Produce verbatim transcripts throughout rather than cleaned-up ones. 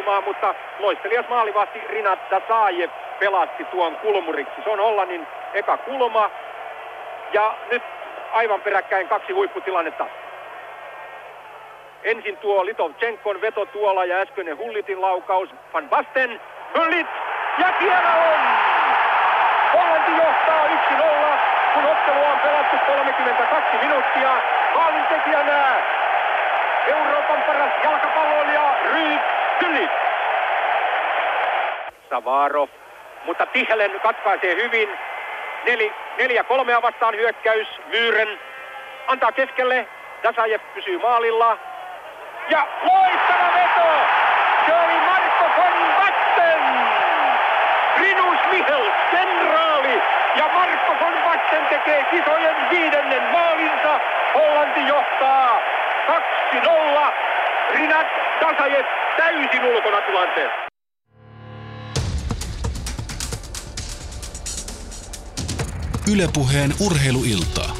kulmaa, mutta loistelias maalivahti Rinat Dasajev pelasti tuon kulmuriksi. Se on Hollannin eka kulma. Ja nyt aivan peräkkäin kaksi huipputilannetta. Ensin tuo Litovchenkon veto tuolla ja äskeinen Hullitin laukaus. Van Basten, Hullit ja siellä on! Hollanti johtaa yksi nolla, kun ottelu on pelattu kolmekymmentäkaksi minuuttia. Maalintekijänä Euroopan paras jalkapalloilija Ryd Hullit. Savarov, mutta Tichelen katkaisee hyvin. Neli, neljä kolmea vastaan hyökkäys. Myyren antaa keskelle. Dasajev pysyy maalilla. Ja loistava veto! Se oli Marko von Basten! Rinus Michels, kenraali! Ja Marko von Basten tekee kisojen viidennen maalinsa. Hollanti johtaa kaksi nolla. Rinat Dasajev täysin ulkona tilanteessa. Yle Puheen urheiluiltaa.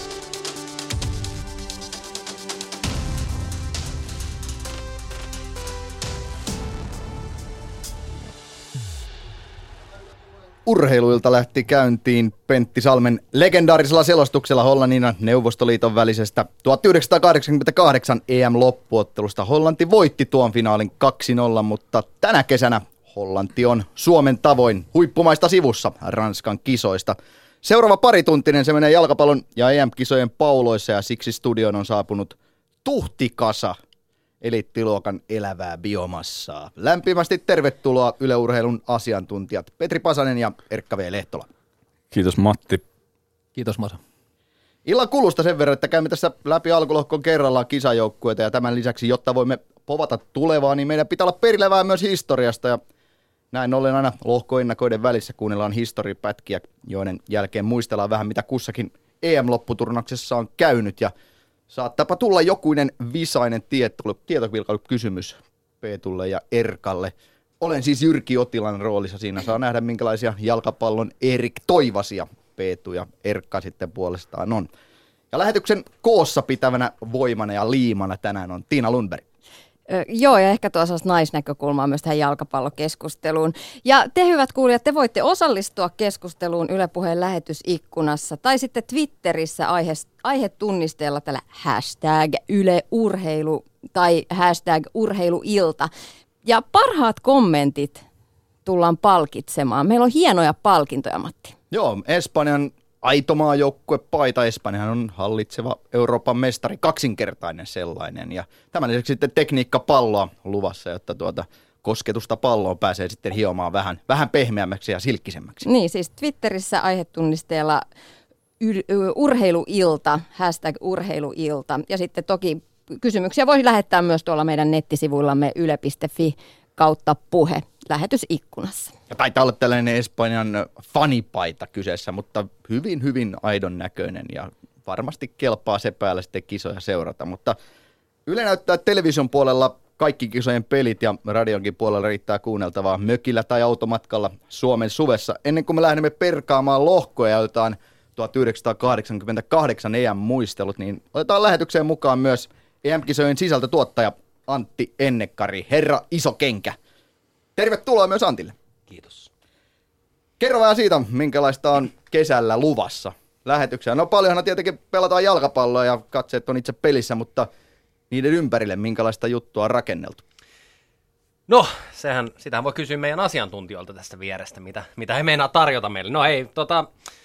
Urheiluilta lähti käyntiin Pentti Salmen legendaarisella selostuksella Hollannin ja Neuvostoliiton välisestä tuhatyhdeksänsataakahdeksankymmentäkahdeksan E M-loppuottelusta. Hollanti voitti tuon finaalin kaksi nolla, mutta tänä kesänä Hollanti on Suomen tavoin huippumaista sivussa Ranskan kisoista. Seuraava parituntinen se menee jalkapallon ja E M-kisojen pauloissa ja siksi studioon on saapunut tuhtikasa eliittiluokan elävää biomassaa. Lämpimästi tervetuloa Yle Urheilun asiantuntijat Petri Pasanen ja Erkka V. Lehtola. Kiitos Matti. Kiitos Masa. Illan kulusta sen verran, että käymme tässä läpi alkulohkon kerrallaan kisajoukkueita ja tämän lisäksi, jotta voimme povata tulevaa, niin meidän pitää olla perillä vähän myös historiasta ja näin ollen aina lohkoennakoiden välissä kuunnellaan historiapätkiä, joiden jälkeen muistellaan vähän mitä kussakin E M-lopputurnauksessa on käynyt ja saattaapa tulla jokuinen visainen tietovilkailukysymys Peetulle ja Erkalle. Olen siis Jyrki Otilan roolissa. Siinä saa nähdä, minkälaisia jalkapallon Erik Toivasia Peetu ja Erkka sitten puolestaan on. Ja lähetyksen koossa pitävänä voimana ja liimana tänään on Tiina Lundberg. Ö, joo, ja ehkä tuossa naisnäkökulmaa myös tähän jalkapallokeskusteluun. Ja te hyvät kuulijat, te voitte osallistua keskusteluun Yle Puheen lähetysikkunassa tai sitten Twitterissä aihe, aihetunnisteella tällä hashtag Yle Urheilu tai hashtag Urheiluilta. Ja parhaat kommentit tullaan palkitsemaan. Meillä on hienoja palkintoja, Matti. Joo, Espanjan aito maajoukkue paita. Espanjahan on hallitseva Euroopan mestari, kaksinkertainen sellainen. Ja tämän lisäksi sitten tekniikkapalloa luvassa, jotta tuota kosketusta palloon pääsee sitten hiomaan vähän, vähän pehmeämmäksi ja silkkisemmäksi. Niin, siis Twitterissä aihetunnisteella yl- urheiluilta, hashtag urheiluilta. Ja sitten toki kysymyksiä voi lähettää myös tuolla meidän nettisivuillamme yle piste fi kautta puhe lähetysikkunassa. Ja taitaa olla tällainen Espanjan fanipaita kyseessä, mutta hyvin, hyvin aidon näköinen ja varmasti kelpaa se päällä sitten kisoja seurata. Mutta Yle näyttää television puolella kaikki kisojen pelit ja radionkin puolella riittää kuunneltavaa mökillä tai automatkalla Suomen suvessa. Ennen kuin me lähdemme perkaamaan lohkoja, jotain tuhatyhdeksänsataakahdeksankymmentäkahdeksan E M-muistelut, niin otetaan lähetykseen mukaan myös E M-kisojen sisältötuottaja Antti Ennekkari, herra iso kenkä. Tervetuloa myös Antille. Kiitos. Kerro vähän siitä, minkälaista on kesällä luvassa lähetyksiä. No paljonhan tietenkin pelataan jalkapalloa ja katseet on itse pelissä, mutta niiden ympärille minkälaista juttua on rakenneltu? No, sehän, sitähän voi kysyä meidän asiantuntijoilta tästä vierestä, mitä, mitä he meinaa tarjota meille. No ei, tota,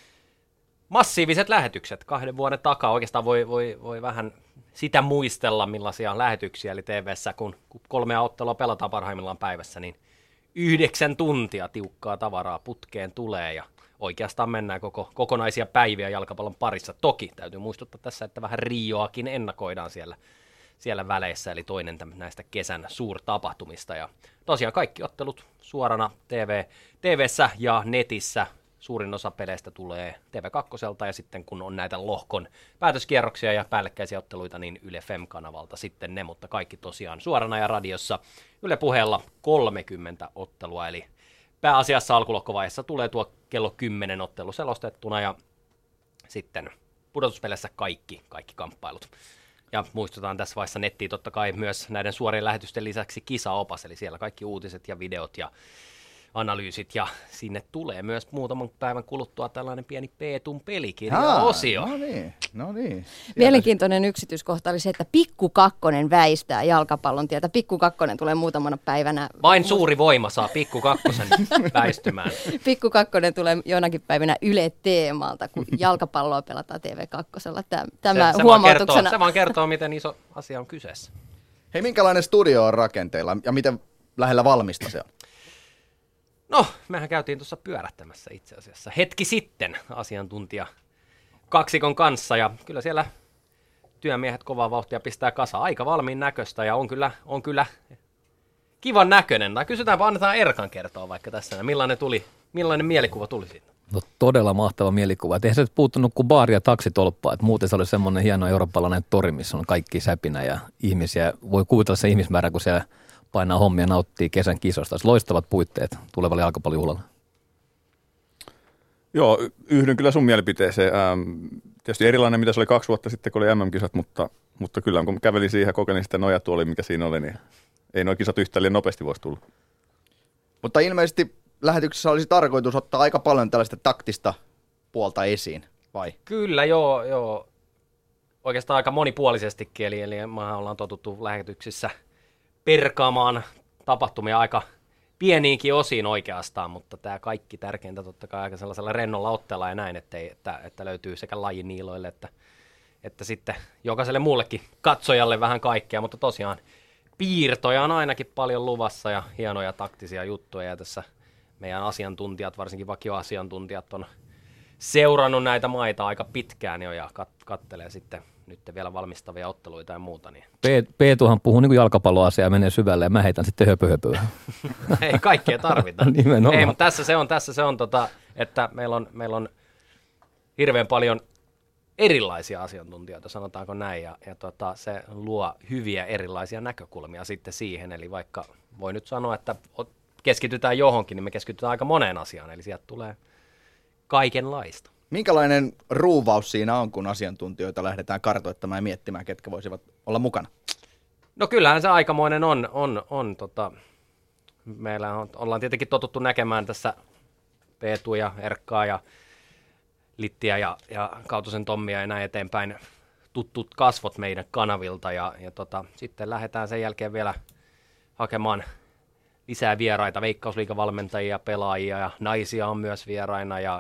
massiiviset lähetykset kahden vuoden takaa. Oikeastaan voi, voi, voi vähän sitä muistella, millaisia lähetyksiä, eli T V:ssä, kun kolmea ottelua pelataan parhaimmillaan päivässä, niin yhdeksän tuntia tiukkaa tavaraa putkeen tulee ja oikeastaan mennään koko, kokonaisia päiviä jalkapallon parissa. Toki täytyy muistuttaa tässä, että vähän Rioakin ennakoidaan siellä, siellä väleissä, eli toinen näistä kesän suurtapahtumista. Ja tosiaan kaikki ottelut suorana T V, T V:ssä ja netissä. Suurin osa peleistä tulee T V kaksi ja sitten kun on näitä lohkon päätöskierroksia ja päällekkäisiä otteluita, niin Yle F M-kanavalta sitten ne, mutta kaikki tosiaan suorana ja radiossa Yle Puheella kolmekymmentä ottelua, eli pääasiassa alkulohkovaiheessa tulee tuo kello kymmenen ottelu selostettuna ja sitten pudotuspeleissä kaikki, kaikki kamppailut. Ja muistutaan tässä vaiheessa nettiin totta kai myös näiden suorien lähetysten lisäksi kisaopas, eli siellä kaikki uutiset ja videot ja analyysit, ja sinne tulee myös muutaman päivän kuluttua tällainen pieni Peetun pelikirja-osio. No niin, no niin. Mielenkiintoinen yksityiskohta oli se, että Pikku Kakkonen väistää jalkapallon tietä. Pikku Kakkonen tulee muutamana päivänä. Vain suuri voima saa Pikku Kakkosen väistymään. Pikku Kakkonen tulee jonakin päivänä Yle Teemalta, kun jalkapalloa pelataan T V kaksi. Tämä se, se huomautuksena. Vaan kertoo, se vaan kertoo, miten iso asia on kyseessä. Hei, minkälainen studio on rakenteilla ja miten lähellä valmista se on? No, mehän käytiin tuossa pyörättämässä itse asiassa hetki sitten asiantuntija kaksikon kanssa, ja kyllä siellä työmiehet kovaa vauhtia pistää kasa. Aika valmiin näköistä, ja on kyllä, on kyllä kivan näköinen. Tai kysytäänpä, annetaan Erkan kertoa vaikka tässä, millainen, tuli, millainen mielikuva tuli siitä. No todella mahtava mielikuva. Et eihän se puuttunut kuin baari ja taksitolppaa. Et muuten se oli semmoinen hieno eurooppalainen tori, missä on kaikki säpinä ja ihmisiä. Voi kuvitella se ihmismäärä, kun siellä painaa hommia ja nauttii kesän kisosta. Loistavat puitteet tulevalle jalkapallojuhlalle. Joo, yhdyn kyllä sun mielipiteeseen. Ähm, tietysti erilainen, mitä se oli kaksi vuotta sitten, kun oli M M-kisat, mutta, mutta kyllä kun kävelin siihen ja kokeilin sitä nojatuolia, mikä siinä oli, niin ei nuo kisat yhtään liian nopeasti voisi tulla. Mutta ilmeisesti lähetyksessä olisi tarkoitus ottaa aika paljon tällaista taktista puolta esiin, vai? Kyllä, joo, joo. Oikeastaan aika monipuolisestikin, eli, eli me ollaan totuttu lähetyksissä perkaamaan tapahtumia aika pieniinkin osiin oikeastaan, mutta tämä kaikki tärkeintä totta kai aika sellaisella rennolla otteella ja näin, ettei, että, että löytyy sekä lajiniiloille että, että sitten jokaiselle muullekin katsojalle vähän kaikkea, mutta tosiaan piirtoja on ainakin paljon luvassa ja hienoja taktisia juttuja, ja tässä meidän asiantuntijat, varsinkin vakioasiantuntijat, on seurannut näitä maita aika pitkään jo ja kat- kattelee sitten nyt vielä valmistavia otteluita ja muuta. Niin. Peetuhan puhuu niin kuin jalkapalloasiaa ja menee syvälle ja mä heitän sitten höpö-höpöä. Ei kaikkea tarvita. Nimenomaan. Ei, mutta tässä se on, tässä se on tota, että meillä on, meillä on hirveän paljon erilaisia asiantuntijoita, sanotaanko näin, ja, ja tota, se luo hyviä erilaisia näkökulmia sitten siihen, eli vaikka voi nyt sanoa, että keskitytään johonkin, niin me keskitytään aika moneen asiaan, eli sieltä tulee kaikenlaista. Minkälainen ruuvaus siinä on, kun asiantuntijoita lähdetään kartoittamaan ja miettimään, ketkä voisivat olla mukana? No kyllähän se aikamoinen on. on, on tota, meillä on, ollaan tietenkin totuttu näkemään tässä Peetu ja Erkkaa ja Littiä ja, ja Kautosen Tommia ja näin eteenpäin tutut kasvot meidän kanavilta. Ja, ja tota, sitten lähdetään sen jälkeen vielä hakemaan lisää vieraita, veikkausliigavalmentajia, pelaajia ja naisia on myös vieraina. Ja,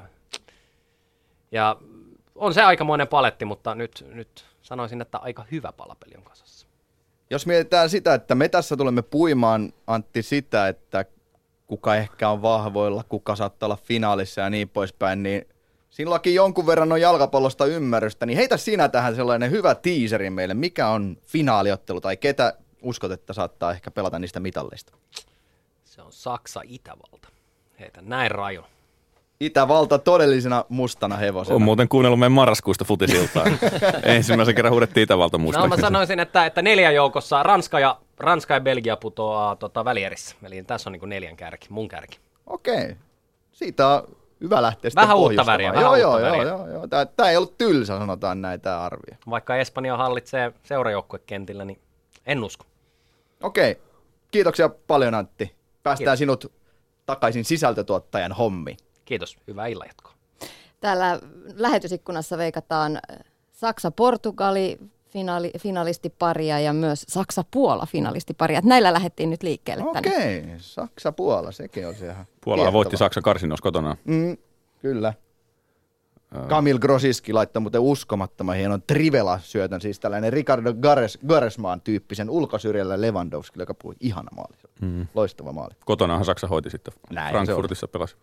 ja on se aikamoinen paletti, mutta nyt, nyt sanoisin, että aika hyvä palapeli on kasassa. Jos mietitään sitä, että me tässä tulemme puimaan, Antti, sitä, että kuka ehkä on vahvoilla, kuka saattaa olla finaalissa ja niin poispäin, niin sinullakin jonkun verran on jalkapallosta ymmärrystä, niin heitä sinä tähän sellainen hyvä tiiseri meille. Mikä on finaaliottelu tai ketä uskot, että saattaa ehkä pelata niistä mitalleista? Se on Saksa-Itävalta. Heitä näin raju. Itävalta todellisena mustana hevosena. On muuten kuunnellut meidän marraskuista futisiltaa. Ensimmäisen kerran huudettiin Itävalta mustaksi. No mä sanoisin, että, että neljän joukossa Ranska ja, Ranska ja Belgia putoaa tota, välierissä. Eli tässä on niin kuin neljän kärki, mun kärki. Okei. Siitä on hyvä lähteä sitten vähän uutta väriä. Vähän joo, uutta joo, väriä. joo, joo. Tämä, tämä ei ollut tylsä, sanotaan näin, tämä arvio. Vaikka Espanja hallitsee seurajoukkuekentillä, niin en usko. Okei. Kiitoksia paljon, Antti. Päästään Kiitos. sinut takaisin sisältötuottajan hommiin. Kiitos. Hyvää illanjatkoa. Täällä lähetysikkunassa veikataan Saksa-Portugali finaali, finalistiparia ja myös Saksa-Puola finalistiparia. Näillä lähdettiin nyt liikkeelle tänne. Okei, Saksa-Puola, sekin on se ihan Puola kiehtova. voitti Saksan karsinoissa kotonaan. Mm, kyllä. Kamil Grosiski laittoi muuten uskomattoman hienon Trivela-syötön, siis tällainen Ricardo Gares, Garesmaan tyyppisen ulkosyrjällä Lewandowski, joka puhui ihana maali. Mm. Loistava maali. Kotonaanhan Saksa hoiti sitten. Näin Frankfurtissa pelasi.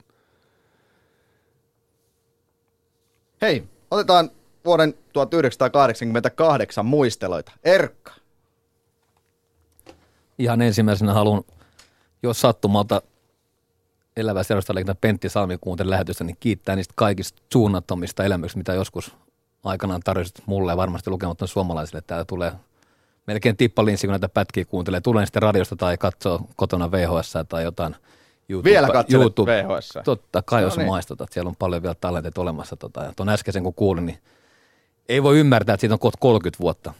Hei, otetaan vuoden tuhatyhdeksänsataakahdeksankymmentäkahdeksan muisteloita. Erkka. Ihan ensimmäisenä haluan, jos sattumalta elävä seurastaliikentä Pentti Salmi kuunteli lähetystä, niin kiittää niistä kaikista suunnattomista elämyksistä, mitä joskus aikanaan tarjosit mulle ja varmasti lukemattomille suomalaisille. Täällä tulee melkein tippalinssi, kun näitä pätkiä kuuntelee. Tulee sitten radiosta tai katsoo kotona V H S tai jotain. YouTube, Vielä katselet YouTube. V H S. Totta kai, no jos niin. maistutat. Siellä on paljon vielä talenteita olemassa. Tota. Ja tuon äskeisen kun kuulin, niin ei voi ymmärtää, että siitä on kohta kolmekymmentä vuotta,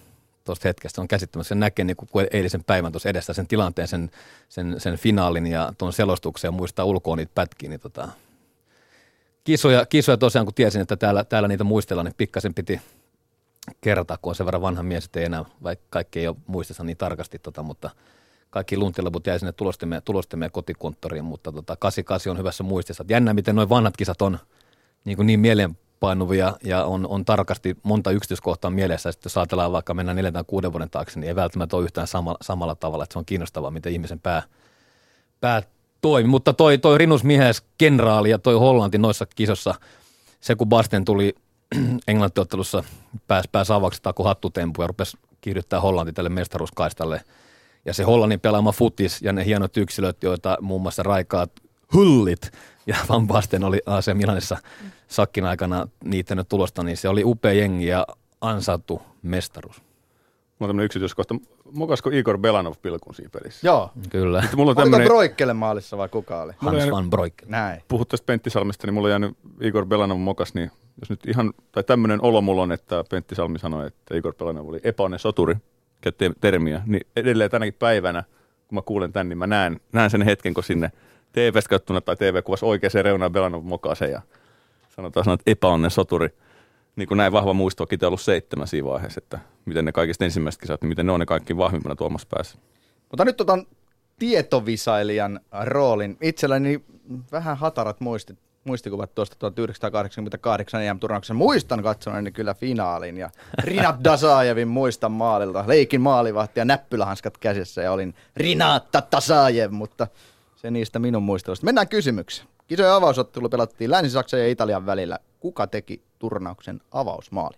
tuosta hetkestä. Se on käsittämättä, se näkee niin kuin eilisen päivän tuossa edessä sen tilanteen, sen, sen, sen finaalin ja tuon selostuksen ja muistaa ulkoa niitä pätkiä. Niin tota, kisoja, kisoja tosiaan, kun tiesin, että täällä, täällä niitä muistellaan, niin pikkasen piti kertaa, kun on sen verran vanha mies, että ei enää, vaikka kaikki ei ole muistissa niin tarkasti, tota, mutta kaikki luntilaput jäi sinne tulostimeen, tulostimeen kotikonttoriin, mutta tota, kahdeksankymmentäkahdeksan on hyvässä muistissa. Jännä, miten nuo vanhat kisat on niin, kuin niin mieleenpainuvia ja on, on tarkasti monta yksityiskohtaa mielessä. Ja sitten jos ajatellaan vaikka mennään neljän tai kuuden vuoden taakse, niin ei välttämättä ole yhtään sama, samalla tavalla, että se on kiinnostavaa, miten ihmisen pää, pää toimi. Mutta toi, toi Rinus Mihes kenraali ja toi Hollanti noissa kisossa, se kun Basten tuli Englanti-ottelussa, pääsi pääs avauksesta tako hattutempu ja rupesi kiihdyttää Hollanti tälle mestaruuskaistalle. Ja se Hollannin pelaama futis ja ne hienot yksilöt, joita muun muassa Raikaat Hullit ja Van Basten oli A C Milanissa sakkin aikana niittänyt tulosta, niin se oli upea jengi ja ansaattu mestaruus. Mulla on tämmöinen yksityiskohta. Mokasko Igor Belanov pilkun siinä pelissä? Joo. Kyllä. Mulla on Oliko tämmönen... Broikkele maalissa vai kuka oli? Hans van Broikkele. Näin. Puhut tästä Pentti Salmista, niin mulla on jäänyt Igor Belanov mokas, niin jos nyt ihan, tai tämmöinen olo mulla on, että Pentti Salmi sanoi, että Igor Belanov oli epäonnen soturi, käytti termiä, niin edelleen tänäkin päivänä, kun mä kuulen tän, niin mä näen, näen sen hetken, kun sinne T V:stä kattuna tai T V-kuvassa oikeaan reunaan Belanov mokasen ja sanotaan sanoa, että epäonnen soturi. Niin kuin näin vahva muisto, on ollut seitsemän siinä vaiheessa, että miten ne kaikista ensimmäiset kisat, niin miten ne on ne kaikki vahvimpana tuomassa päässä. Mutta nyt otan tietovisailijan roolin. Itselläni vähän hatarat muistit, muistikuvat tuosta tuhatyhdeksänsataakahdeksankymmentäkahdeksan E M-turnauksessa. Muistan katsoneeni kyllä finaalin ja Rinat Dasajevin muistan maalilta. Leikin maalivahti ja näppylähanskat käsissä ja olin Rinat Dasajev, mutta se niistä minun muistelusta. Mennään kysymykseen. Kisojen avausottelu pelattiin Länsi-Saksan ja Italian välillä. Kuka teki turnauksen avausmaali?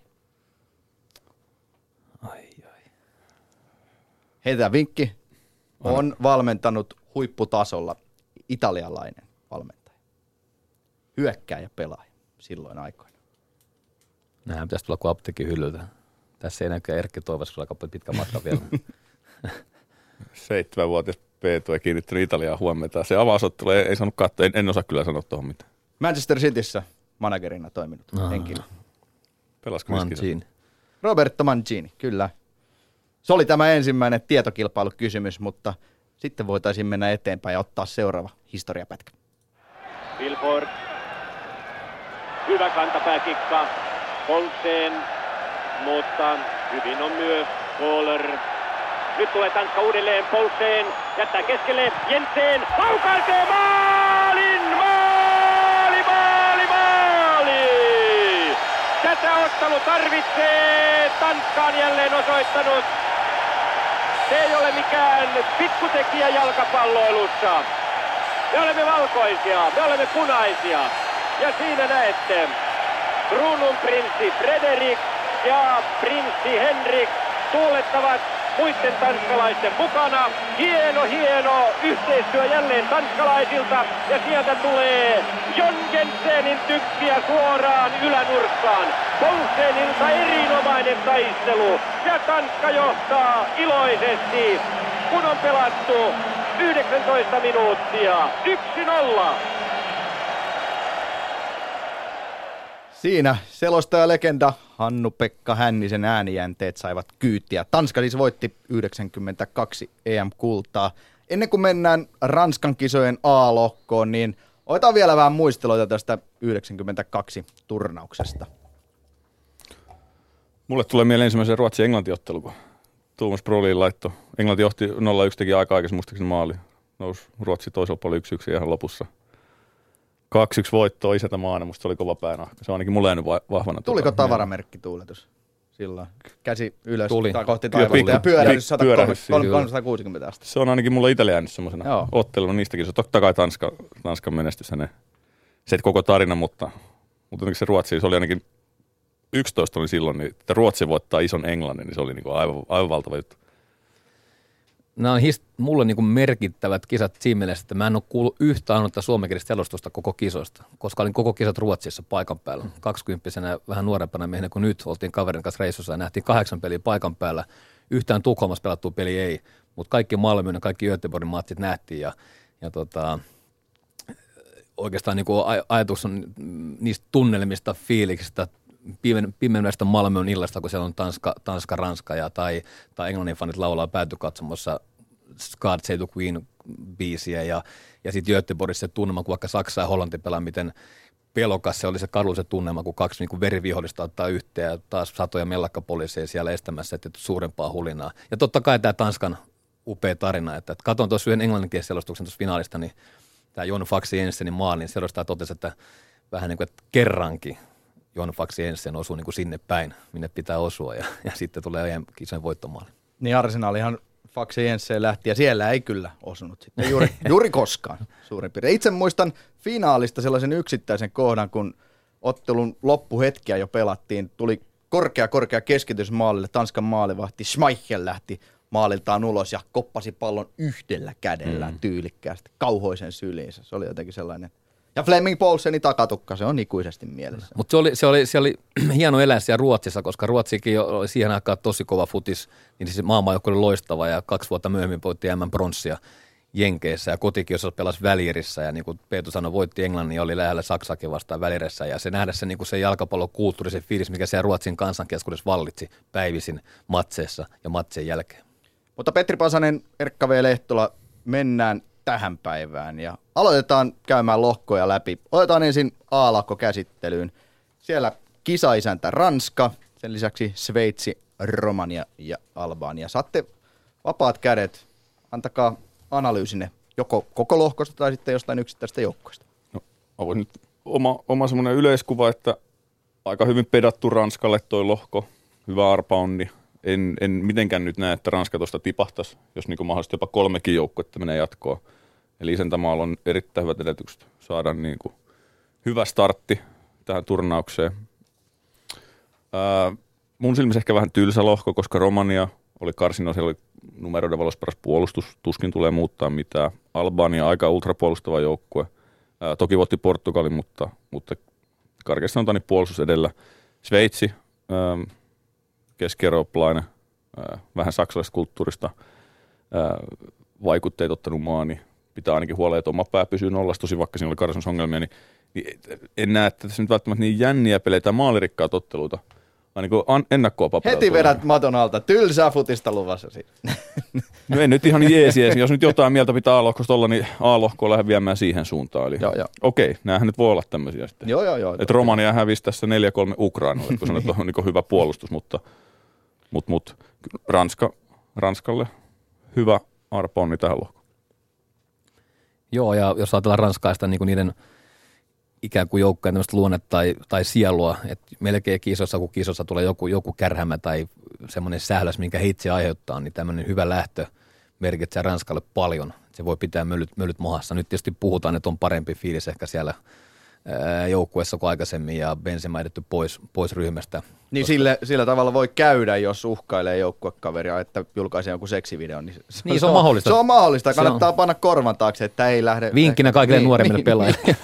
Ai, ai. Heitä vinkki. On valmentanut huipputasolla italialainen valmentaja. Hyökkääjä pelaaja silloin aikoina. Nämähän pitäisi tulla kuin apteekin hyllyltä. Tässä ei näkään Erkki Toivas, kun aika pitkä matka vielä. Seitsemänvuotias Peetu ei kiinnittänyt Italiaa huomiota. Se avausottelu ei, ei saanut katsoa. En, en osaa kyllä sanoa tuohon mitään. Manchester Cityssä managerina toiminut Aha. henkilö. Pelasko Mancini. Roberto Mancini, kyllä. Se oli tämä ensimmäinen tietokilpailukysymys, mutta sitten voitaisiin mennä eteenpäin ja ottaa seuraava historiapätkä. Wilford. Hyvä kantapääkikka Holseen, mutta hyvin on myös Kohler. Nyt tulee Tanska uudelleen Poulsen, jättää keskelle Jensen, laukaisee maalin, maali, maali, maali! Tätä ottelu tarvitsee, Tanska on jälleen osoittanut. Se ei ole mikään pikkutekijä jalkapalloilussa. Me olemme valkoisia, me olemme punaisia. Ja siinä näette, kruununprinssi Frederik ja prinssi Henrik tuulettavat muiden tanskalaisten mukana. Hieno, hieno yhteistyö jälleen tanskalaisilta. Ja sieltä tulee Jon Jensenin tykkiä suoraan ylänurkkaan. Poulsenilta erinomainen taistelu. Ja Tanska johtaa iloisesti, kun on pelattu yhdeksäntoista minuuttia. yksi nolla. Siinä selostajalegenda Hannu-Pekka Hännisen äänijänteet saivat kyytiä. Tanska siis voitti yhdeksänkymmentäkaksi E M-kultaa. Ennen kuin mennään Ranskan kisojen A-lohkoon, niin otetaan vielä vähän muisteluita tästä yhdeksänkymmentäkaksi turnauksesta. Mulle tulee mieleen ensimmäisen Ruotsi-Englanti-ottelu, kun Thomas Brolin laitto. Englanti johti nolla yksi, teki aika aikaisemmin muistaakseni maali. Nousi Ruotsi toisella puolella yksi yksi ihan lopussa. kaksi yksi voittoa isätä maana, musta se oli kova päänahka. Se on ainakin mulle jäänyt vahvana. Tuliko tavaramerkkituuletus silloin? Käsi ylös Tuli. kohti Kyllä, taivasta ja pyörähdys pyörähdys kolmesataakuusikymmentä astetta. Se on ainakin mulle itselle jäänyt semmoisena Joo. otteluna niistäkin. Se on totta kai Tanska, Tanskan menestys hänen. Se koko tarina, mutta, mutta se Ruotsi, se oli ainakin yksitoista oli silloin, niin, että Ruotsi voittaa ison Englannin, niin se oli niin kuin aivan, aivan valtava juttu. Nämä on his- mulle niin kuin merkittävät kisat siinä mielessä, että mä en ole kuullut yhtä ainutta suomenkielistä selostusta koko kisoista, koska olin koko kisat Ruotsissa paikan päällä. Kaksikymppisenä vähän nuorempana miehenä kuin nyt, oltiin kaverin kanssa reissussa ja nähtiin kahdeksan peliä paikan päällä. Yhtään Tukholmassa pelattua peli ei, mutta kaikki Malmön ja kaikki Göteborgin matsit nähtiin ja, ja tota, oikeastaan niin kuin aj- ajatus on niistä tunnelmista, fiiliksistä, pimeästä Malmön illasta, kun siellä on Tanska, Tanska Ranska ja, tai, tai englannin fanit laulaa päätykatsomossa God Save the Queen-biisiä ja, ja sitten Göteborgissa se tunnelma, kun vaikka Saksa ja Hollanti pelaa, miten pelokas se oli se karu se tunnelma, kun kaksi niin kuin verivihollista ottaa yhteen ja taas satoja mellakkapoliiseja siellä estämässä, että suurempaa hulinaa. Ja totta kai tämä Tanskan upea tarina, että, että katson tuossa yhden englanninkielisen selostuksen tuossa finaalista, niin tämä Jon Faxi Jensenin maali, niin selostaja totesi, että vähän niin kuin, että kerrankin Jon Faxi Jensen osuu niin kuin sinne päin, minne pitää osua ja, ja sitten tulee E M-kisojen voittomaali. Niin Arsenalihan Faxi Jensen lähti ja siellä ei kyllä osunut sitten juuri, juuri koskaan suurin piirtein. Itse muistan finaalista sellaisen yksittäisen kohdan, kun ottelun loppuhetkiä jo pelattiin, tuli korkea korkea keskitys maalille, Tanskan maalivahti Schmeichel lähti maaliltaan ulos ja koppasi pallon yhdellä kädellä mm. tyylikkäästi kauhoisen syliinsä. Se oli jotenkin sellainen. Ja Flemming Poulsenin takatukka, se on ikuisesti mielessä. Mutta se oli, se, oli, se oli hieno elää siellä Ruotsissa, koska Ruotsikin oli siihen aikaan tosi kova futis, niin siis maailmanjoukko oli loistava ja kaksi vuotta myöhemmin voitti M M-pronssia Jenkeissä ja kotikiossa pelasi Välierissä ja niin kuin Peetu sanoi, voitti Englannin ja oli lähellä Saksakin vastaan Välierissä ja se nähdä se, niin kuin se jalkapallokulttuuri, se fiilis, mikä siellä Ruotsin kansankeskuudessa vallitsi päivisin matseissa ja matsien jälkeen. Mutta Petri Pasanen, Erkka V. Lehtola, mennään tähän päivään ja aloitetaan käymään lohkoja läpi. Otetaan ensin A-lahko käsittelyyn. Siellä kisaisäntä Ranska, sen lisäksi Sveitsi, Romania ja Albania. Saatte vapaat kädet, antakaa analyysinne joko koko lohkosta tai sitten jostain yksittäistä joukkoista. No, mä voin nyt oma, oma semmoinen yleiskuva, että aika hyvin pedattu Ranskalle toi lohko, hyvä arpaonni. En, en mitenkään nyt näe, että Ranska tuosta tipahtaisi, jos niin kuin mahdollisesti jopa kolmekin joukkuetta menee jatkoon. Eli isäntämaalla on erittäin hyvät edellytykset saada niin kuin hyvä startti tähän turnaukseen. Ää, mun silmissä ehkä vähän tylsä lohko, koska Romania oli karsino, siellä oli numeroiden valossa paras puolustus, tuskin tulee muuttaa mitään. Albania aika ultrapuolustava joukkue. Ää, toki voitti Portugalin, mutta, mutta karkeasti sanotaan niin puolustus edellä. Sveitsi, ää, keski-eurooppalainen, ää, vähän saksalaisesta kulttuurista ää, vaikutteet ottanut maa, niin pitää ainakin huolella, että oma pää pysyy nollassa, tosi vaikka siinä oli karsinosongelmia, niin, niin en näe, että tässä nyt välttämättä niin jänniä pelejä tai maalirikkaat otteluita, vaan niin ennakkoa paperilla. Heti vedät maton alta, tylsää futista luvassa siinä. No ei nyt ihan jeesi, jos nyt jotain mieltä pitää A-lohkosta olla, niin A-lohkoa lähde viemään siihen suuntaan. Eli okei, okay, näähän nyt voi olla tämmöisiä sitten. Joo, joo, joo. Että Romania hävisi tässä neljä kolme Ukrainalle, kun sanotaan, että on niin hyvä puolustus, mutta mut, mut, Ranska, Ranskalle hyvä arpaonni tähän lohkoon. Joo, ja jos ajatellaan ranskaista niin kuin niiden ikään kuin joukkojen tämmöistä luonnetta tai, tai sielua, että melkein kisossa, kun kisossa tulee joku, joku kärhämä tai semmoinen sähläs, minkä he itse aiheuttaa, niin tämmöinen hyvä lähtö merkitsee Ranskalle paljon. Se voi pitää möllyt, möllyt mohassa. Nyt tietysti puhutaan, että on parempi fiilis ehkä siellä joukkueessa kuin aikaisemmin ja Benzema edetty pois, pois ryhmästä. Niin sille, sillä tavalla voi käydä, jos uhkailee joukkuekaveria, että julkaisee jonkun seksivideon. Niin se, niin se on mahdollista. Se on mahdollista. Kannattaa on. panna korvan taakse, että ei lähde. Vinkkinä kaikille niin, nuoremmille niin. pelaajille.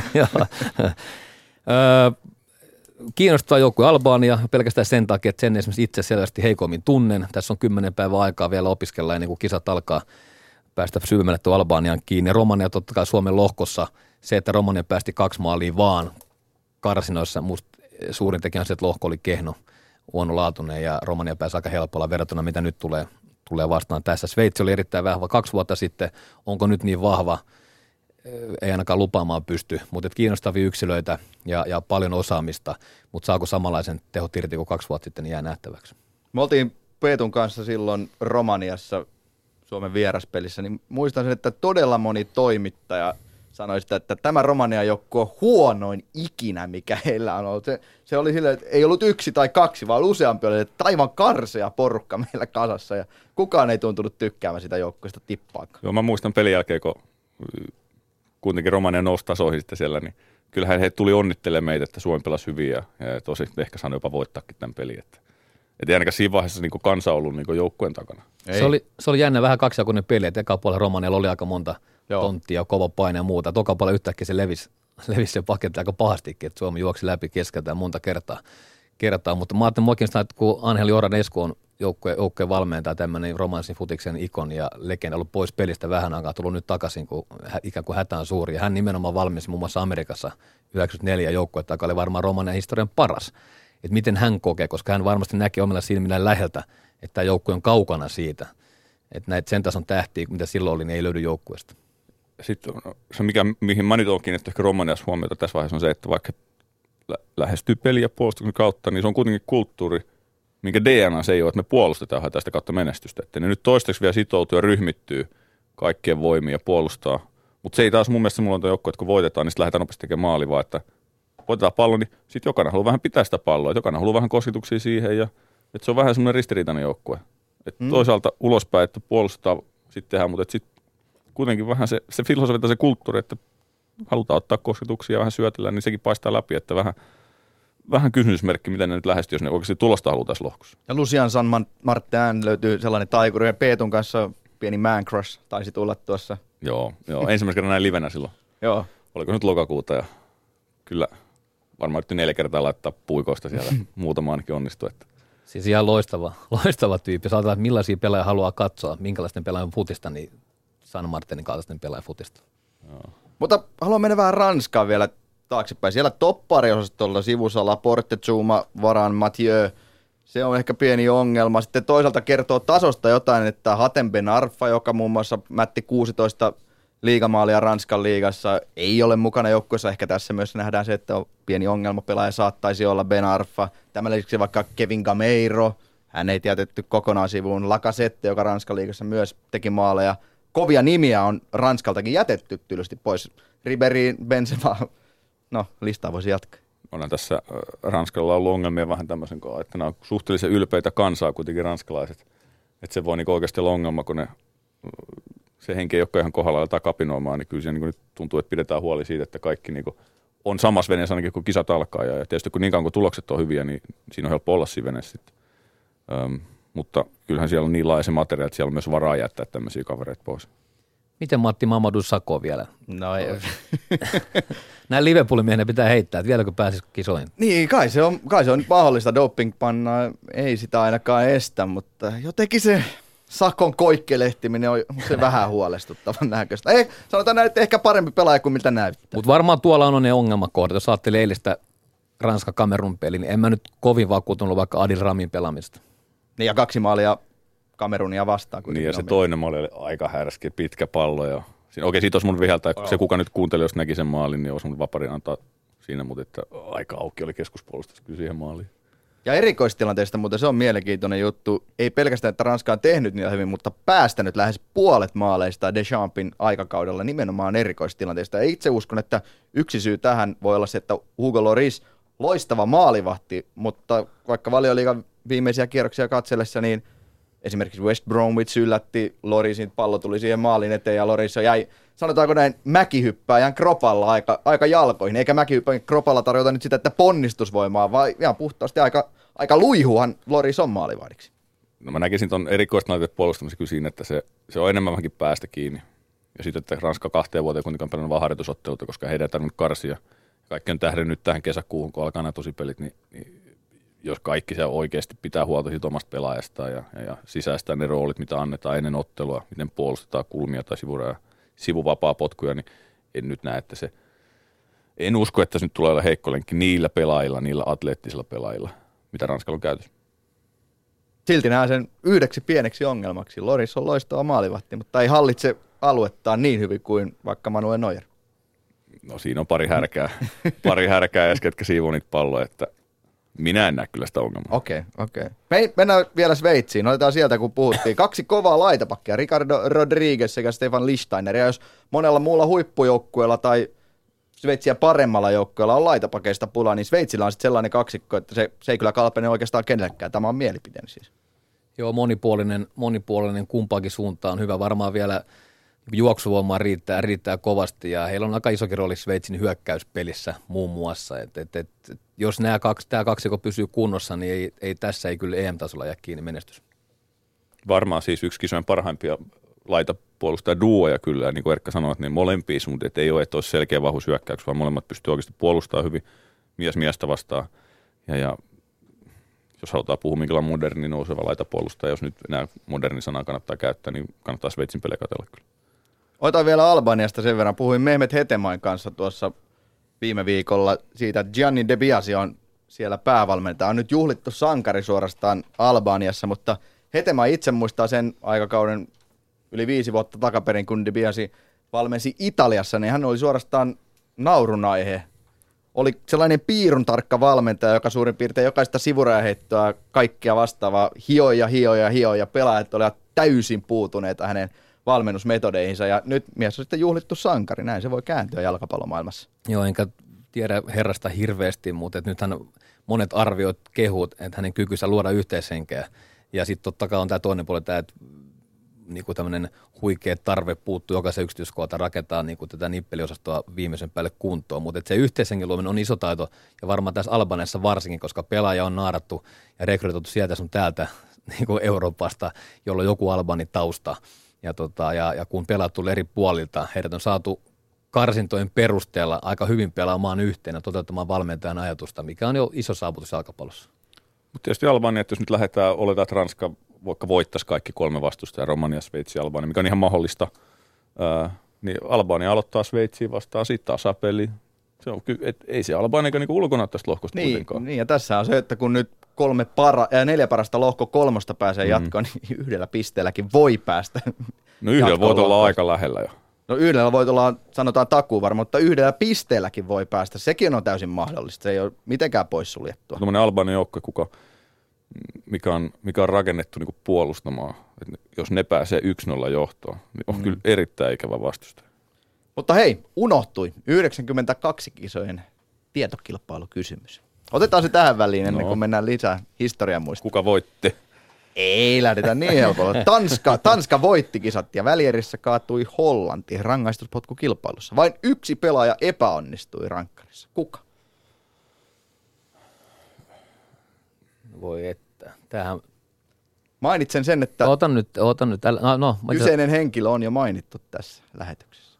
Kiinnostava joukkue Albania pelkästään sen takia, että sen esimerkiksi itse selvästi heikommin tunnen. Tässä on kymmenen päivää aikaa vielä opiskella ennen kuin kisat alkaa päästä syvemmälle tuon Albanian kiinni. Romania totta kai Suomen lohkossa. Se, että Romania päästi kaksi maalia vaan karsinoissa, musta suurin tekijä on se, että lohko oli kehno, huonolaatuinen ja Romania pääsi aika helpolla verrattuna, mitä nyt tulee, tulee vastaan tässä. Sveitsi oli erittäin vahva kaksi vuotta sitten, onko nyt niin vahva, ei ainakaan lupaamaan pysty, mutta kiinnostavia yksilöitä ja, ja paljon osaamista, mutta saako samanlaisen tehot irti kuin kaksi vuotta sitten, niin jää nähtäväksi. Me oltiin Peetun kanssa silloin Romaniassa Suomen vieraspelissä, niin muistan sen, että todella moni toimittaja sanoi sitä, että tämä Romanian joukkue on huonoin ikinä, mikä heillä on ollut. Se, se oli silleen, että ei ollut yksi tai kaksi, vaan useampi oli, että aivan karsea porukka meillä kasassa ja kukaan ei tuntunut tykkäämään sitä joukkueesta tippaakaan. Joo, mä muistan pelin jälkeen, kun kuitenkin Romania nousi tasoihin sitten siellä, niin kyllähän he tuli onnittelemaan meitä, että Suomi pelasi hyvin ja, ja tosi ehkä sanoi jopa voittaakin tämän pelin. Että, et ei ainakaan siinä vaiheessa niin kansa ollut niin joukkueen takana. Se oli, se oli jännä vähän kaksijakoinen peli, että eka puolella Romanialla oli aika monta Joo. tonttia, kova paine ja muuta. Toka puolella yhtäkkiä se levisi, levisi se paketti aika pahastikin, että Suomi juoksi läpi keskeltä monta kertaa. kertaa. Mutta mä ajattelin muakin sitä, että kun Angel Jordanescu on joukkueen, joukkueen valmentaja, tämmöinen romanssin futiksen ikon ja legenda, ollut pois pelistä vähän aikaa, tullut nyt takaisin, kun ikään kuin hätä on suuri. Ja hän nimenomaan valmisti muun muassa Amerikassa yhdeksänkymmentäneljä joukkuetta, joka oli varmaan Romanian historian paras. että miten hän kokee, koska hän varmasti näkee omilla silmillä läheltä, että tämä joukkue on kaukana siitä, että näitä sen tason tähtiä, mitä silloin oli, niin ei löydy joukkueesta. Sitten se, mikä, mihin mä nyt olen kiinnittänyt ehkä Romaniassa huomiota tässä vaiheessa on se, että vaikka lä- lähestyy peliä puolustuksen kautta, niin se on kuitenkin kulttuuri, minkä D N A se ei ole, että me puolustetaan haetaan sitä kautta menestystä. Että ne nyt toistaiseksi vielä sitoutuu ja ryhmittyy kaikkien voimiin ja puolustaa. Mutta se ei taas mun mielestä mulla on tuo joukko, että kun voitetaan, niin sitten lähdetään nopeasti tekemään maali, vaan että voitetaan pallo, niin sitten jokainen haluaa vähän pitää sitä palloa, että jokainen haluaa vähän kosketuksia siihen ja että se on vähän semmoinen ristiriitainen joukkue. Että mm. toisaalta ulospäin, että puolustetaan sitten tehdään, mutta sitten kuitenkin vähän se, se filosofia, se kulttuuri, että halutaan ottaa kosketuksia ja vähän syötellä, niin sekin paistaa läpi, että vähän, vähän kysymysmerkki, miten ne nyt lähestyy, jos ne oikeasti tulosta haluaa tässä lohkossa. Ja Lucian San Martin löytyy sellainen taikuri, ja Peetun kanssa pieni man crush taisi tulla tuossa. Joo, joo. Ensimmäisen kerran näin livenä silloin. Joo. Oliko nyt lokakuuta ja kyllä varmaan yritti neljä kertaa laittaa puikoista siellä, muutama ainakin onnistui. Että. Siis ihan loistava, loistava tyyppi. Jos ajatellaan, että millaisia pelaajia haluaa katsoa, minkälaisten pelaajien futista, niin San Martinin kaltaisten pelaajien futista. Joo. Mutta haluan mennä vähän Ranskaan vielä taaksepäin. Siellä toppariosastolla sivussa Laporte, Zouma, Varane, Mathieu. Se on ehkä pieni ongelma. Sitten toisaalta kertoo tasosta jotain, että Hatem Ben Arfa, joka muun muassa mätti kuusitoista liigamaalia Ranskan liigassa, ei ole mukana joukkueessa. Ehkä tässä myös nähdään se, että on pieni ongelma. Pelaaja saattaisi olla Ben Arfa. Tämän lisäksi vaikka Kevin Gameiro, hän ei jätetty kokonaan sivuun. Lacazette, joka Ranskan liigassa myös teki maaleja. Kovia nimiä on Ranskaltakin jätetty tylysti pois. Ribéry, Benzema, no listaa voisi jatkaa. Onhan tässä Ranskalla ollut ongelmia vähän tämmöisen kanssa, että nämä on suhteellisen ylpeitä kansaa kuitenkin ranskalaiset. Että se voi niinku oikeasti olla ongelma, kun ne, se henki ei olekaan ihan kohdalla aletaan kapinoimaan, niin kyllä se niinku nyt tuntuu, että pidetään huoli siitä, että kaikki niinku on samassa veneessä ainakin, kun kisat alkaa. Ja tietysti kun niin kauan kun tulokset on hyviä, niin siinä on helppo olla siinä veneessä sitten. Öm, mutta kyllähän siellä on niin laaja se materiaali, että siellä on myös varaa jättää tämmöisiä kavereita pois. Miten Matti Mamadou Sakho vielä? No ei. Näin Liverpoolin miehen pitää heittää, että vieläkö pääsisi kisoihin? Niin, kai se on, kai se on mahdollista. Doping-pannaa ei sitä ainakaan estä, mutta jotenkin se Sakon koikkelehtiminen on se vähän huolestuttavan näköistä. Ei, sanotaan näin, että ehkä parempi pelaaja kuin miltä näyttää. Mutta varmaan tuolla on ne ongelmakohdat. Jos ajattelee eilistä Ranska-Kamerun peli, niin en mä nyt kovin vakuutunut vaikka Adil Ramin pelaamista. Niin ja kaksi maalia Kamerunia vastaan. Niin ja se toinen maali oli aika härski, pitkä pallo. Ja siinä, okei, siitä olisi mun viheltä, että se kuka nyt kuunteli, jos näki sen maalin, niin olisi mun vapari antaa siinä, mutta että aika auki oli keskuspuolustus kyllä siihen maaliin. Ja erikoistilanteesta, mutta se on mielenkiintoinen juttu. Ei pelkästään, että Ranska on tehnyt niitä hyvin, mutta päästänyt lähes puolet maaleista Deschampsin aikakaudella nimenomaan erikoistilanteesta. Ja itse uskon, että yksi syy tähän voi olla se, että Hugo Lloris, loistava maalivahti, mutta vaikka Valioliigan viimeisiä kierroksia katsellessa, niin esimerkiksi West Bromwich yllätti Llorisin, pallo tuli siihen maalin eteen ja Lloris jäi, sanotaanko näin, mäkihyppääjän kropalla aika, aika jalkoihin. Eikä mäkihyppääjän kropalla tarjota nyt sitä, että ponnistusvoimaa, vaan ihan puhtaasti aika, aika luihuhan Lloris on maalivahdiksi. No mä näkisin ton erikoistilanteen puolustamisen kyllä siinä, että se, se on enemmän vähänkin päästä kiinni. Ja sitten, että Ranska kahteen vuoteen kuitenkaan pelannut vaan harjoitusotteluita, koska heidän ei tarvinnut karsia. Kaikki on tähden nyt tähän kesäkuuhun, kun alkaa nämä tosipelit, niin, niin jos kaikki se oikeasti pitää huolta siitä omasta pelaajastaan ja, ja, ja sisäistää ne roolit, mitä annetaan ennen ottelua, miten puolustetaan kulmia tai sivuja, sivuvapaa potkuja, niin en nyt näe, että se, en usko, että se nyt tulee olla heikko lenkki niillä pelaajilla, niillä atleettisilla pelaajilla, mitä Ranskalla on käytössä. Silti näen sen yhdeksi pieneksi ongelmaksi. Lloris on loistava maalivahti, mutta ei hallitse aluettaan niin hyvin kuin vaikka Manuel Neuer. No siinä on pari härkää, pari härkää ja ketkä siivoo niitä palloja, että minä en näe kyllä sitä ongelmaa. Okei, okay, okei. Okay. Me mennään vielä Sveitsiin. Otetaan sieltä, kun puhuttiin. Kaksi kovaa laitapakkia, Ricardo Rodriguez sekä Stefan Lichtsteiner. Ja jos monella muulla huippujoukkueella tai Sveitsiä paremmalla joukkueella on laitapakeista pulaa, niin Sveitsillä on sitten sellainen kaksikko, että se, se ei kyllä kalpene oikeastaan kenellekään. Tämä on mielipiteeni siis. Joo, monipuolinen, monipuolinen kumpaakin suuntaan. Hyvä varmaan vielä juoksuvoimaa riittää, riittää kovasti ja heillä on aika isokin rooli Sveitsin hyökkäyspelissä muun muassa. Et, et, et, jos nämä kaksi, tämä kaksiko pysyy kunnossa, niin ei, ei tässä ei kyllä E M-tasolla jää kiinni menestys. Varmaan siis yksi kisojen parhaimpia laitapuolustaa duoja kyllä, ja niin kuin Erkka sanoi, niin molempia, mutta et ei ole, että olisi selkeä vahvuus hyökkäyksi, vaan molemmat pystyy oikeasti puolustamaan hyvin mies miestä vastaan. Ja, ja jos halutaan puhua minkälainen moderni nouseva laitapuolustaja, jos nyt enää moderni sanaa kannattaa käyttää, niin kannattaa Sveitsin pelejä katsella kyllä. Otan vielä Albaniasta sen verran. Puhuin Mehmet Hetemain kanssa tuossa viime viikolla siitä, että Gianni De Biasi on siellä päävalmentaja. On nyt juhlittu sankari suorastaan Albaniassa, mutta Hetema itse muistaa sen aikakauden yli viisi vuotta takaperin, kun DiBiase valmensi Italiassa, niin hän oli suorastaan naurun aihe. Oli sellainen piirun tarkka valmentaja, joka suurin piirtein jokaista sivurajaheittoa, kaikkia vastaavaa hioja, hioja, hioja. Pelaajat olivat täysin puutuneita hänen valmennusmetodeihinsa, ja nyt mies on sitten juhlittu sankari. Näin se voi kääntyä jalkapallomaailmassa. Joo, enkä tiedä herrasta hirveästi, mutta nythän monet arvioit kehut, että hänen kykynsä luoda yhteishenkeä. Ja sitten totta kai on tämä toinen puoli, tämä, että niinku tämmöinen huikea tarve puuttuu jokaisen yksityiskohta rakentaa niinku tätä nippeliosastoa viimeisen päälle kuntoon. Mutta se yhteishengen luominen on iso taito, ja varmaan tässä Albaniassa varsinkin, koska pelaaja on naarattu ja rekrytoitu sieltä sun täältä niinku Euroopasta, jolla on joku Albani tausta. Ja, tota, ja, ja kun pelaat tulee eri puolilta, heidät on saatu karsintojen perusteella aika hyvin pelaamaan yhteen ja toteuttamaan valmentajan ajatusta, mikä on jo iso saavutus jalkapallossa. Mutta tietysti Albania, että jos nyt lähdetään, oletaan, että Ranska vaikka voittaisi kaikki kolme vastustajaa, Romania, Sveitsi, Albania, mikä on ihan mahdollista, ää, niin Albania aloittaa Sveitsiin vastaan, sitten tasapeli. Se on, et, ei se Albania niinku ulkona tästä lohkosta niin, kuitenkaan. Niin, ja tässä on se, että kun nyt kolme para, äh, neljä parasta lohko kolmosta pääsee mm. jatkoon, niin yhdellä pisteelläkin voi päästä. No yhdellä voi olla aika lähellä jo. No yhdellä voi olla, sanotaan takuuvarma, mutta yhdellä pisteelläkin voi päästä. Sekin on täysin mahdollista, se ei ole mitenkään poissuljettua. Tuommoinen Albanian joukko, kuka, mikä, on, mikä on rakennettu niin puolustamaan, että jos ne pääsee yksi nolla johtoon, niin on mm. kyllä erittäin ikävä vastustaja. Mutta hei, unohtui yhdeksänkymmentäkaksi kisojen tietokilpailukysymys. Otetaan se tähän väliin ennen no. kuin mennään lisää historian muista. Kuka voitti? Ei lähdetä niin helpolla. Tanska, Tanska voitti kisat ja välierissä kaatui Hollanti rangaistuspotkukilpailussa. Vain yksi pelaaja epäonnistui rankkarissa. Kuka? Voi että. Tämähän... Mainitsen sen, että otan nyt, otan nyt. No, no, kyseinen henkilö on jo mainittu tässä lähetyksessä.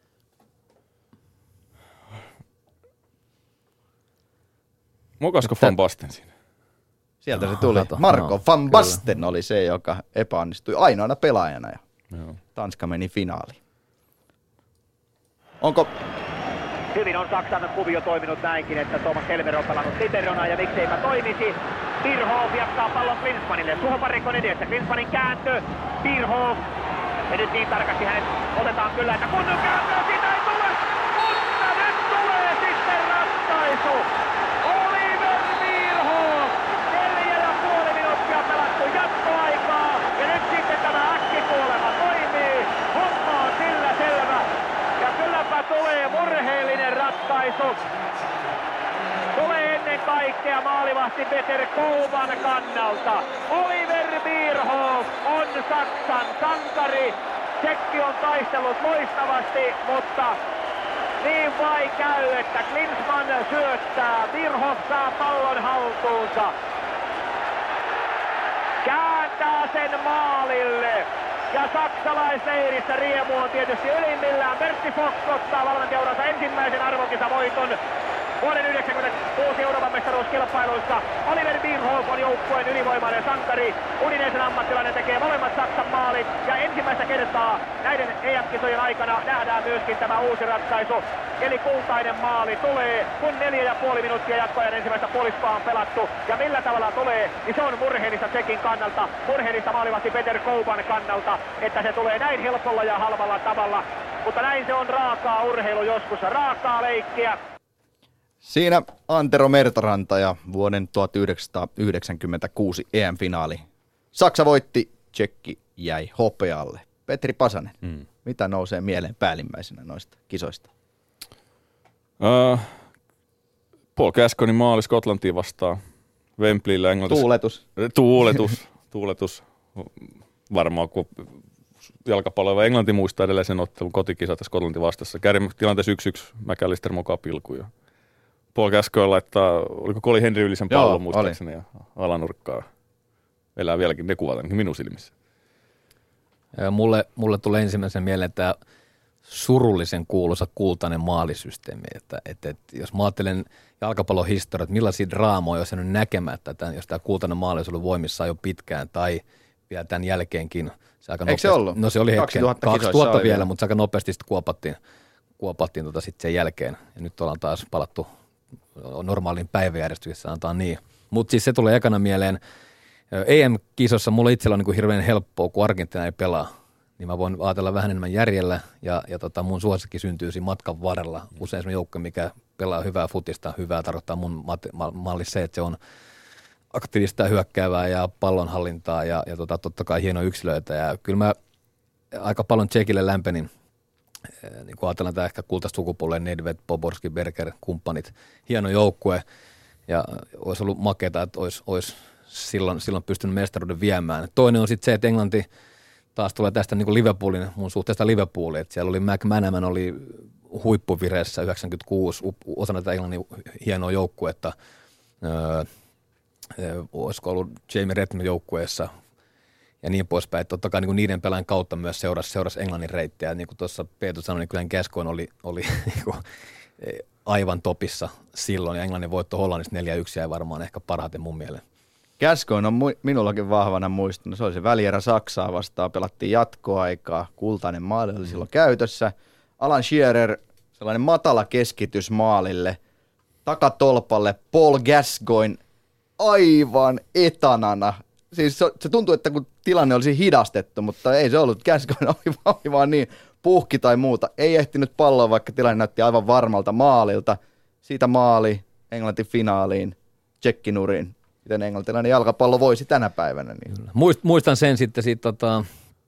Mokasko Van Basten siinä? Sieltä se tuli. Kato, Marco no, Van kyllä. Basten oli se, joka epäonnistui ainoana pelaajana ja Joo. Tanska meni finaaliin. Onko... Hyvin on Saksan kuvio toiminut näinkin, että Thomas Helmer on pelannut Citerona ja mikseipä toimisi. Bierhoff jatkaa pallon Klinsmannille. Suhoparikon edessä. Klinsmannin kääntö. Bierhoff. Ja nyt niin tarkasti hänet otetaan kyllä, että kunnon kääntö. Siitä ei tule. Mutta nyt tulee sitten ratkaisu. Oliver Bierhoff. Neljä ja puoli minuuttia pelattu jatkoaikaa. Ja nyt sitten tämä äkkikuolema toimii. Homma on sillä selvä. Ja kylläpä tulee murheellinen ratkaisu. Tulee ennen kaikkea maalivahti Peter Kouvan kannalta. Oliver Bierhoff on Saksan sankari. Tsekki on taistellut loistavasti, mutta niin vai käy, että Klinsmann syöttää. Bierhoff saa pallon haltuunsa. Kääntää sen maalille. Ja saksalaisleirissä riemu on tietysti ylimmillään. Bertti Fox ottaa valmentajauransa ensimmäisen arvokisavoiton vuoden yhdeksänkymmentäkuusi Euroopan mestaruuskilpailuissa. Oliver Bierhoff on joukkueen ylivoimainen sankari. Udinesen ammattilainen tekee molemmat Saksan maalit. Ja ensimmäistä kertaa näiden E M-kisojen aikana nähdään myöskin tämä uusi ratkaisu. Eli kultainen maali tulee, kun neljä ja puoli minuuttia jatkoajan ensimmäistä puoliskoa on pelattu. Ja millä tavalla tulee, niin se on murheellista Tsekin kannalta, murheellista maalivahti Peter Kouvan kannalta, että se tulee näin helpolla ja halvalla tavalla. Mutta näin se on raakaa urheilu joskus, raakaa leikkiä. Siinä Antero Mertaranta ja vuoden tuhatyhdeksänsataayhdeksänkymmentäkuusi E M-finaali. Saksa voitti, Tsekki jäi hopealle. Petri Pasanen, hmm. mitä nousee mieleen päällimmäisenä noista kisoista? Uh, Paul Gascoignen maali Skotlantiin vastaan. Wembleyllä Englannissa. Tuuletus. Tuuletus. Tuuletus. Varmaan kun jalkapallo Englanti muistaa edelleen sen ottelun kotikisat ja Skotlanti vastassa. Käärin tilanteessa yksi yksi McAllister mokaa pilkuun. Ja Paul Gascoigne laittaa, oliko Colin Henry yli sen pallon muistaakseni ja alanurkkaa. Elää vieläkin ne kuvat ainakin minun silmissä. Ja mulle, mulle tulee ensimmäisen mieleen tämä surullisen kuuluisa kultainen maalisysteemi. Että, että, että jos mä ajattelen jalkapallon historiaa, että millaisia draamoja olisi nyt näkemättä, tämän, jos tämä kultainen maali olisi ollut voimissaan jo pitkään tai vielä tämän jälkeenkin. Se aika Eikö nopeasti, se ollut? No se oli hetken. kaksituhatta, kaksituhatta vielä, mutta se aika nopeasti sitten kuopattiin, kuopattiin tota sitten sen jälkeen. Ja nyt ollaan taas palattu normaalin päiväjärjestyksessä, sanotaan niin. Mutta siis se tulee ekana mieleen. E M-kisossa mulla itsellä on niin kuin hirveän helppoa, kun Argentiina ei pelaa. Niin mä voin ajatella vähän enemmän järjellä ja, ja tota mun suosikki syntyy siinä matkan varrella. Usein se joukko, mikä pelaa hyvää futista, hyvää tarkoittaa mun malli se, että se on aktiivista hyökkäävää ja pallonhallintaa ja, ja tota, totta kai hienoja yksilöitä. Ja kyllä mä aika paljon Tsekille lämpenin, niin kun ajatellaan tämä ehkä kultaista sukupuoleen, Nedved, Poborski, Berger, kumppanit, hieno joukkue ja olisi ollut makeata, että olisi, olisi silloin, silloin pystynyt mestaruuden viemään. Toinen on sitten se, että Englanti taas tulee tästä niin kuin Liverpoolin, mun suhteesta Liverpooliin, että siellä oli McManaman oli huippuvireessä yhdeksänkymmentäkuusi, osana tätä Englannin hienoa joukkuetta. Öö, olisiko ollut Jamie Redknapp joukkueessa ja niin poispäin. Totta kai niin niiden pelaajan kautta myös seurasi, seurasi Englannin reittejä. Niin kuin tuossa Peetu sanoi, niin kyllä Gascoigne oli, oli niin kuin aivan topissa silloin ja Englannin voitto Hollannista neljä yksi jäi varmaan ehkä parhaiten mun mieleen. Gascoigne on mu- minullakin vahvana muistunut. Se oli se välierä Saksaa vastaan. Pelattiin jatkoaikaa. Kultainen maali oli silloin käytössä. Alan Shearer, sellainen matala keskitys maalille. Takatolpalle Paul Gascoigne aivan etanana. Siis se, se tuntui, että kun tilanne olisi hidastettu, mutta ei se ollut. Gascoigne oli, oli vaan niin puhki tai muuta. Ei ehtinyt palloa, vaikka tilanne näytti aivan varmalta maalilta. Siitä maali Englanti finaaliin, tsekkinuriin. Miten englantilainen jalkapallo voisi tänä päivänä. Niin. Muistan sen sitten, siitä, tota,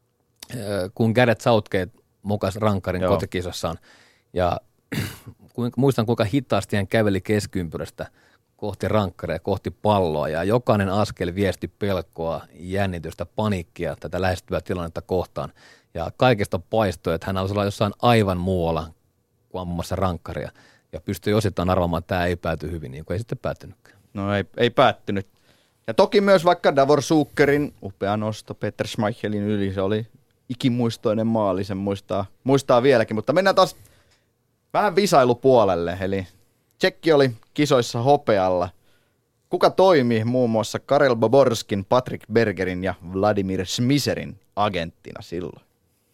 kun Gareth Southgate mokasi rankkarin Joo. kotikisossaan. Ja muistan, kuinka hitaasti hän käveli keskiympyrästä kohti rankkaria, kohti palloa. Ja jokainen askel viesti pelkoa, jännitystä, paniikkia tätä lähestyvää tilannetta kohtaan. Ja kaikesta paistoi, että hän olisi olla jossain aivan muualla kuin ammumassa rankkaria. Ja pystyi osittain arvaamaan, että tämä ei pääty hyvin, niin kuin ei sitten päättynytkään. No ei, ei päättynyt. Ja toki myös vaikka Davor Zuckerin upea nosto Peter Schmeichelin yli, se oli ikimuistoinen maali, sen muistaa, muistaa vieläkin. Mutta mennään taas vähän visailupuolelle, eli Tsekki oli kisoissa hopealla. Kuka toimi muun muassa Karel Boborskin, Patrick Bergerin ja Vladimir Smiserin agenttina silloin?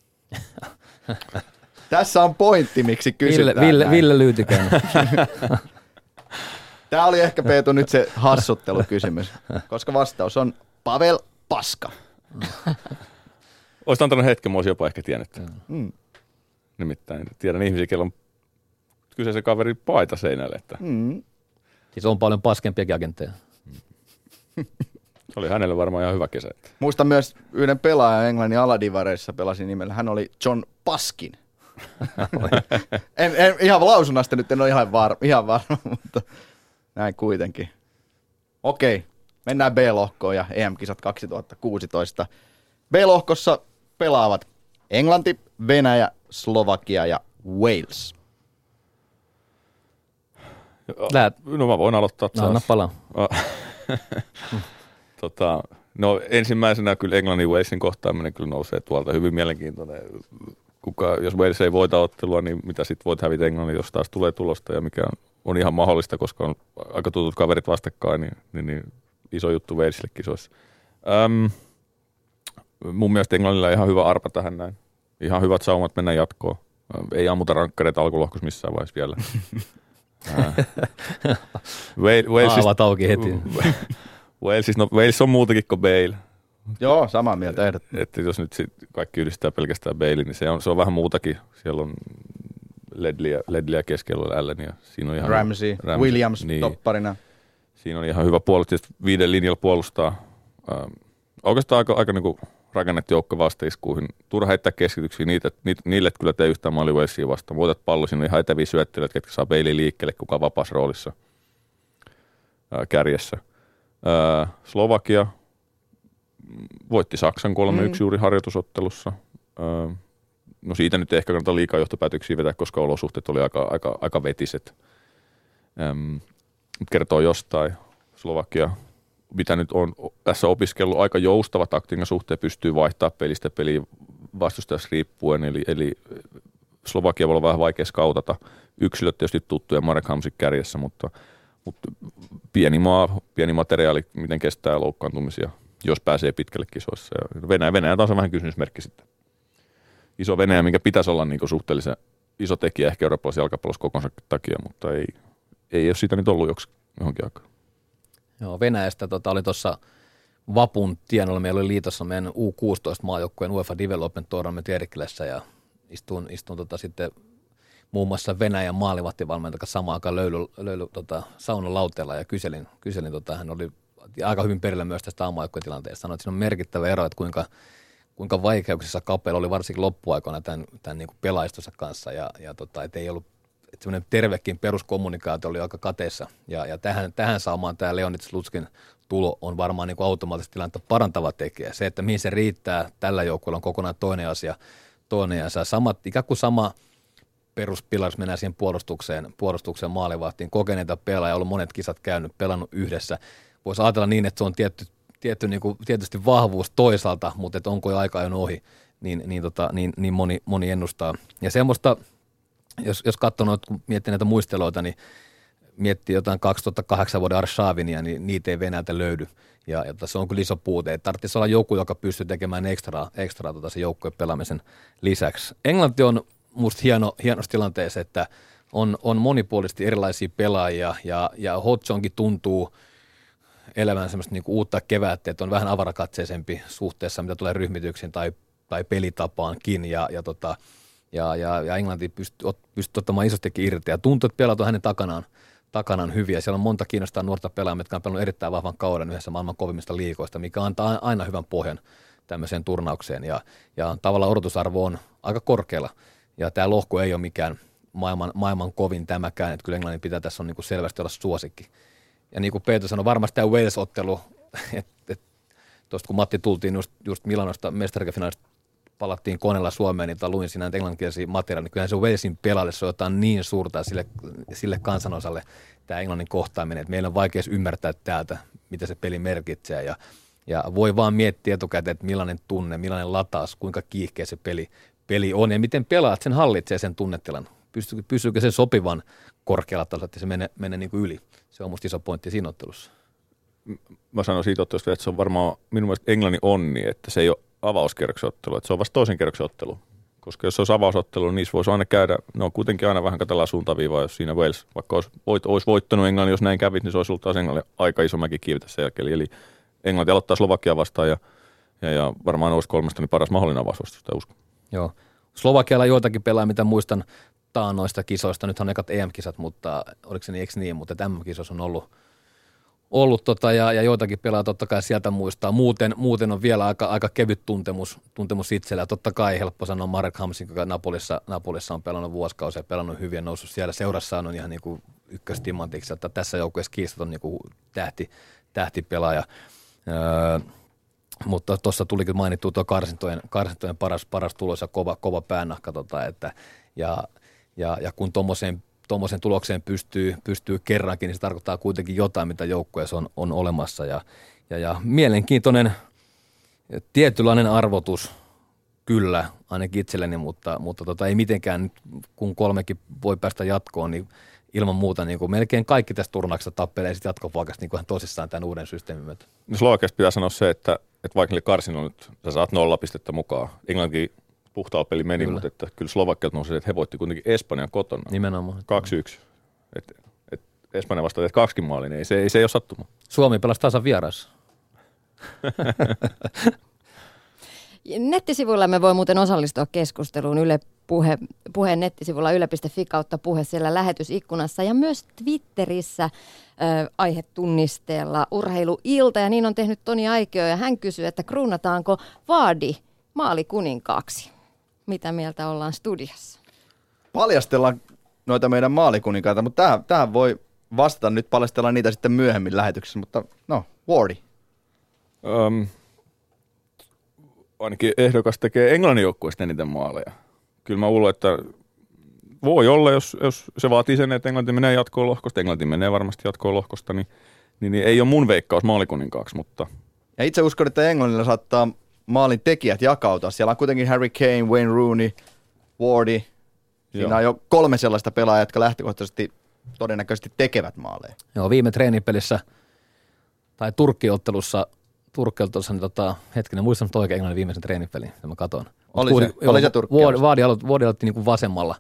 Tässä on pointti, miksi kysytään. Ville, Ville, Ville Lyytikäinen. Tämä oli ehkä, Peetu, nyt se hassuttelukysymys, koska vastaus on Pavel Paska. Olisit antanut hetken, mä olisin jopa ehkä tiennyt. Mm. Nimittäin tiedän ihmisiä, kello on kyseisen kaverin paita seinälle. Että... Mm. Siis on paljon paskempiakin agentteja. Se oli hänelle varmaan ihan hyvä kesä. Muistan myös yhden pelaajan Englannin aladivareissa pelasi nimellä. Hän oli John Paskin. en, en, ihan lausunnasta nyt en ole ihan, var, ihan varma, mutta näin kuitenkin. Okei, mennään B-lohkoon ja E M-kisat kaksituhattakuusitoista. B-lohkossa pelaavat Englanti, Venäjä, Slovakia ja Wales. Läät. No mä voin aloittaa taas. No, anna palaa. tota, no ensimmäisenä kyllä Englannin Walesin kohtaaminen kyllä nousee tuolta. Hyvin mielenkiintoinen. Kuka, jos Wales ei voita ottelua, niin mitä sitten voit hävitä Englannin, jos taas tulee tulosta ja mikä on, on ihan mahdollista, koska on aika tutut kaverit vastakkain, niin, niin, niin iso juttu Walesille kisoissa. Öm, mun mielestä Englannilla on ihan hyvä arpa tähän näin. Ihan hyvät saumat mennä jatkoon. Ei ammuta rankkareita alkulohkossa missään vaiheessa vielä. Aavat auki heti. Wales, no, Wales on muutakin kuin Bale. Joo, samaa mieltä ehdottomasti. Että jos nyt sit kaikki yhdistää pelkästään Balein, niin se on, se on vähän muutakin. Siellä on Ledleyä, Ledleyä keskellä Allen ja siinä on ihan Ramsey, Ramsey Williams niin, topparina. Siinä on ihan hyvä puolustus, viiden linjalla puolustaa. Ähm, oikeastaan aika, aika niin kuin rakennettu joukko vastaiskuihin. Turha heittää keskityksiä niitä, niitä, niille, että kyllä tee yhtään maali Walesia vastaan. Voitat pallo, siinä on ihan etäviä syöttelyitä, ketkä saa Balein liikkeelle, kuka on vapaassa roolissa ää, kärjessä. Ää, Slovakia voitti Saksan kolme yksi mm. juuri harjoitusottelussa. Ää, no siitä nyt ei ehkä kannata liikaa johtopäätöksiä vetää, koska olosuhteet oli aika, aika, aika vetiset. Ähm, kertoo jostain. Slovakia, mitä nyt on tässä opiskellut, aika joustava taktiikan suhteen, pystyy vaihtamaan pelistä peliä vastustajassa riippuen, eli, eli Slovakia voi olla vähän vaikea skautata. Yksilöt tietysti tuttuja, Marek Hamsik kärjessä, mutta, mutta pieni maa, pieni materiaali, miten kestää loukkaantumisia, jos pääsee pitkälle kisoissa. Ja Venäjä, Venäjä taas on vähän kysymysmerkki sitten. Iso Venäjä, mikä pitäisi olla niin suhteellisen iso tekijä ehkä eurooppalaisen jalkapallossa kokonsa takia, mutta ei, ei ole siitä nyt ollut joksi johonkin aikaan. Joo, Venäjästä tota, oli tuossa Vapun tienoilla, meillä oli liitossa meidän U kuusitoista maajoukkueen UEFA Development Tournament Jerkkilässä ja istun, istun tota, sitten muun muassa Venäjän maalivahtivalmentajan kanssa samaan aikaan löyly, löyly tota, saunan lauteella ja kyselin, kyselin tota, hän oli aika hyvin perillä myös tästä maajoukkueen tilanteesta. Sanoin, että siinä on merkittävä ero, että kuinka, kuinka vaikeuksissa Capello oli varsinkin loppuaikoina tämän, tämän niin kuin pelaistonsa kanssa ja, ja tota, että ei ollut, että semmoinen tervekin peruskommunikaatio oli aika kateessa ja, ja tähän, tähän saamaan tämä Leonid Slutskin tulo on varmaan niin kuin automaattisesti tilannetta parantava tekijä. Se, että mihin se riittää tällä joukkueella on kokonaan toinen asia. Toinen asia. Samat, ikään kuin sama peruspilari, jos mennään siihen puolustukseen, puolustukseen maalivahtiin. Kokeneita pelaajia, ollut monet kisat käynyt, pelannut yhdessä. Voisi ajatella niin, että se on tietty, tietty, niin kuin, tietysti vahvuus toisaalta, mutta että onko jo aika ajan ohi, niin, niin, tota, niin, niin moni, moni ennustaa. Ja semmoista, jos, jos katsoo noita, kun miettii näitä muisteloita, niin miettii jotain kaksituhattakahdeksan vuoden Arshavinia, niin niitä ei Venäjältä löydy. Ja, ja se on kyllä iso puute. Tarvitsisi olla joku, joka pystyy tekemään ekstraa, ekstraa tota se joukkueen pelaamisen lisäksi. Englanti on musta hieno, hienossa tilanteessa, että on, on monipuolisesti erilaisia pelaajia ja, ja Hodgsonkin tuntuu elävän semmoista niinku uutta kevättä, että on vähän avarakatseisempi suhteessa, mitä tulee ryhmityksiin tai, tai pelitapaankin ja, ja, tota, ja, ja, ja Englanti pystyy, pystyy ottamaan isostikin irti ja tuntuu, että pelaat on hänen takanaan. takanaan hyviä. Siellä on monta kiinnostaa nuorta pelaajia, jotka on pelannut erittäin vahvan kauden yhdessä maailman kovimmista liigoista, mikä antaa aina hyvän pohjan tämmöiseen turnaukseen. Ja, ja tavallaan odotusarvo on aika korkealla. Ja tämä lohko ei ole mikään maailman, maailman kovin tämäkään, että kyllä Englannin pitää tässä on niin kuin selvästi olla suosikki. Ja niin kuin Peetu sanoi, varmasti tämä Wales-ottelu, että et, tuosta kun Matti tultiin just, just Milanosta mestarikfinaalista, palattiin koneella Suomeen, niin luin siinä englanninkielisiä materiaalia, niin kyllähän se Walesin pelaalle se on jotain niin suurta sille, sille kansanosalle tämä englannin kohtaaminen, että meillä on vaikea ymmärtää täältä, mitä se peli merkitsee ja, ja voi vaan miettiä etukäteen, että millainen tunne, millainen lataus, kuinka kiihkeä se peli, peli on ja miten pelaat sen hallitsee sen tunnetilan. Pystyykö, pystyykö se sopivan korkealla tasolla, että se menee, menee niin kuin yli. Se on musta iso pointti siinä ottelussa. Mä sanoin siitä ottelusta, että se on varmaan minun mielestä Englannin onni, että se ei ole avauskierroksen että se on vasta toisen kierroksen ottelu. Koska jos se olisi avausottelu, niin niissä voisi aina käydä, ne on kuitenkin aina vähän katsellaan suuntaviivaa, jos siinä Wales, vaikka olisi, voit, olisi voittanut Englannin, jos näin kävit, niin se olisi ollut taas Englannille aika iso mäki kiivetä sen jälkeen. Eli Englanti aloittaa Slovakia vastaan ja, ja, ja varmaan olisi kolmesta niin paras mahdollinen avausvastusta, uskon. Joo. Slovakialla joitakin pelaa, mitä muistan taannoista kisoista. Nythän on ekat E M-kisat, mutta oliko se niin, eikö niin, mutta M M-kisoissa on ollut ollut tota, ja, ja joitakin pelaa totta kai sieltä muistaa. Muuten, muuten on vielä aika, aika kevyt tuntemus, tuntemus itsellä. Totta kai helppo sanoa Marek Hamsik, joka Napolissa, Napolissa on pelannut vuosikausia, pelannut hyvin, noussut siellä seurassaan on ihan niin kuin ykköstimantiksi, että tässä joukkueessa kiistat on niin kuin tähti, tähtipelaaja. Öö, mutta tuossa tulikin mainittua tuo karsintojen, karsintojen paras, paras tulos ja kova, kova päänahka. Tota, että, ja, ja, ja kun tuommoiseen tuommoiseen tulokseen pystyy, pystyy kerrankin, niin se tarkoittaa kuitenkin jotain, mitä joukkueessa on, on olemassa. Ja, ja, ja mielenkiintoinen tietynlainen arvotus kyllä, ainakin itselleni, mutta, mutta tota, ei mitenkään, kun kolmekin voi päästä jatkoon, niin ilman muuta niin kuin melkein kaikki tästä turnauksesta tappelee sitten jatkopaikasta niin kuin tosissaan tämän uuden systeemin myötä. No Slovakiasta pitää sanoa se, että, että vaikka niille karsinnoille nyt sä saat nolla pistettä mukaan, Englannin puhtaalla peli meni, kyllä. Mutta että kyllä Slovakialta nousi, että he voitti kuitenkin Espanjan kotona. Nimenomaan. kaksi yksi. Et, et Espanja vastaan teet kaksikin maali, niin ei se, ei, se ei ole sattuma. Suomi pelasi tasan vierassa. Nettisivuilla me voi muuten osallistua keskusteluun Yle Puhe, puheen nettisivulla yle piste fi kautta puhe siellä lähetysikkunassa ja myös Twitterissä äh, aihetunnisteella urheiluilta ja niin on tehnyt Toni Aikio ja hän kysyy, että kruunataanko Vardy maalikuninkaaksi? Mitä mieltä ollaan studiossa? Paljastellaan noita meidän maalikuninkaita, mutta tähän, tähän voi vastata nyt, paljastellaan niitä sitten myöhemmin lähetyksessä, mutta no, Vardy. Um, ainakin ehdokas tekee Englannin joukkueesta eniten maaleja. Kyllä mä luulen, että voi olla, jos, jos se vaatii sen, että Englanti menee jatkoon lohkosta, Englanti menee varmasti jatkoon lohkosta, niin, niin, niin ei ole mun veikkaus maalikuninkaaksi, mutta... Ja itse uskon, että Englannilla saattaa maalin tekijät jakautua. Siellä on kuitenkin Harry Kane, Wayne Rooney, Vardy. Siinä Joo. on jo kolme sellaista pelaajaa, jotka lähtökohtaisesti todennäköisesti tekevät maaleja. Joo, viime treenipelissä tai Turkki-ottelussa, Turkki-ottelussa niin tota, hetkinen, muistan nyt oikein Englannin viimeisen treenipelin, mitä mä katon. Oli se, oli se Turkki. Vardy aloitti, Vardy aloitti niin kuin vasemmalla,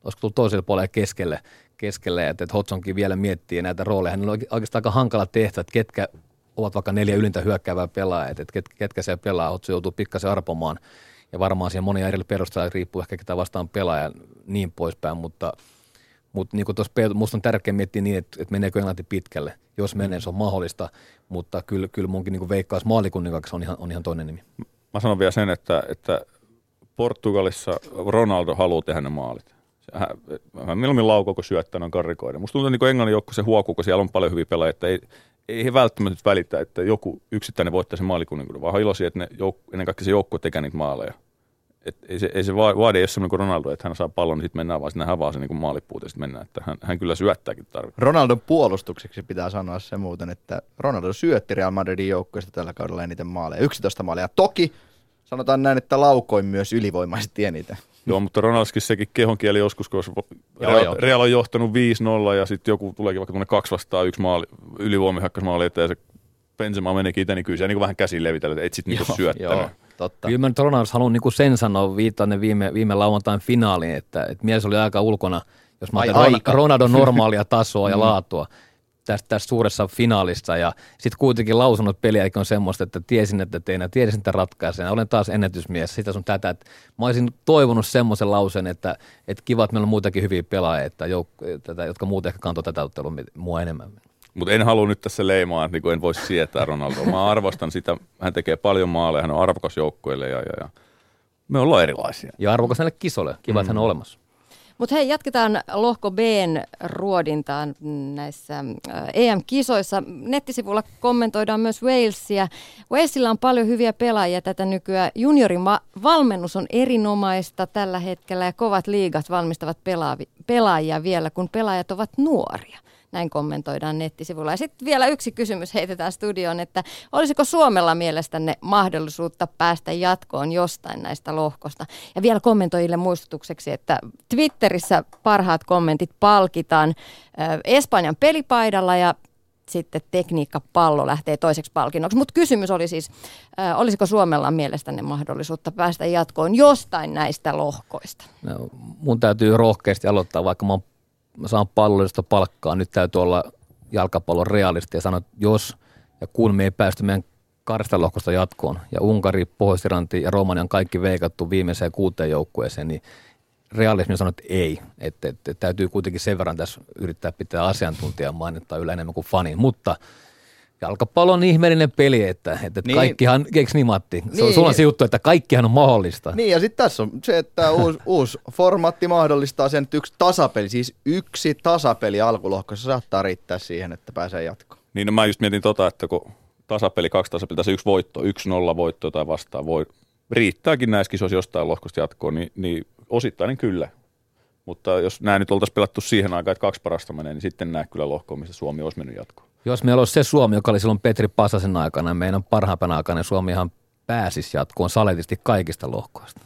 olisiko tullut toiselle puolelle keskelle, keskelle että, että Hodsonkin vielä miettii näitä rooleja. Hänellä on oikeastaan aika hankala tehtävä, että ketkä ovat vaikka neljä ylintä hyökkäävää pelaajaa, että ket, ketkä siellä pelaa. Hodson joutuu pikkasen arpomaan ja varmaan siihen monia eri perusteella riippuu ehkä ketä vastaan pelaaja niin poispäin, mutta, mutta niin kuin tuossa musta on tärkeää miettiä niin, että, että meneekö Englanti pitkälle. Jos menee, se on mahdollista, mutta kyllä, kyllä munkin niin kuin veikkaus maalikuningaksi on ihan, on ihan toinen nimi. Mä sanon vielä sen, että, että Portugalissa Ronaldo haluaa tehdä ne maalit. Hän, hän mieluummin laukoo, kun syöttää, on karrikoiden. Musta tuntuu, että niin Englannin joukko se huokuu, kun siellä on paljon hyviä pelaajia, että ei, ei he välttämättä välitä, että joku yksittäinen voittaa sen maalikuninkuuden, vaan iloisia, että ne jouk- ennen kaikkea se joukkue tekee niitä maaleja. Et ei se, ei se vaadi, jos semmoinen kuin Ronaldo, että hän saa pallon, niin sitten mennään vaan, sitten nähdään vaan se niin maalipuut ja sitten mennään, että hän, hän kyllä syöttääkin tarvitsee. Ronaldon puolustukseksi pitää sanoa se muuten, että Ronaldo syötti Real Madridin joukkueesta tällä kaudella eniten maaleja, yksitoista maalia. Toki sanotaan näin, että laukoin myös ylivoimaisesti eniten. Joo, mutta Ronaldoskin sekin kehonkieli joskus, kun Real, Real on johtanut viisi nolla ja sitten joku tuleekin vaikka tuonne kaksi vastaan yksi maali, ylivoimahakkaismaali eteen ja se Benzema menikin itse, niin kyllä se niin vähän käsiin levitellä, että et sitten niinku syöttänyt. Joo, totta. Kyllä mä nyt Ronaldos haluan niinku sen sanoa viittaan viime, viime lauantain finaaliin, että, että mies oli aika ulkona, jos mä ajattelin Ronaldon normaalia tasoa ja laatua tästä, tästä suuressa finaalissa ja sitten kuitenkin lausunnot peliäkin on semmoista, että tiesin, että tein tiesin, että ratkaisen. Olen taas ennätysmies, sitä sun tätä, että mä olisin toivonut semmoisen lauseen, että, että kiva, että meillä on muitakin hyviä pelaajia, että jouk- tätä, jotka muuten ehkä kantoi tätä ottelua mua enemmän. Mutta en halua nyt tässä leimaa, että en voisi sietää Ronaldoa. Mä arvostan sitä, hän tekee paljon maaleja, hän on arvokas joukkueelle ja, ja, ja me ollaan erilaisia. Ja arvokas näille kisoille, kiva, mm. että hän on olemassa. Mutta hei, jatketaan lohko B:n ruodintaan näissä E M-kisoissa. Nettisivulla kommentoidaan myös Walesia. Walesilla on paljon hyviä pelaajia tätä nykyään. Juniorin valmennus on erinomaista tällä hetkellä ja kovat liigat valmistavat pelaajia vielä, kun pelaajat ovat nuoria. Näin kommentoidaan nettisivulla. Ja sitten vielä yksi kysymys heitetään studioon, että olisiko Suomella mielestänne mahdollisuutta päästä jatkoon jostain näistä lohkosta? Ja vielä kommentoijille muistutukseksi, että Twitterissä parhaat kommentit palkitaan äh, Espanjan pelipaidalla ja sitten tekniikkapallo lähtee toiseksi palkinnoksi. Mutta kysymys oli siis, äh, olisiko Suomella mielestänne mahdollisuutta päästä jatkoon jostain näistä lohkoista? No, mun täytyy rohkeasti aloittaa, vaikka mä oon Mä saan pallollista palkkaa, nyt täytyy olla jalkapallon realisti ja sanoa, että jos ja kun me ei päästy meidän kahdesta lohkosta jatkoon ja Unkari, Pohjois-Irlanti ja Romania on kaikki veikattu viimeiseen kuuteen joukkueeseen, niin realismi sanoo, että ei. Että, että, että täytyy kuitenkin sen verran tässä yrittää pitää asiantuntijan mainittaa yllä enemmän kuin fanin, mutta jalkapallo on ihmeellinen peli, että, että niin. Kaikkihan, eikö niin Matti? Niin. Sulla on se juttu, että kaikkihan on mahdollista. Niin ja sitten tässä on se, että uusi, uusi formaatti mahdollistaa sen, että yksi tasapeli, siis yksi tasapeli alkulohkossa saattaa riittää siihen, että pääsee jatkoon. Niin no mä just mietin tota, että kun tasapeli, kaksi tasapeli, tässä yksi voitto, yksi nolla voitto tai vastaan voi, riittääkin näissä kisoissa jostain lohkosta jatkoon, niin, niin osittain niin kyllä. Mutta jos nämä nyt oltaisiin pelattu siihen aikaan, että kaksi parasta menee, niin sitten näe kyllä lohkoon, missä Suomi olisi mennyt jatkoon. Jos meillä olisi se Suomi, joka oli silloin Petri Pasasen aikana ja meidän parhaimpana aikana, niin Suomihan pääsisi jatkoon saletisti kaikista lohkoista.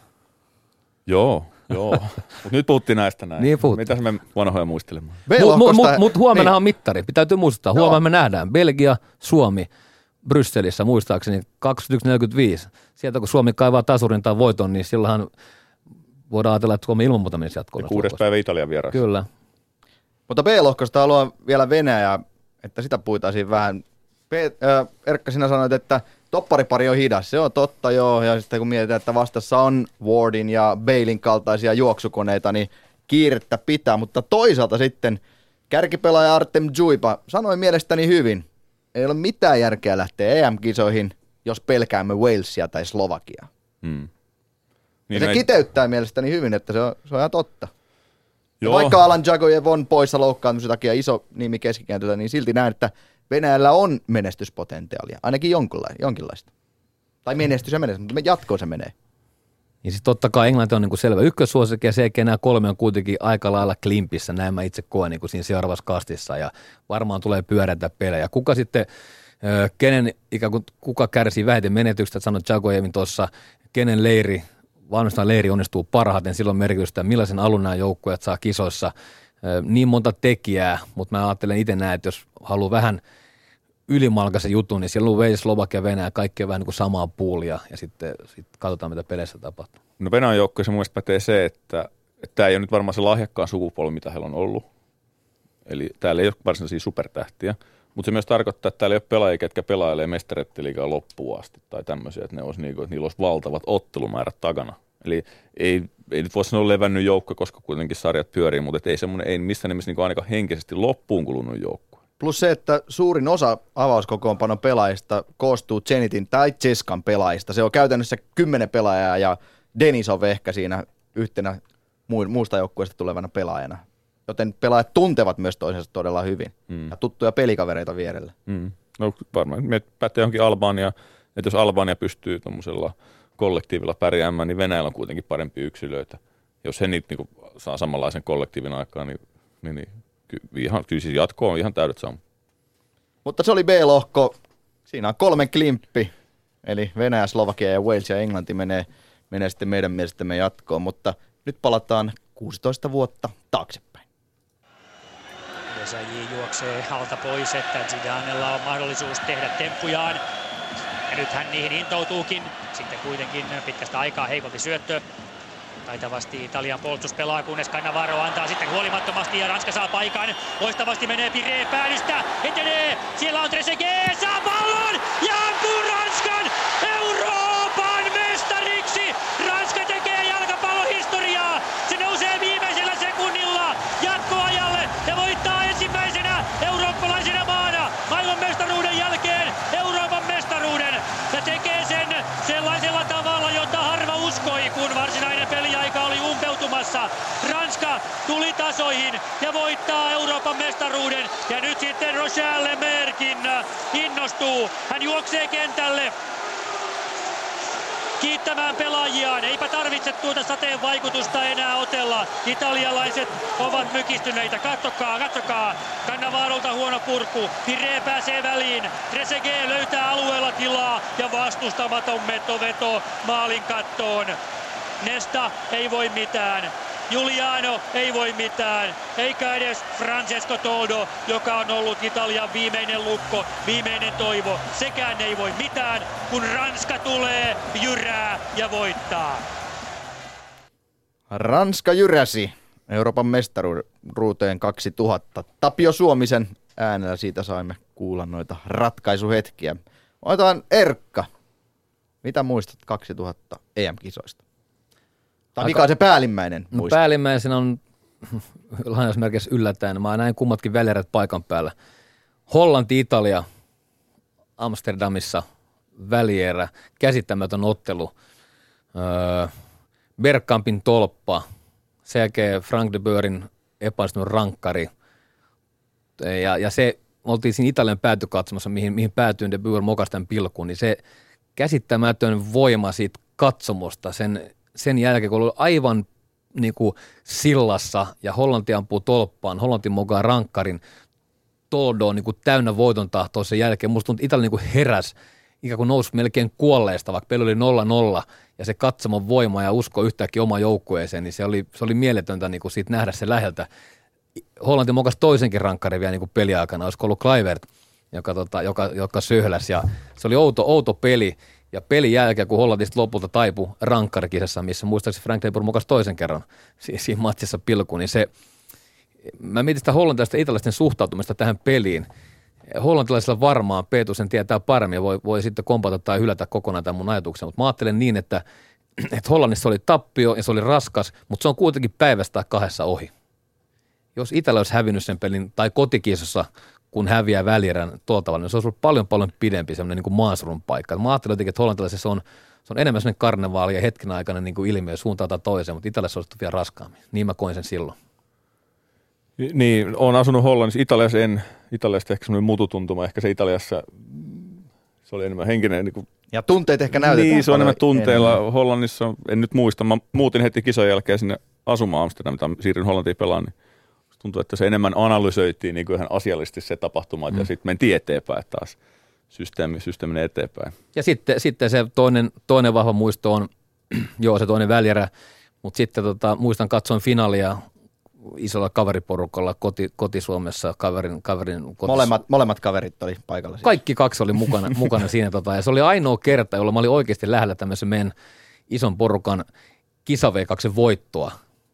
Joo, joo. Mutta nyt puhuttiin näistä näin. Niin puhuttiin. Mitäs me vanhoja muistelemme? Mutta mut, mut, mut huomenna niin. On mittari. Täytyy muistaa. Huomenna no. Me nähdään Belgia, Suomi, Brysselissä muistaakseni kaksikymmentäyksi neljäkymmentäviisi. Sieltä kun Suomi kaivaa tasurin tai voiton, niin silloinhan voidaan ajatella, että Suomi ilman muuta menisi jatkoon. Kuudes päivä Italian vieressä. Kyllä. Mutta B-lohkosta haluan vielä Venäjää, että sitä puitaisiin vähän. P- äh, Erkka, sinä sanoit, että topparipari on hidas. Se on totta, joo. Ja sitten kun mietitään, että vastassa on Wardin ja Balein kaltaisia juoksukoneita, niin kiirettä pitää. Mutta toisaalta sitten kärkipelaaja Artem Džuipa sanoi mielestäni hyvin. Ei ole mitään järkeä lähteä E M-kisoihin, jos pelkäämme Walesia tai Slovakiaa. Hmm. Niin ja se näin kiteyttää mielestäni hyvin, että se on, se on ihan totta. Vaikka Alan Djagojev on poissa loukkaantumisen takia iso nimi keskikentällä, niin silti näen, että Venäjällä on menestyspotentiaalia, ainakin jonkinlaista. Tai menestys ja menestys, mutta jatkoon se menee. Niin sitten totta kai Englanti on niinku selvä ykkössuosikki ja se, että nämä kolme on kuitenkin aika lailla klimpissä, näin mä itse koen niinku siinä seuraavassa kastissa ja varmaan tulee pyörätä pelejä. Kuka sitten, kenen ikään kuin, kuka kärsii vähiten menetyksestä, sanoin Djagojevin tuossa, kenen leiri, valmistavan leiri onnistuu parhaiten, silloin merkitystä, millaisen alun nämä joukkueet saa kisoissa. Niin monta tekijää, mutta mä ajattelen itse näin, että jos haluaa vähän ylimalkaisen jutun, niin siellä on Wales, Slovakia, Venäjä, kaikki on vähän niin kuin samaa puulia ja sitten sit katsotaan, mitä peleissä tapahtuu. No Venäjän joukkueessa mun mielestä pätee se, että tämä ei ole nyt varmaan se lahjakkaan sukupolvi, mitä heillä on ollut. Eli täällä ei ole varsinaisia supertähtiä, mutta se myös tarkoittaa, että täällä ei ole pelaajia, ketkä pelailee mestarettiliigaa loppuun asti tai tämmöisiä, että, ne olisi niinku, että niillä olisi valtavat ottelumäärät takana. Eli ei, ei nyt voisi sanoa levännyt joukko, koska kuitenkin sarjat pyörii, mutta ei semmoinen, ei missään nimessä niinku ainakaan henkisesti loppuun kulunut joukko. Plus se, että suurin osa avauskokoonpanon pelaajista koostuu Zenitin tai Ceskan pelaajista. Se on käytännössä kymmenen pelaajaa ja Denisov ehkä siinä yhtenä muusta joukkueesta tulevana pelaajana. Joten pelaajat tuntevat myös toisensa todella hyvin mm. ja tuttuja pelikavereita vierellä. Mm. No varmaan, me pätee johonkin Albania, että jos Albania pystyy tuommoisella kollektiivilla pärjäämään, niin Venäjällä on kuitenkin parempia yksilöitä. Jos he niitä niin saa samanlaisen kollektiivin aikaan, niin, niin, niin ky- ihan, kyllä siis jatko on ihan täydet saama. Mutta se oli B-lohko. Siinä on kolmen klimppi, eli Venäjä, Slovakia ja Wales ja Englanti menee, menee sitten meidän mielestämme jatkoon. Mutta nyt palataan kuusitoista vuotta taaksepäin. Desailly juoksee alta pois, että Zidanella on mahdollisuus tehdä temppujaan. Ja nyt hän niihin intoutuukin. Sitten kuitenkin pitkästä aikaa heikompi syöttö. Taitavasti Italian puolustus pelaa, kunnes Cannavaro antaa sitten huolimattomasti ja Ranska saa paikan. Loistavasti menee Piree päädystä, etenee, siellä on Trezeguet, saa pallon ja ampuu Ranskan Euroopan mestariksi! Ranska tekee jalkapallohistoriaa, se nousee viimeisellä sekunnilla jatkoajalle ja voittaa ensimmäisenä eurooppalaisena maana maailmanmestaruuden jälkeen Euroopan mestaruuden ja tekee sen sellaisella tavalla, jota harva uskoi, kun varsinainen peliaika oli umpeutumassa. Ranska tuli tasoihin ja voittaa Euroopan mestaruuden. Ja nyt sitten Rochelle Lemerkin innostuu. Hän juoksee kentälle kiittämään pelaajiaan. Eipä tarvitse tuota sateen vaikutusta enää otella. Italialaiset ovat mykistyneitä. Katsokaa, katsokaa. Cannavarolta huono purku. Piree pääsee väliin. Trezeguet löytää alueella tilaa ja vastustamaton metoveto maalin kattoon. Nesta ei voi mitään. Giuliano ei voi mitään, eikä edes Francesco Toldo, joka on ollut Italian viimeinen lukko, viimeinen toivo. Sekään ei voi mitään, kun Ranska tulee, jyrää ja voittaa. Ranska jyräsi Euroopan mestaruuteen kaksituhatta. Tapio Suomisen äänellä siitä saimme kuulla noita ratkaisuhetkiä. Otetaan Erkka. Mitä muistat kaksituhatta E M-kisoista? Tai mikä on se päällimmäinen no, muisto? Päällimmäisenä on lainausmerkeissä yllättäen. Mä näin kummatkin välierät paikan päällä. Hollanti, Italia, Amsterdamissa välierä, käsittämätön ottelu. Öö, Bergkampin tolppa, sen jälkeen Frank de Boerin epäonnistunut rankkari. Ja, ja se, oltiin siinä Italian päätykatsomassa, mihin, mihin päätyin de Boer mokasi tämän pilkuun, niin se käsittämätön voima siitä katsomosta, sen sen jälkeen, kun oli aivan niin kuin sillassa ja Hollanti ampuu tolppaan, Hollanti mokaa rankkarin, Toldo on niin kuin täynnä voiton tahtoa sen jälkeen. Musta tuntuu, että Italia niin kuin heräsi, ikään kuin nousi melkein kuolleesta, vaikka peli oli nolla nolla ja se katsomon voima ja usko yhtäkkiä omaan joukkueeseen, niin se oli, se oli mieletöntä niin kuin siitä nähdä se läheltä. Hollanti mokasi toisenkin rankkarin vielä niin kuin peliaikana, olisiko ollut Kluivert, joka, tota, joka, joka söhläsi ja se oli outo, outo peli. Ja pelin jälkeen, kun Hollantista lopulta taipui rankkarikisassa, missä muistaakseni Frank de Boer mokasi toisen kerran siinä matsissa pilkuun, niin se, mä mietin sitä hollantilaisten ja italaisten suhtautumista tähän peliin. Hollantilaisilla varmaan Peetu sen tietää paremmin ja voi, voi sitten kompata tai hylätä kokonaan tämän mun ajatuksen, mutta mä ajattelen niin, että, että Hollannissa oli tappio ja se oli raskas, mutta se on kuitenkin päivästä kahdessa ohi. Jos Italia olisi hävinnyt sen pelin tai kotikisossa, kun häviää välierän tuolla tavalla, niin se olisi ollut paljon paljon pidempi semmoinen niin kuin maasurun paikka. Mä ajattelin jotenkin, että hollantilaisessa on, se on enemmän semmoinen karnevaali ja hetken aikana niin kuin ilmiö suuntaan tai toiseen, mutta Italiassa olisi vielä raskaammin. Niin mä koin sen silloin. Niin, olen asunut Hollannissa. Italiassa en, Italiasta ehkä semmoinen mututuntuma, ehkä se Italiassa, se oli enemmän henkinen. Niin kuin, ja tunteet ehkä näytetään. Niin, se on enemmän tunteilla. Enemmän. Hollannissa, en nyt muista, mä muutin heti kisojen jälkeen sinne asumaan Amsterdamiin, siirryn Hollantiin pelaan, niin tuntuu, että se enemmän analysoitiin niin kuin ihan asiallisesti se tapahtuma, mm. ja sitten mentiin eteenpäin taas, systeemi, systeemi eteenpäin. Ja sitten, sitten se toinen, toinen vahva muisto on, joo se toinen välierä, mutta sitten tota, muistan katsoin finaalia isolla kaveriporukalla koti, koti-Suomessa, kaverin, kaverin kotis... molemmat, molemmat kaverit oli paikalla. Siis. Kaikki kaksi oli mukana, mukana siinä, tota, ja se oli ainoa kerta, jolla mä olin oikeasti lähellä tämmöisen meidän ison porukan kisa V kaksi voittoa.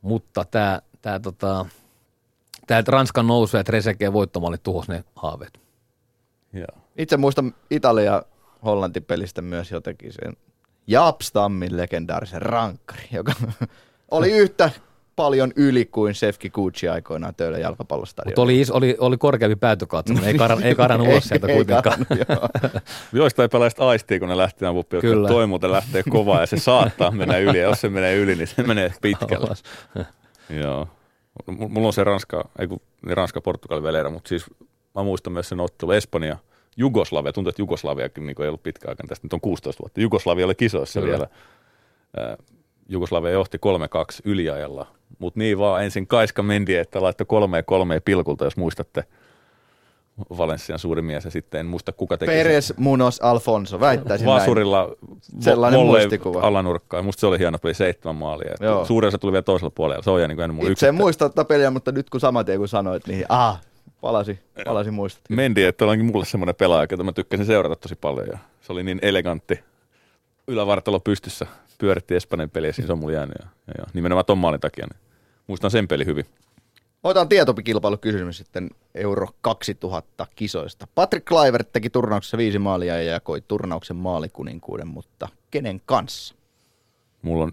Mutta tämä tää, tota, tää, Ranskan nousu ja Trezeguet voittomaali tuhosi ne haaveet. Joo. Itse muistan Italia-Hollanti-pelistä myös jotenkin sen Jaap Stammin legendaarisen rankkari, joka oli yhtä paljon yli kuin Sefki Kucci aikoinaan Töölön jalkapallostadionilla. Mutta oli, oli, oli korkeampi päätykatsomus, ei, karan, ei karannut ulos sieltä kuitenkaan. Joistain pelaajista aistii, kun ne lähtee vuppiin, että toi muuten lähtee kovaa ja se saattaa mennä yli. Ja jos se menee yli, niin se menee pitkälle. Joo. Mulla on se Ranska, ei kun niin Ranska-Portugali velera, mutta siis mä muistan myös sen ottelu Espanja, Jugoslavia. Tuntuu, että Jugoslaviakin niin ei ollut pitkä aikaa tästä. Nyt on kuusitoista vuotta. Jugoslavia oli kisoissa Kyllä. vielä. Jugoslavia johti kolme kaksi yliajalla, mutta niin vaan ensin Kaiska Mendy, että laittoi kolmeen kolmeen pilkulta, jos muistatte Valenssian suuri mies, ja sitten en muista kuka teki Perez Munoz Alfonso, väittäisin Vasurilla näin. Sellainen muistikuva. Alanurkkaa, musta se oli hieno peli, seitsemän maalia. Suurin osa tuli vielä toisella puolella, se on jää niin kuin ennen mulla Itse en muista tätä peliä, mutta nyt kun saman tien kun sanoit, niin aha, palasi, palasi muistat. Mendy, että onkin mulle semmoinen pelaaja, jota mä tykkäsin seurata tosi paljon, ja se oli niin elegantti, ylävartalo pystyssä. Pyöritti Espanjan peliä, siinä se on mulla jäänyt. Ja, ja, ja. Nimenomaan ton maalin takia. Niin muistan sen peli hyvin. Otetaan tietopikilpailukysymys sitten Euro kaksituhatta kisoista. Patrick Kluivert teki turnauksessa viisi maalia ja jakoi turnauksen maalikuninkuuden, mutta kenen kanssa? Mulla on...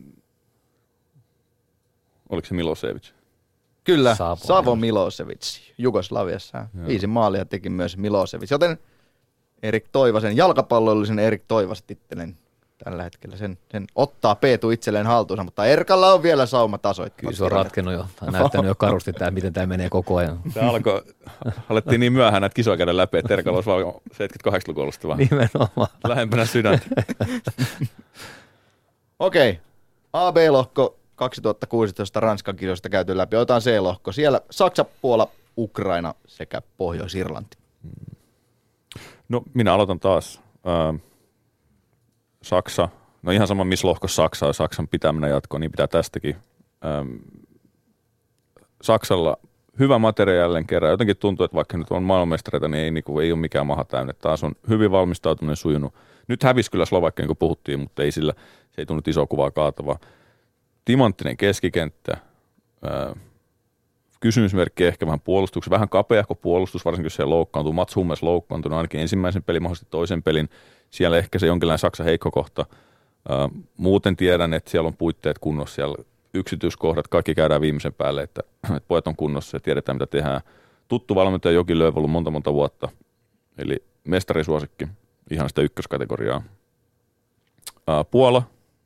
Oliko se Milosevic? Kyllä, Savo, Savo Milosevic. Jugoslaviassa. Joo. Viisi maalia teki myös Milosevic. Joten Erik Toivasen, jalkapallollisen Erik Toivas-tittelen tällä hetkellä sen, sen ottaa Peetu itselleen haltuunsa, mutta Erkalla on vielä sauma tasoittaa. Kyllä se on ratkennut jo. Tämä on näyttänyt jo karusti, tämä, miten tämä menee koko ajan. Tämä alkoi, alettiin niin myöhään näitä kisoja käydä läpi, että Erkalla olisi vaan seitsemänkymmentäkahdeksan-luvun alusta vaan nimenomaan lähempänä sydäntä. Okei, okay. A B-lohko kaksituhattakuusitoista Ranskan kisoista käyty läpi. Otetaan C-lohko. Siellä Saksa, Puola, Ukraina sekä Pohjois-Irlanti. No minä aloitan taas. Äh, Saksa, no ihan sama missä lohkossa Saksa, Saksan pitää mennä jatkoon, niin pitää tästäkin. Ähm, Saksalla hyvä materiaali jälleen kerran. Jotenkin tuntuu, että vaikka nyt on maailmanmestareita, niin ei, niin kuin, ei ole mikään maha täynnä. Taas on hyvin valmistautuminen sujunut. Nyt hävisi kyllä Slovakia, niin kuin puhuttiin, mutta ei sillä, se ei tunnu isoa kuvaa kaatavaa. Timanttinen keskikenttä. Äh, kysymysmerkki ehkä vähän puolustuksen. Vähän kapeahko puolustus, varsinkin jos se loukkaantuu. Mats Hummels loukkaantunut ainakin ensimmäisen pelin, mahdollisesti toisen pelin. Siellä ehkä se jonkinlainen Saksan heikko kohta. Muuten tiedän, että siellä on puitteet kunnossa, siellä yksityiskohdat, kaikki käydään viimeisen päälle, että, että pojat on kunnossa ja tiedetään, mitä tehdään. Tuttu valmentaja Jogi Löw ollut monta monta vuotta, eli mestarisuosikki, ihan sitä ykköskategoriaa. Puola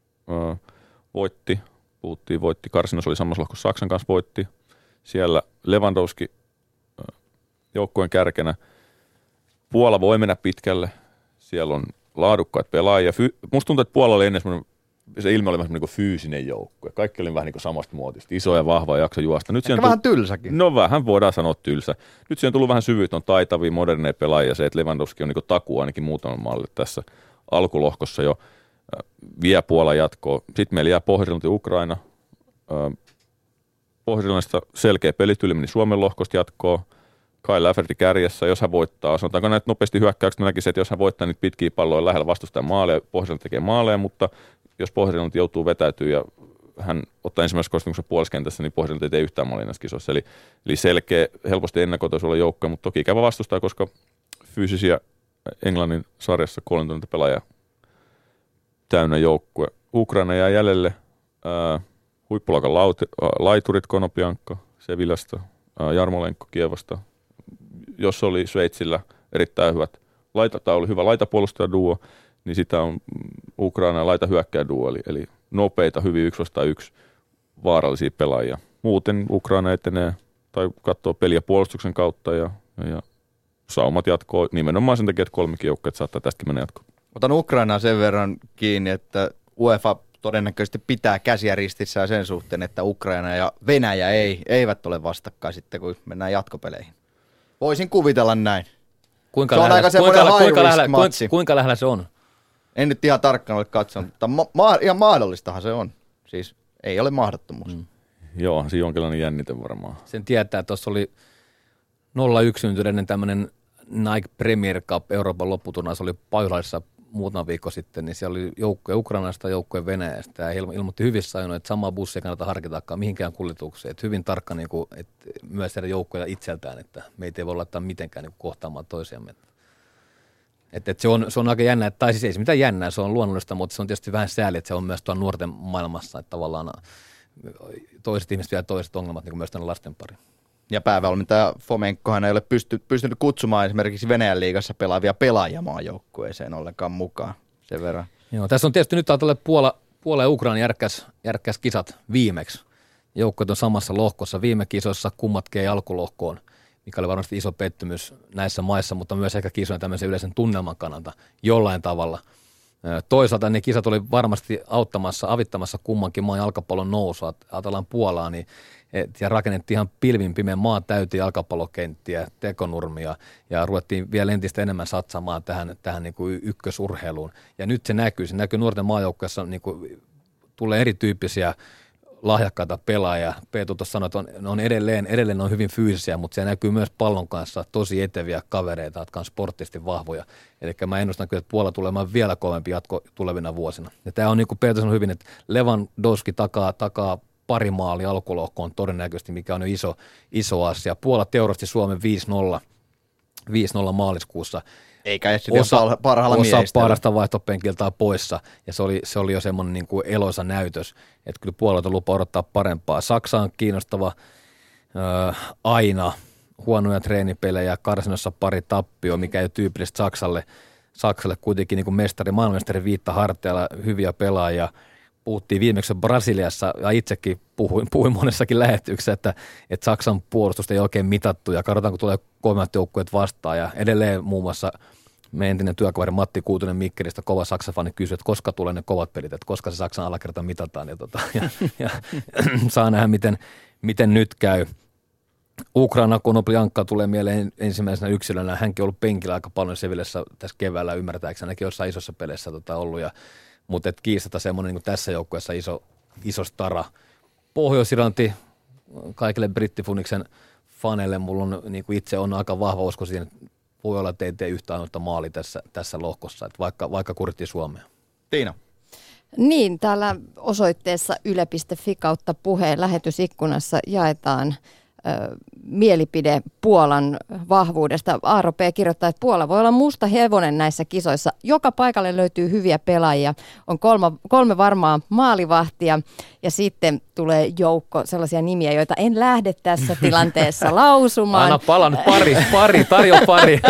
voitti, puhuttiin, voitti, karsinnossa oli samassa lohkossa Saksan kanssa voitti. Siellä Lewandowski joukkueen kärkenä. Puola voi mennä pitkälle. Siellä on laadukkaat pelaajia. Fy- Musta tuntuu, että Puolalla oli ennen se ilme oli vähän niin kuin fyysinen joukkue. Kaikki oli vähän niin kuin samasta muotista. Iso ja vahva ja jakso juosta. Nyt Ehkä vähän tullut, tylsäkin. No vähän voidaan sanoa tylsä. Nyt siihen on tullut vähän syvyyttä, on taitavia, moderneja pelaajia. Se, että Lewandowski on niin kuin takuu ainakin muutaman maalle tässä alkulohkossa jo vie Puola jatkoa. Sitten meillä jää Pohjois-Irlanti ja Ukraina. Pohjois-Irlannista selkeä pelityyli meni Suomen lohkosta jatkoa. Kai Lafferty kärjessä, jos hän voittaa, sanotaanko näitä nopeasti hyökkäykset, näkisi, että jos hän voittaa niitä pitkiä palloja lähellä vastustajan maaleja, Pohjois-Irlanti tekee maaleja, mutta jos Pohjois-Irlanti joutuu vetäytyä ja hän ottaa ensimmäisessä kostumuksen puoliskentässä, niin Pohjois-Irlanti ei tee yhtään maalia näissä kisoissa. Eli, eli selkeä, helposti ennakoitaisuudella joukkoja, mutta toki ikävä vastustaa, koska fyysisiä Englannin sarjassa kolmekymmentä pelaajaa täynnä joukkue. Ukraina jää jäljelle äh, huippuluokan laiturit Konopiankka Sevillasta, äh, Jarmolenko Kievasta. Jos oli Sveitsillä erittäin hyvät laita, tai oli hyvä laitapuolustajaduo, niin sitä on Ukraina laitahyökkääjäduo, eli, eli nopeita, hyvin yksi vastaan yksi vaarallisia pelaajia. Muuten Ukraina etenee tai katsoo peliä puolustuksen kautta ja, ja saumat jatkoo nimenomaan sen takia, että kolmekin joukkoa saattaa tästäkin mennä jatkoon. Otan Ukrainaa sen verran kiinni, että UEFA todennäköisesti pitää käsiä ristissään sen suhteen, että Ukraina ja Venäjä ei, eivät ole vastakkain sitten, kun mennään jatkopeleihin. Voisin kuvitella näin. Kuinka se on lähellä, aika semmoinen kuinka, high kuinka, risk lähellä, matsi. kuinka, kuinka lähellä se on? En nyt ihan tarkkaan ole katsonut, mutta ma- ma- ihan mahdollistahan se on. Siis ei ole mahdottomuus. Mm. Joo, se on jonkinlainen jännite varmaan. Sen tietää, että tuossa oli nolla yksi syntyneinen tämmöinen Nike Premier Cup Euroopan lopputurnaus, oli Pajulaisessa muutama viikko sitten, niin siellä oli joukkoja Ukrainasta, joukkoja Venäjästä, ja ilmo, ilmoitti hyvissä ajoin, että samaa bussia ei kannata harkitakaan mihinkään kuljetukseen. Että hyvin tarkka niin kuin, että myös heidän joukkoja itseltään, että meitä ei voi laittaa mitenkään niin kuin kohtaamaan toisiamme. Että et se, on, se on aika jännä, tai siis ei se mitään jännää, se on luonnollista, mutta se on tietysti vähän sääli, että se on myös tuolla nuorten maailmassa, että tavallaan toiset ihmiset vielä toiset ongelmat niin kuin myös tänne lasten pariin. Ja päävalmentaja Fomenkohan ei ole pysty, pystynyt kutsumaan esimerkiksi Venäjän liigassa pelaavia pelaajia maajoukkueeseen ollenkaan mukaan sen verran. Joo, tässä on tietysti nyt ajatella Puola, Puola ja Ukraina järkkäs, järkkäs kisat viimeksi. Joukkueet on samassa lohkossa. Viime kisoissa kummat kei alkulohkoon, mikä oli varmasti iso pettymys näissä maissa, mutta myös ehkä kisojen tämmöisen yleisen tunnelman kannalta jollain tavalla. Toisaalta ne kisat oli varmasti auttamassa, avittamassa kummankin maan jalkapallon nousua. Ajatellaan Puolaa, niin et, ja rakennettiin ihan pilvin pimeä maa täyteen jalkapallokenttiä, tekonurmia ja ruvettiin vielä entistä enemmän satsamaan tähän, tähän niin kuin ykkösurheiluun. Ja nyt se näkyy, se näkyy nuorten maajoukkueessa, niin kuin tulee erityyppisiä lahjakkaita pelaajia. Peetu tuossa sanoi, että on, on edelleen, edelleen on hyvin fyysisiä, mutta se näkyy myös pallon kanssa tosi eteviä kavereita, jotka on sporttisesti vahvoja. Eli mä ennustan kyllä, että Puola tulee vielä kovempi jatko tulevina vuosina. Ja tämä on niin kuin Peetu sanoi hyvin, että Lewandowski takaa, takaa pari maali alkulohkoon todennäköisesti, mikä on jo iso, iso asia. Puola teurasti Suomen viisi nolla viisi nolla maaliskuussa. Eikä edes osa, parhaalla osa miehistöllä. parasta vaihtopenkiltä poissa, ja se oli, se oli jo semmoinen niin kuin eloisa näytös, että kyllä Puolalta lupa odottaa parempaa. Saksa on kiinnostava ö, aina, huonoja treenipelejä, karsinossa pari tappio, mikä ei ole tyypillistä Saksalle. Saksalle kuitenkin niin kuin mestari, maailmanmestari viitta hartealla, hyviä pelaajia. Puhuttiin viimeksi Brasiliassa, ja itsekin puhuin, puhuin monessakin lähetyksessä, että, että Saksan puolustusta ei oikein mitattu, ja katsotaan, kun tulee kovimmat joukkueet vastaan, ja edelleen muun muassa meidän entinen työkaveri Matti Kuutunen Mikkelistä, kova Saksa-fani, kysyi, että koska tulee ne kovat pelit, että koska se Saksan alakerta mitataan, ja, tota, ja, ja saa nähdä, miten, miten nyt käy. Ukraina Konoplyanka tulee mieleen ensimmäisenä yksilönä, hänkin on ollut penkillä aika paljon Sevillessä tässä keväällä, ymmärtääkseni, hänkin jossain isossa peleissä tota, ollut, ja mutta et kiistata semmoinen niin tässä joukkueessa iso, iso stara. Pohjois-Irlanti kaikille brittifuniksen faneille, mulla on, niin kuin itse on aika vahva usko siihen, että voi olla, että ei tee yhtään ainoa maali tässä, tässä lohkossa, että vaikka, vaikka kurittiin Suomea. Tiina. Niin, täällä osoitteessa yle piste fi kautta puheen lähetysikkunassa jaetaan ö, mielipide Puolan vahvuudesta. Aaro P. kirjoittaa, että Puola voi olla musta hevonen näissä kisoissa. Joka paikalle löytyy hyviä pelaajia. On kolme, kolme varmaa maalivahtia ja sitten tulee joukko sellaisia nimiä, joita en lähde tässä tilanteessa lausumaan. Anna pala nyt pari, pari, tarjoa pari.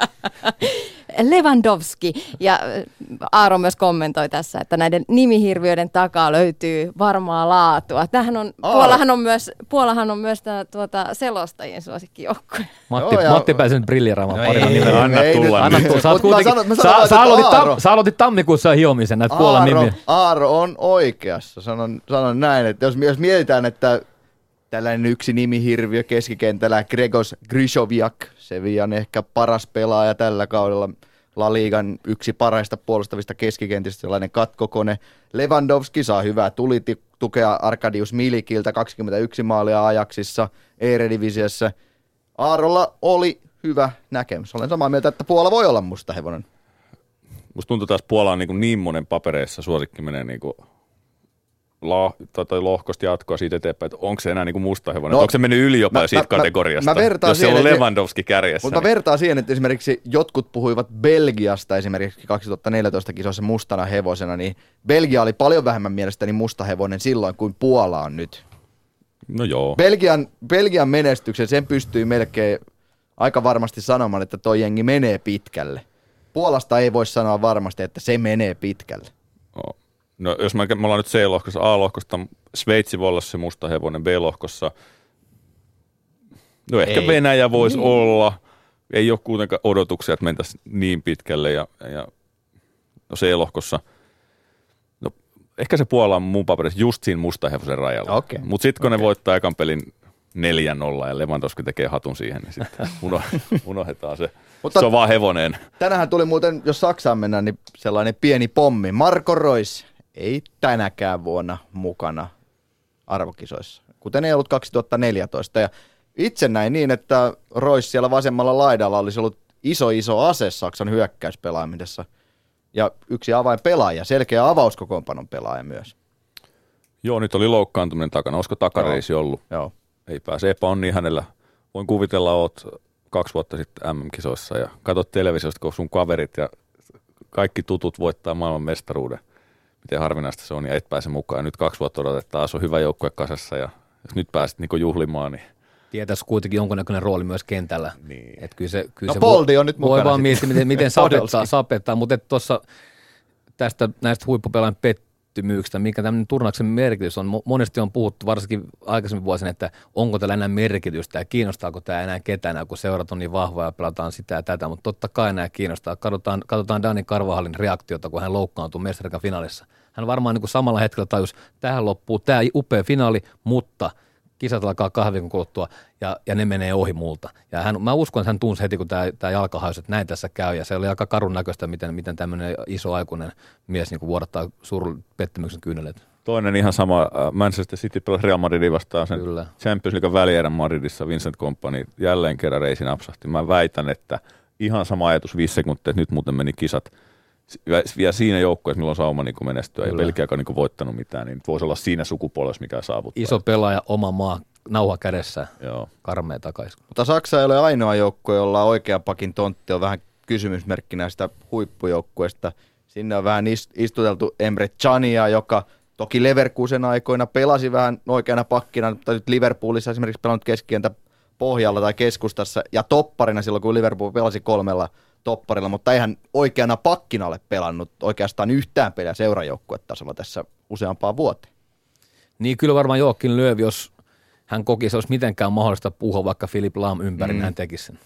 Lewandowski. Ja Aaro myös kommentoi tässä, että näiden nimihirviöiden takaa löytyy varmaa laatua. Tämähän on, Puolahan on myös, Puolahan on myös tämä, tuota, selostajien suosikkijoukkue. Matti, Joo, Matti pääsi nyt brillieraamaan No parilla ei, nimellä. anna tulla. Anna tulla. Sä, oot kuitenkin, sanon, sä, sanon, sä, aloitit Aaro. tam, sä aloitit tammikuussa hiomisen näitä Puolan Aaro, nimiä. Aaro on oikeassa. Sanon, sanon näin, että jos, jos mietitään, että tällainen yksi nimihirviö keskikentällä, Gregos Grishoviak, Sevillan ehkä paras pelaaja tällä kaudella, La Ligan yksi parhaista puolustavista keskikentistä, sellainen katkokone. Lewandowski saa hyvää tulitukea Arkadius Milikiltä, kaksikymmentäyksi maalia Ajaxissa, Eredivisiossa. Aarolla oli hyvä näkemys. Olen samaa mieltä, että Puola voi olla musta hevonen. Musta tuntuu taas Puola on niin, niin monen papereissa suosikki menee niin kuin la, tai lohkosta jatkoa siitä eteenpäin, että onko se enää niin kuin musta hevonen, no, onko se mennyt yli jopa mä, siitä mä, kategoriasta, mä, mä jos siihen, se on että, Lewandowski kärjessä. Mutta niin. mä vertaan siihen, että esimerkiksi jotkut puhuivat Belgiasta esimerkiksi kaksituhattaneljätoista kisoissa mustana hevosena, niin Belgia oli paljon vähemmän mielestäni musta hevonen silloin kuin Puola on nyt. No joo. Belgian, Belgian menestyksen, sen pystyy melkein aika varmasti sanomaan, että toi jengi menee pitkälle. Puolasta ei voi sanoa varmasti, että se menee pitkälle. Oh. No jos me, me ollaan nyt C-lohkossa, A-lohkosta, Sveitsi voi olla se musta hevonen, B-lohkossa, no ehkä ei. Venäjä voisi niin olla, ei ole kuitenkaan odotuksia, että mentäisiin niin pitkälle, ja, ja no C-lohkossa, no ehkä se Puola on mun paperissa just siinä musta hevosen rajalla, okay. Mutta sitten kun okay. ne voittaa ekan pelin neljä nolla ja Lewandowski tekee hatun siihen, niin sitten unohdetaan se. Mutta se on vaan hevonen. Tänähän tuli muuten, jos Saksaan mennään, niin sellainen pieni pommi. Marco Reus ei tänäkään vuonna mukana arvokisoissa, kuten ei ollut kaksituhattaneljätoista. Ja itse näin niin, että Reus siellä vasemmalla laidalla olisi ollut iso iso ase Saksan hyökkäyspelaamisessa. ja yksi avainpelaaja, selkeä avauskokoonpanon pelaaja myös. Joo, nyt oli loukkaantuminen takana. Olisiko takareisi ollut? Joo. Ei pääse. Epä on niin hänellä. Voin kuvitella, oot kaksi vuotta sitten M M-kisoissa ja katsot televisiosta, kun sun kaverit ja kaikki tutut voittaa maailman mestaruuden. Miten harvinaista se on ja et pääse mukaan. Ja nyt kaksi vuotta odotetaan, taas on hyvä joukkue kasassa ja jos nyt pääset niinku juhlimaan, niin tietäisi kuitenkin jonkunnäköinen rooli myös kentällä. Niin. Että kyllä se, kyllä no se Poldi voi, on nyt mukana. Voi vaan miettiä, miten, miten sapettaa, sapettaa. Mutta tuossa tästä näistä huippupelaajan pettymyksistä, mikä tämmöinen turnauksen merkitys on. Monesti on puhuttu, varsinkin aikaisemmin vuosina, että onko tällä enää merkitystä ja kiinnostaako tämä enää ketään, kun seurat on niin vahvoja ja pelataan sitä ja tätä. Mutta totta kai enää kiinnostaa. Katsotaan, katsotaan Dani Carvajalin reaktiota, kun hän loukkaantui Mestarikan finaalissa. Hän varmaan niin kuin samalla hetkellä tajus, tähän loppuu tämä upea finaali, mutta kisat alkaa kahden viikon kuluttua ja, ja ne menee ohi multa. Ja hän, mä uskon, että hän tunsi heti, kun tämä, tämä jalkahaisu, että näin tässä käy. Ja se oli aika karun näköistä, miten, miten tämmöinen iso aikuinen mies niin kuin vuodattaa surun pettymyksen kyyneleet. Toinen ihan sama, Manchester City pelasi Real Madridin vastaan sen Kyllä. Champions League välierän Madridissa, Vincent Kompany jälleen kerran reisin napsahti. Mä väitän, että ihan sama ajatus viisi sekuntia, että nyt muuten meni kisat. Vielä siinä joukkueessa, milloin sauma niin menestyä, ei Belgiakaan niin voittanut mitään, niin voisi olla siinä sukupolvessa, mikä saavuttaa. Iso pelaaja, oma maa, nauha kädessä, Joo. karmea takaisin. Mutta Saksa ei ole ainoa joukkue, jolla on oikea pakin tontti, on vähän kysymysmerkki näistä huippujoukkueista. Sinne on vähän istuteltu Emre Cania, joka toki Leverkusen aikoina pelasi vähän oikeana pakkina, mutta nyt Liverpoolissa esimerkiksi pelannut keskientä pohjalla tai keskustassa ja topparina silloin, kun Liverpool pelasi kolmella topparilla, mutta eihän oikeana pakkina ole pelannut oikeastaan yhtään peliä seurajoukkuetasolla tässä useampaan vuoteen. Niin kyllä varmaan Joakim Löw, jos hän koki, se olisi mitenkään mahdollista puhua vaikka Philipp Lahm ympäri, mm. niin hän tekisi sen.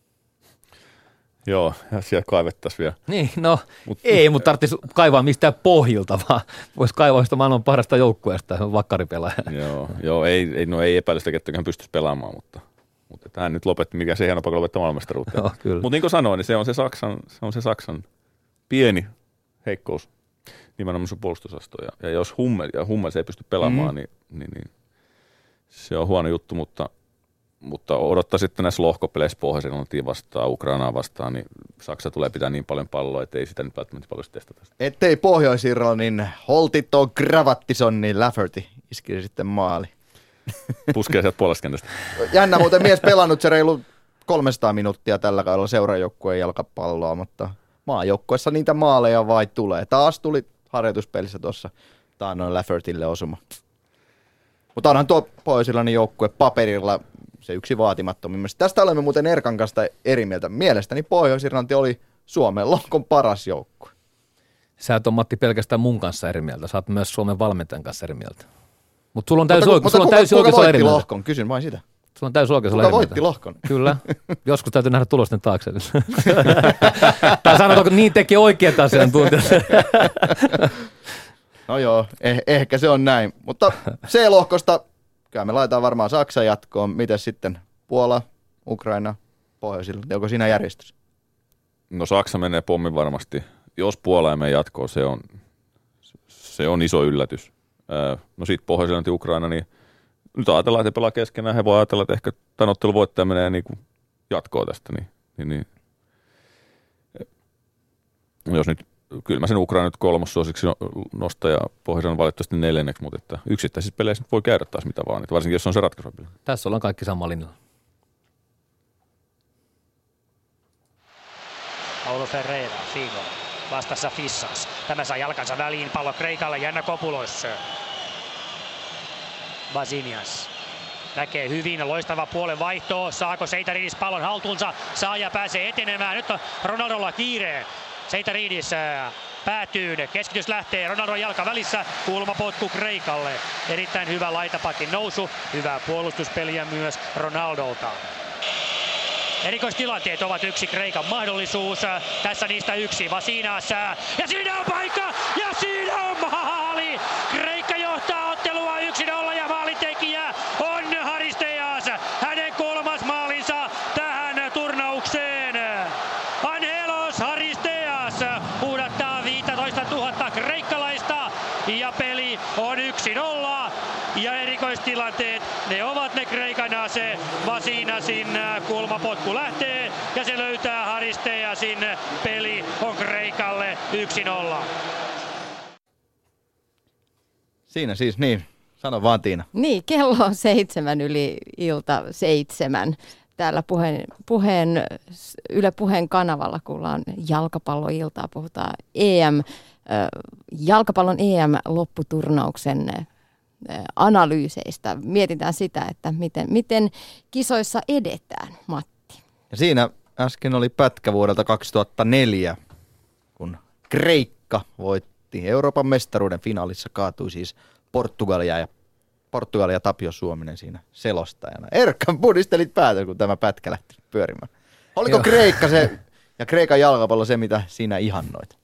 Joo, ja siellä kaivettaisiin vielä. Niin, no Mut, ei, mutta tarvitsisi kaivaa mistään pohjilta, vaan voisi kaivaa sitä maailman parasta joukkueesta, vakkaripelaaja. Joo, joo ei, ei, no ei epäilystä, että hän pystyisi pelaamaan, mutta... Mutta hän nyt lopetti, mikä se hieno paikka lopettaa maailmanmestaruuteen. Mutta niin kuin sanoin, niin se on se Saksan, se on se Saksan pieni heikkous nimenomaan sun puolustusasto. Ja, ja jos Hummel, ja Hummel se ei pysty pelaamaan, mm. niin, niin, niin se on huono juttu, mutta, mutta odottaa sitten näissä lohkopeleissä Pohjois-Irlantia vastaan, Ukrainaa vastaan, niin Saksa tulee pitää niin paljon palloa, että ei sitä nyt välttämättä paljon testata. Ettei Pohjois-Irlannin holtiton Gravattison, niin Lafferty iski sitten maali. Puskee sieltä puolesta kentästä. Jännä muuten mies pelannut se reilu kolmesataa minuuttia tällä kaudella seurajoukkueen jalkapalloa, mutta maajoukkueessa niitä maaleja vai tulee. Taas tuli harjoituspelissä tuossa taannoin Laffertylle osuma. Mutta onhan tuo Pohjois-Irlannin joukkue paperilla se yksi vaatimattomimmista. Tästä olemme muuten Erkan kanssa eri mieltä. Mielestäni Pohjois-Irlanti oli Suomen lohkon paras joukkue. Sä et ole, Matti, pelkästään mun kanssa eri mieltä. Sä oot myös Suomen valmentajan kanssa eri mieltä. Mutta sulla on täysin oikeus olla eri mieltä. Kuka voitti lohkon? Kysyn vain sitä. Sulla on täysin oikeus olla eri mieltä. Kuka voitti lohkon? Kyllä. Joskus täytyy nähdä tulosten taakse. Tai sanotaanko, niin teki oikeat asiantuntijat. No joo, eh- ehkä se on näin. Mutta C-lohkosta, kyllä me laitetaan varmaan Saksa jatkoon. Miten sitten Puola, Ukraina, Pohjois-Irlanti? Onko siinä järjestys? No Saksa menee pommin varmasti. Jos Puola ei mene jatkoon, se on, se on iso yllätys. No sitten Pohjois-Irlanti, Ukraina, niin nyt ajatellaan, että he pelaa keskenään. He voi ajatella, että ehkä tämän ottelun voittaja menee niin kuin jatkoon tästä. Niin, niin, niin. Jos nyt, kyllä mä sen Ukraina nyt kolmossuosiksi nostaa ja Pohjois-Irlanti valitettavasti neljänneksi, mutta että yksittäisissä peleissä nyt voi käydä taas mitä vaan, että varsinkin jos on se ratkaisupeli. Tässä ollaan kaikki samalla linjalla. Paulo Ferreira, Figo. Vastassa Fissas. Tämä saa jalkansa väliin, pallo Kreikalle, Janna Kopulos. Basinias näkee hyvin, loistava puolen vaihto. Saako Seitaridis pallon haltuunsa? Saaja pääsee etenemään. Nyt on Ronaldolla kiire. Seitaridis päätyy, keskitys lähtee, Ronaldon jalka välissä, kulmapotku Kreikalle. Erittäin hyvä laitapakin nousu, hyvää puolustuspeliä myös Ronaldolta. Erikoistilanteet ovat yksi Kreikan mahdollisuus. Tässä niistä yksi Vasinas. Ja siinä on paikka! Ja siinä on maali! Kreikka johtaa ottelua yksi nolla ja maalintekijä on Haristeas. Hänen kolmas maalinsa tähän turnaukseen. Angelos Haristeas puhdattaa viisitoistatuhatta kreikkalaista. Ja peli on yksi nolla. Ja erikoistilanteet, ne ovat ne Kreikan ase. Vasinasin kulmapotku lähtee ja se löytää Haristeasin. Peli on Kreikalle yksi nolla. Siinä siis niin. Sano vaan, Tiina. Niin, kello on seitsemän yli ilta seitsemän. Täällä puheen, puheen, Yle Puheen kanavalla kuullaan jalkapalloiltaa. Puhutaan E M, jalkapallon E M-lopputurnauksen analyyseistä. Mietitään sitä, että miten, miten kisoissa edetään, Matti. Ja siinä äsken oli pätkä vuodelta kaksituhattaneljä, kun Kreikka voitti Euroopan mestaruuden finaalissa, kaatui siis Portugalia ja Portugalia ja Tapio Suominen siinä selostajana. Erkkan, pudistelit päätä, kun tämä pätkä lähti pyörimään. Oliko Joo. Kreikka se ja Kreikan jalkapallo se, mitä sinä ihannoit?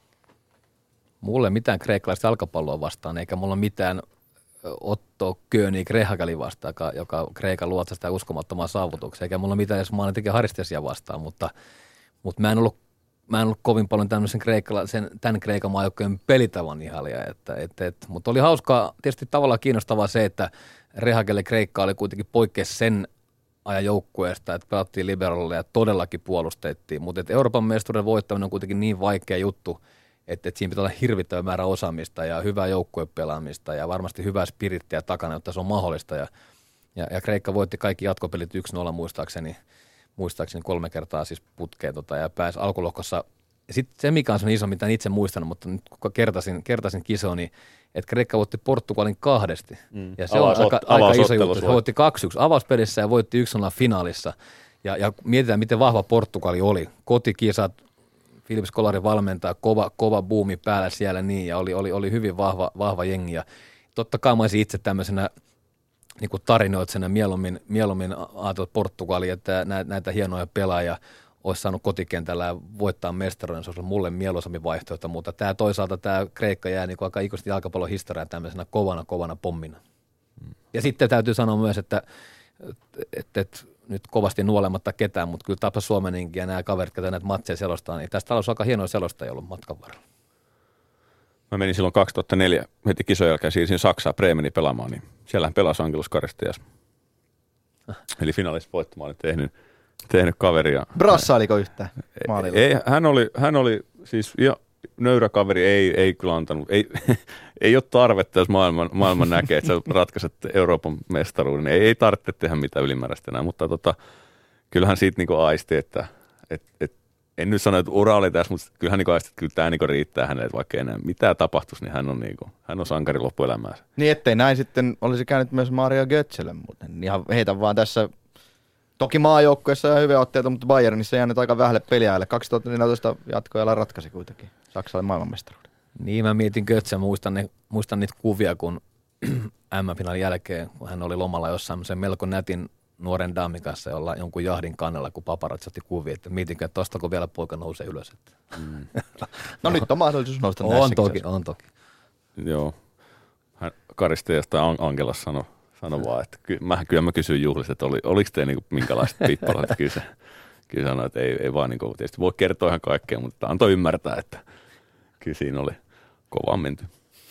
Mulle mitään kreikkalaista jalkapalloa vastaan, eikä mulla mitään Otto König Rehageli vastaan, joka Kreikan luotsa sitä uskomattomaa saavutuksia, eikä mulla mitään edes Maanin tekee Haristesia vastaan, mutta, mutta mä en ollut Mä en ollut kovin paljon tämmöisen sen, tämän Kreikan maajoukkojen pelitavan ihailija, että, et, et, mutta oli hauskaa, tietysti tavallaan kiinnostavaa se, että Rehagelle Kreikka oli kuitenkin poikkeus sen ajan joukkueesta, että pelattiin liberaalille ja todellakin puolustettiin, mutta Euroopan mestaruuden voittaminen on kuitenkin niin vaikea juttu, että, että siinä pitää olla hirvittävä määrä osaamista ja hyvää joukkuepelaamista ja varmasti hyvää spirittiä takana, jotta se on mahdollista ja, ja, ja Kreikka voitti kaikki jatkopelit yksi nolla muistaakseni. muistaakseni kolme kertaa siis putkeen tota, ja pääsi alkulohkossa. Sitten se, mikä on se iso, mitä en itse muistanut, mutta nyt kun kertasin, kertasin kisoon, niin että Kreikka voitti Portugalin kahdesti. Mm. Ja se Avaus, on aika, aika iso juttu. Se voitti kaksi yksi avauspelissä ja voitti yksi nolla finaalissa. Ja, ja mietitään, miten vahva Portugali oli. Kotikisat, Filip Scolari valmentaa, kova, kova buumi päällä siellä niin, ja oli, oli, oli hyvin vahva, vahva jengi. Ja totta kai mä olisin itse tämmöisenä niin kuin tarinoitsena mieluummin, mieluummin ajatellut Portugalia, että näitä, näitä hienoja pelaajia olisi saanut kotikentällä ja voittaa mestaruuden, se olisi mulle mieluisammin vaihtoehto, mutta tämä toisaalta tämä Kreikka jää niin kuin aika ikuisesti jalkapallon historiaan tämmöisenä kovana, kovana pommina. Hmm. Ja sitten täytyy sanoa myös, että, että, että nyt kovasti nuolematta ketään, mutta kyllä Tapsa Suomeninkin ja nämä kaverit, jotka näitä matseja selostaa, niin tästä olisi aika hienoja selostajia ollut matkan varrella. Mä menin silloin kaksituhattaneljä heti kisojen jälkeen siirsin Saksaa Bremeniin pelaamaan, niin siellähän pelasi Angelos Karistejas. Eli finaalissa voittamaalin tehnyt, tehnyt kaveria. Brassailiko yhtään maalilla? Ei, hän oli, hän oli siis ja nöyrä kaveri, ei, ei kyllä antanut, ei, ei ole tarvetta, jos maailman, maailman näkee, että sä ratkaiset Euroopan mestaruuden. Ei, ei tarvitse tehdä mitään ylimääräistä enää, mutta tota, kyllähän siitä niinku aisti, että et, et, en nyt sano, että ura oli tässä, mutta kyllähän niinku aisti, että kyllä tämä niinku riittää hänelle, että vaikka ei enää mitään tapahtuisi, niin hän on, niinku, hän on sankari loppuelämäänsä. Niin ettei näin sitten olisi käynyt myös Mario Götzelle muuten. Ihan heitä vaan tässä, toki maajoukkueessa ja hyviä otteita, mutta Bayernissa jäänyt aika vähälle peliajalle. kaksituhattaneljätoista jatkoajalla ratkaisi kuitenkin Saksalle maailmanmestaruuden. Niin mä mietin Götze, muistan, ne, muistan niitä kuvia, kun M M-finaalin jälkeen, kun hän oli lomalla jossain sen melko nätin nuoren daamin kanssa, jolla jonkun jahdin kannella, kun paparazzi otti kuvia, että mietinkö, että tosta kun vielä poika nousee ylös. Että. Mm. No nyt on mahdollisuus nousta näissä. On toki, on toki. Joo. Hän Karisteasta Angelas sanoi sano vaan, että ky, mä, kyllä mä kysyin juhlista, että oli, oliko teillä niinku minkälaiset pippalat. Kyllä se kyllä sanoi, että ei, ei vaan niinku, tietysti voi kertoa ihan kaikkea, mutta antoi ymmärtää, että kyllä siinä oli kovaa menty.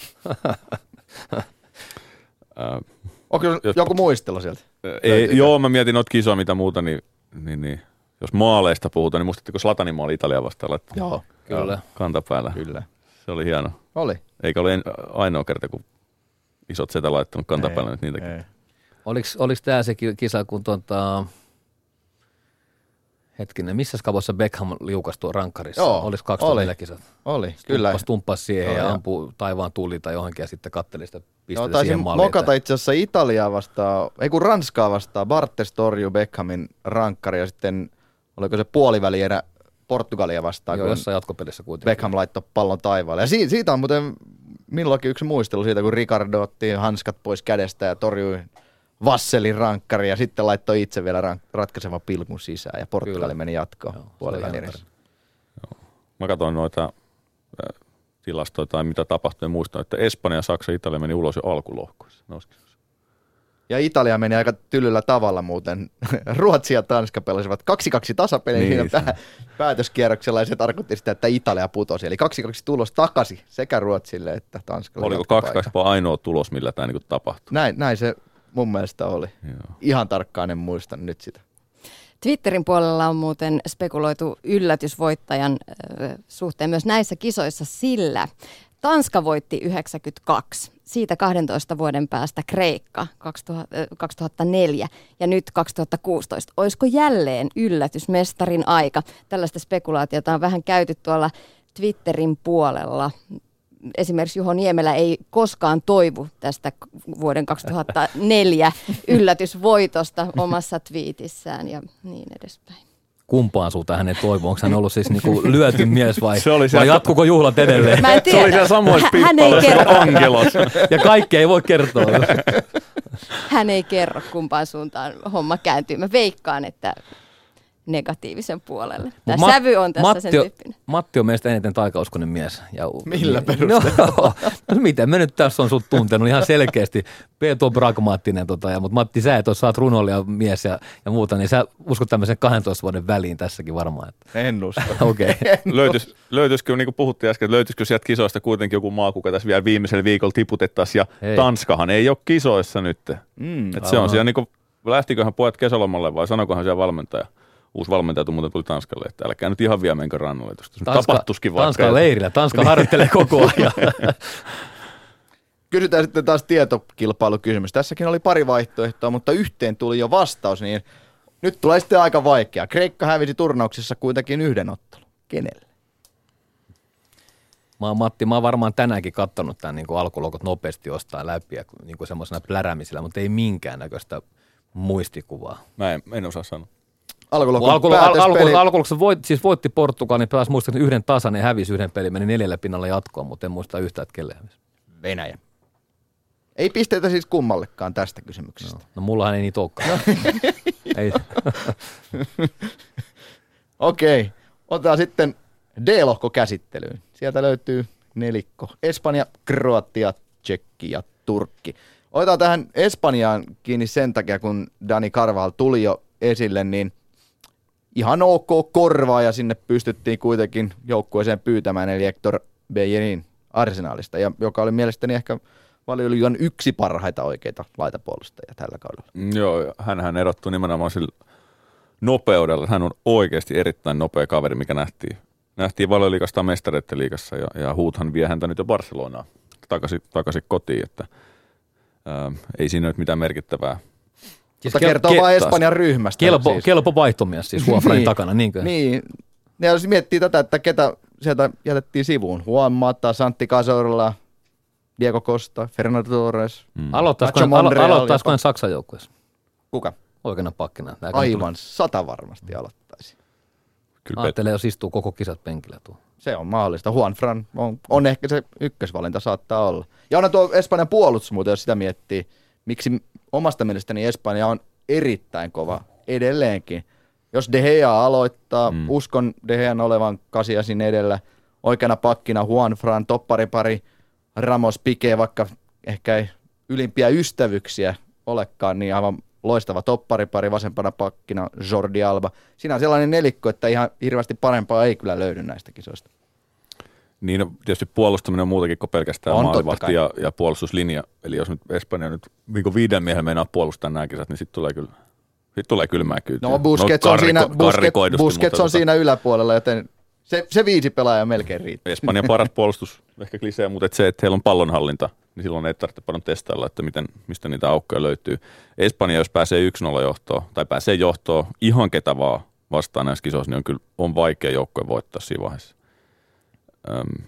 Onko jotkut, joku muistelu sieltä? Ei, joo, mä mietin noita kisoja, mitä muuta, niin, niin, niin jos maaleista puhutaan, niin muistatteko Zlatanin maali Italia vastaan? Joo, kyllä. Kantapäällä. Kyllä. Se oli hieno. Oli. Eikä ole ainoa kerta, kun isot setä laittanut kantapäällä nyt niitäkin. Ei. Oliko, oliko tämä se kisa, kun tuota, hetkinen, missä kabossa Beckham liukasi tuon rankkarissa? Joo, oliko kaksituhattaneljä kisat? Oli, kyllä. Stumppasi, stumppasi siihen Joo, ja ampui taivaan tuli tai johonkin ja sitten katteli sitä pistetä Joo, siihen maaliin. Mokata itse asiassa Italiaa vastaan, ei kun Ranskaa vastaan. Bartes torjui Beckhamin rankkari ja sitten oliko se puolivälierä Portugalia vastaan. Joo, jossain jatkopelissä kuitenkin. Beckham laittoi pallon taivaalle. Ja siitä, siitä on muuten minullakin yksi muistelu siitä, kun Ricardo otti hanskat pois kädestä ja torjui Vasselin rankkari ja sitten laittoi itse vielä rank- ratkaisevan pilkun sisään ja Portugali Kyllä. meni jatkoon puolivälieressä. Mä katsoin noita äh, tilastoja tai mitä tapahtui ja muistan, että Espanja, Saksa ja Italia meni ulos jo alkulohkoissa. Ja Italia meni aika tylyllä tavalla muuten. Ruotsi ja Tanska pelasivat kaksi kaksi tasapeliä niin, siinä päätöskierroksella ja se tarkoitti sitä, että Italia putosi. Eli kaksi kaksi tulos takaisin sekä Ruotsille että Tanskalle. Oliko kaksi kaksi ainoa tulos, millä tämä niin tapahtui? Näin, näin se mun mielestä oli. Joo. Ihan tarkkaan en muista nyt sitä. Twitterin puolella on muuten spekuloitu yllätysvoittajan äh, suhteen myös näissä kisoissa, sillä Tanska voitti yhdeksänkymmentäkaksi, siitä kahdentoista vuoden päästä Kreikka kaksituhattaneljä ja nyt kaksituhattakuusitoista. Olisiko jälleen yllätysmestarin aika? Tällaista spekulaatiota on vähän käyty tuolla Twitterin puolella. Esimerkiksi Juho Niemelä ei koskaan toivu tästä vuoden kaksituhattaneljä yllätysvoitosta omassa twiitissään ja niin edespäin. Kumpaan suuntaan hänen toivoo? Onko hän ollut siis niinku lyöty mies vai, Se oli vai jatkuko juhlat edelleen? Mä en tiedä. Se oli siellä samoissa Hän ei pippaloissa kerro. Angelos. Ja kaikkea ei voi kertoa. Hän ei kerro, kumpaan suuntaan homma kääntyy. Mä veikkaan, että negatiivisen puolelle. Tämä Mut sävy on tässä Matti, sen tyyppinen. Matti on meistä eniten taikauskoinen mies. Ja, Millä perusteella? No, no miten me nyt tässä on sut tuntenut ihan selkeästi. Peetu on pragmaattinen, tota, ja, mutta Matti sä et ole, sä oot runoilija mies ja, ja muuta, niin sä uskot tämmöisen kahdentoista vuoden väliin tässäkin varmaan. Että. En usko. Okei. Okay. Löytys, löytyisikö, niin kuin puhuttiin äsken, löytyisikö sieltä kisoista kuitenkin joku maa, kuka tässä vielä viimeisellä viikolla tiputettaisiin, ja Ei. Tanskahan ei ole kisoissa nyt. Mm. Et se on siellä, niin kuin, lähtiköhän pojat kesälomalle vai sanokohan siellä valmentaja? Uusi valmentaja muuten tuli Tanskalle, että älkää nyt ihan vielä menkö rannalle. Tapahtuskin vaikka. Tanska leirillä. Tanska harjoittelee koko ajan. Kysytään sitten taas tietokilpailukysymys. Tässäkin oli pari vaihtoehtoa, mutta yhteen tuli jo vastaus, niin nyt tulee sitten aika vaikea. Kreikka hävisi turnauksessa kuitenkin yhden ottelun. Kenelle? Mä oon, Matti, mä oon varmaan tänäänkin katsonut tämän niin alkulokot nopeasti jostain läpi ja niin semmoisena plärämisellä, mutta ei minkäännäköistä muistikuvaa. Mä en, en osaa sanoa. Alkulokon Alku, al, päätöspeli. alku, alkuloksi voit, siis voitti Portugali, niin pääsi muistaakseni yhden tasan ja hävisi yhden pelin, meni neljällä pinnalla jatkoon, mutta en muista yhtään, että kelle hävisi. Venäjä. Ei pisteitä siis kummallekaan tästä kysymyksestä. No, no mullahan ei niitä olekaan. ei. Okei, otetaan sitten D-lohko käsittelyyn. Sieltä löytyy nelikko. Espanja, Kroatia, Tšekki ja Turkki. Otetaan tähän Espanjaan kiinni sen takia, kun Dani Carvajal tuli jo esille, niin ihan ok korvaa ja sinne pystyttiin kuitenkin joukkueeseen pyytämään, eli Hector Bellerin Arsenalista, ja joka oli mielestäni ehkä Valioliigan yksi parhaita oikeita laitapuolustajia tällä kaudella. Joo, hänhän erottui nimenomaan sillä nopeudella. Hän on oikeasti erittäin nopea kaveri, mikä nähtiin. Nähtiin Valioliigasta Mestareiden liigassa, ja, ja Huuthan vie häntä nyt jo Barcelonaan takaisin, takaisin kotiin, että ää, ei siinä nyt mitään merkittävää. Siis mutta kertoo ke- vain Espanjan ryhmästä. Kelpo, siis. kelpo vaihtomies siis Juanfranin niin, takana, niinkö? Niin. Ja jos miettii tätä, että ketä sieltä jätettiin sivuun. Juan Mata, Santi Cazorla, Diego Costa, Fernando Torres. Mm. Aloittaisiko alo, hän Saksan joukkueessa? Kuka? Oikeana pakkina. Aivan sata varmasti aloittaisi. Kyllä Ajattelee, jos istuu koko kisat penkillä tuo. Se on mahdollista. Juanfran on, on ehkä se ykkösvalinta, saattaa olla. Ja on tuo Espanjan puolustus muuten, jos sitä miettii. Miksi omasta mielestäni Espanja on erittäin kova edelleenkin. Jos De Gea aloittaa, mm. uskon De Gean olevan kasiasin edellä. Oikeana pakkina Juanfran, topparipari, Ramos, Piqué, vaikka ehkä ei ylimpiä ystävyksiä olekaan, niin aivan loistava topparipari, vasempana pakkina Jordi Alba. Siinä on sellainen nelikko, että ihan hirveästi parempaa ei kyllä löydy näistä kisoista. Niin, no, tietysti puolustaminen on muutakin kuin pelkästään on maalivahti ja, ja puolustuslinja. Eli jos nyt Espanja nyt niin viiden miehen meinaa puolustaa nämä kisat, niin sitten tulee kyllä sit tulee kylmää kyytiä. No Busquets no, on, siinä, Busquets, Busquets on tota, siinä yläpuolella, joten se, se viisi pelaajaa melkein riittää. Espanjan paras puolustus, ehkä klisee, mutta et se, että heillä on pallonhallinta, niin silloin ei tarvitse paljon testailla, että miten, mistä niitä aukkoja löytyy. Espanja, jos pääsee yksi nolla johtoon, tai pääsee johtoon ihan ketä vaan vastaan näissä kisoissa, niin on kyllä on vaikea joukkoja voittaa siinä vaiheessa. Öm,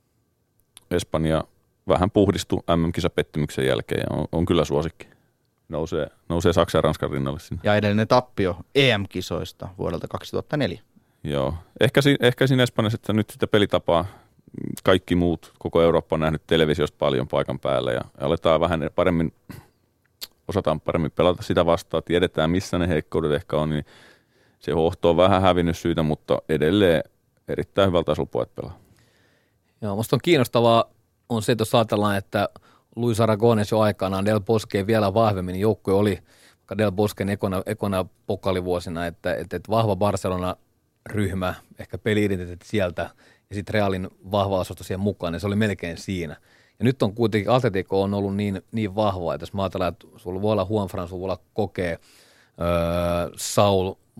Espanja vähän puhdistui M M-kisapettymyksen jälkeen ja on, on kyllä suosikki. Nousee, nousee Saksan ja Ranskan rinnalle sinne. Ja edellinen tappio E M-kisoista vuodelta kaksituhattaneljä. Joo. Ehkä, ehkä siinä Espanjassa, että nyt sitä pelitapaa kaikki muut, koko Eurooppa on nähnyt televisiosta paljon paikan päällä ja aletaan vähän paremmin, osataan paremmin pelata sitä vastaan, tiedetään missä ne heikkoudet ehkä on, niin se hohto on vähän hävinnyt syytä, mutta edelleen erittäin hyvältä tasolla pojat pelaa. Joo, musta on kiinnostavaa on se, että jos ajatellaan, että Luis Aragones jo aikanaan Del Bosque vielä vahvemmin, niin joukkue oli Del Bosquen ekona, ekona pokalivuosina, että, että, että vahva Barcelona-ryhmä, ehkä peli-identiteetti sieltä ja sitten Realin vahva osasto siihen mukaan, niin se oli melkein siinä. Ja nyt on kuitenkin Atletico on ollut niin, niin vahva, että jos mä ajatellaan, että sulla voi olla Juanfran, sulla voi olla Kokee, öö, Saul,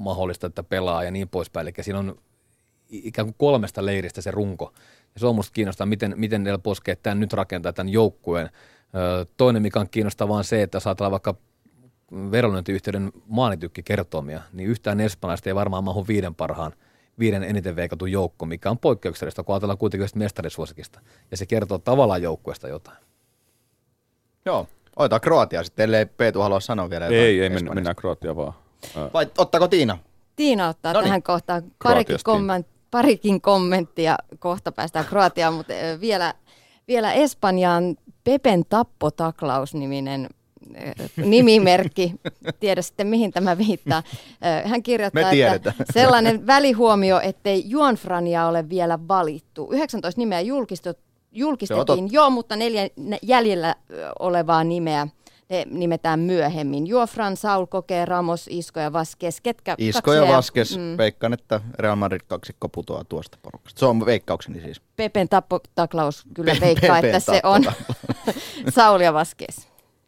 mahdollista, että pelaa ja niin poispäin. Eli siinä on ikään kuin kolmesta leiristä se runko. Ja se on musta kiinnostaa, miten, miten Del Bosque tämän nyt rakentaa tämän joukkueen. Toinen, mikä on kiinnostavaa, on se, että jos ajatellaan vaikka vedonlyöntiyhteyden maalitykkikertomia, niin yhtään espanjalaista ei varmaan mahu viiden parhaan, viiden eniten veikatun joukko, mikä on poikkeuksellista, kun ajatellaan kuitenkin mestarisuosikista. Ja se kertoo tavallaan joukkueesta jotain. Joo, otetaan Kroatia sitten, ellei Peetu halua sanoa vielä jotain. Ei, ei mennään, mennään Kroatia vaan. Vai ottaako Tiina? Tiina ottaa Noniin. tähän kohtaan parikin, komment, parikin kommenttia, kohta päästään Kroatiaan, mutta vielä, vielä Espanjaan Pepen Tappotaklaus-niminen nimimerkki, tiedä sitten mihin tämä viittaa. Hän kirjoittaa, että sellainen välihuomio, ettei Juan Frania ole vielä valittu. yhdeksäntoista nimeä julkistettiin jo, mutta neljä jäljellä olevaa nimeä ne nimetään myöhemmin. Juofran, Saul, Koke, Ramos, Isco ja Vasquez. Ketkä? Isco ja Vasquez. Mm. Veikkaan, että Real Madrid kaksikko putoaa tuosta porukasta. Se on veikkaukseni siis. Pepen Tappotaklaus kyllä Pe- veikkaa, Pepen että se on Saul ja Vasquez.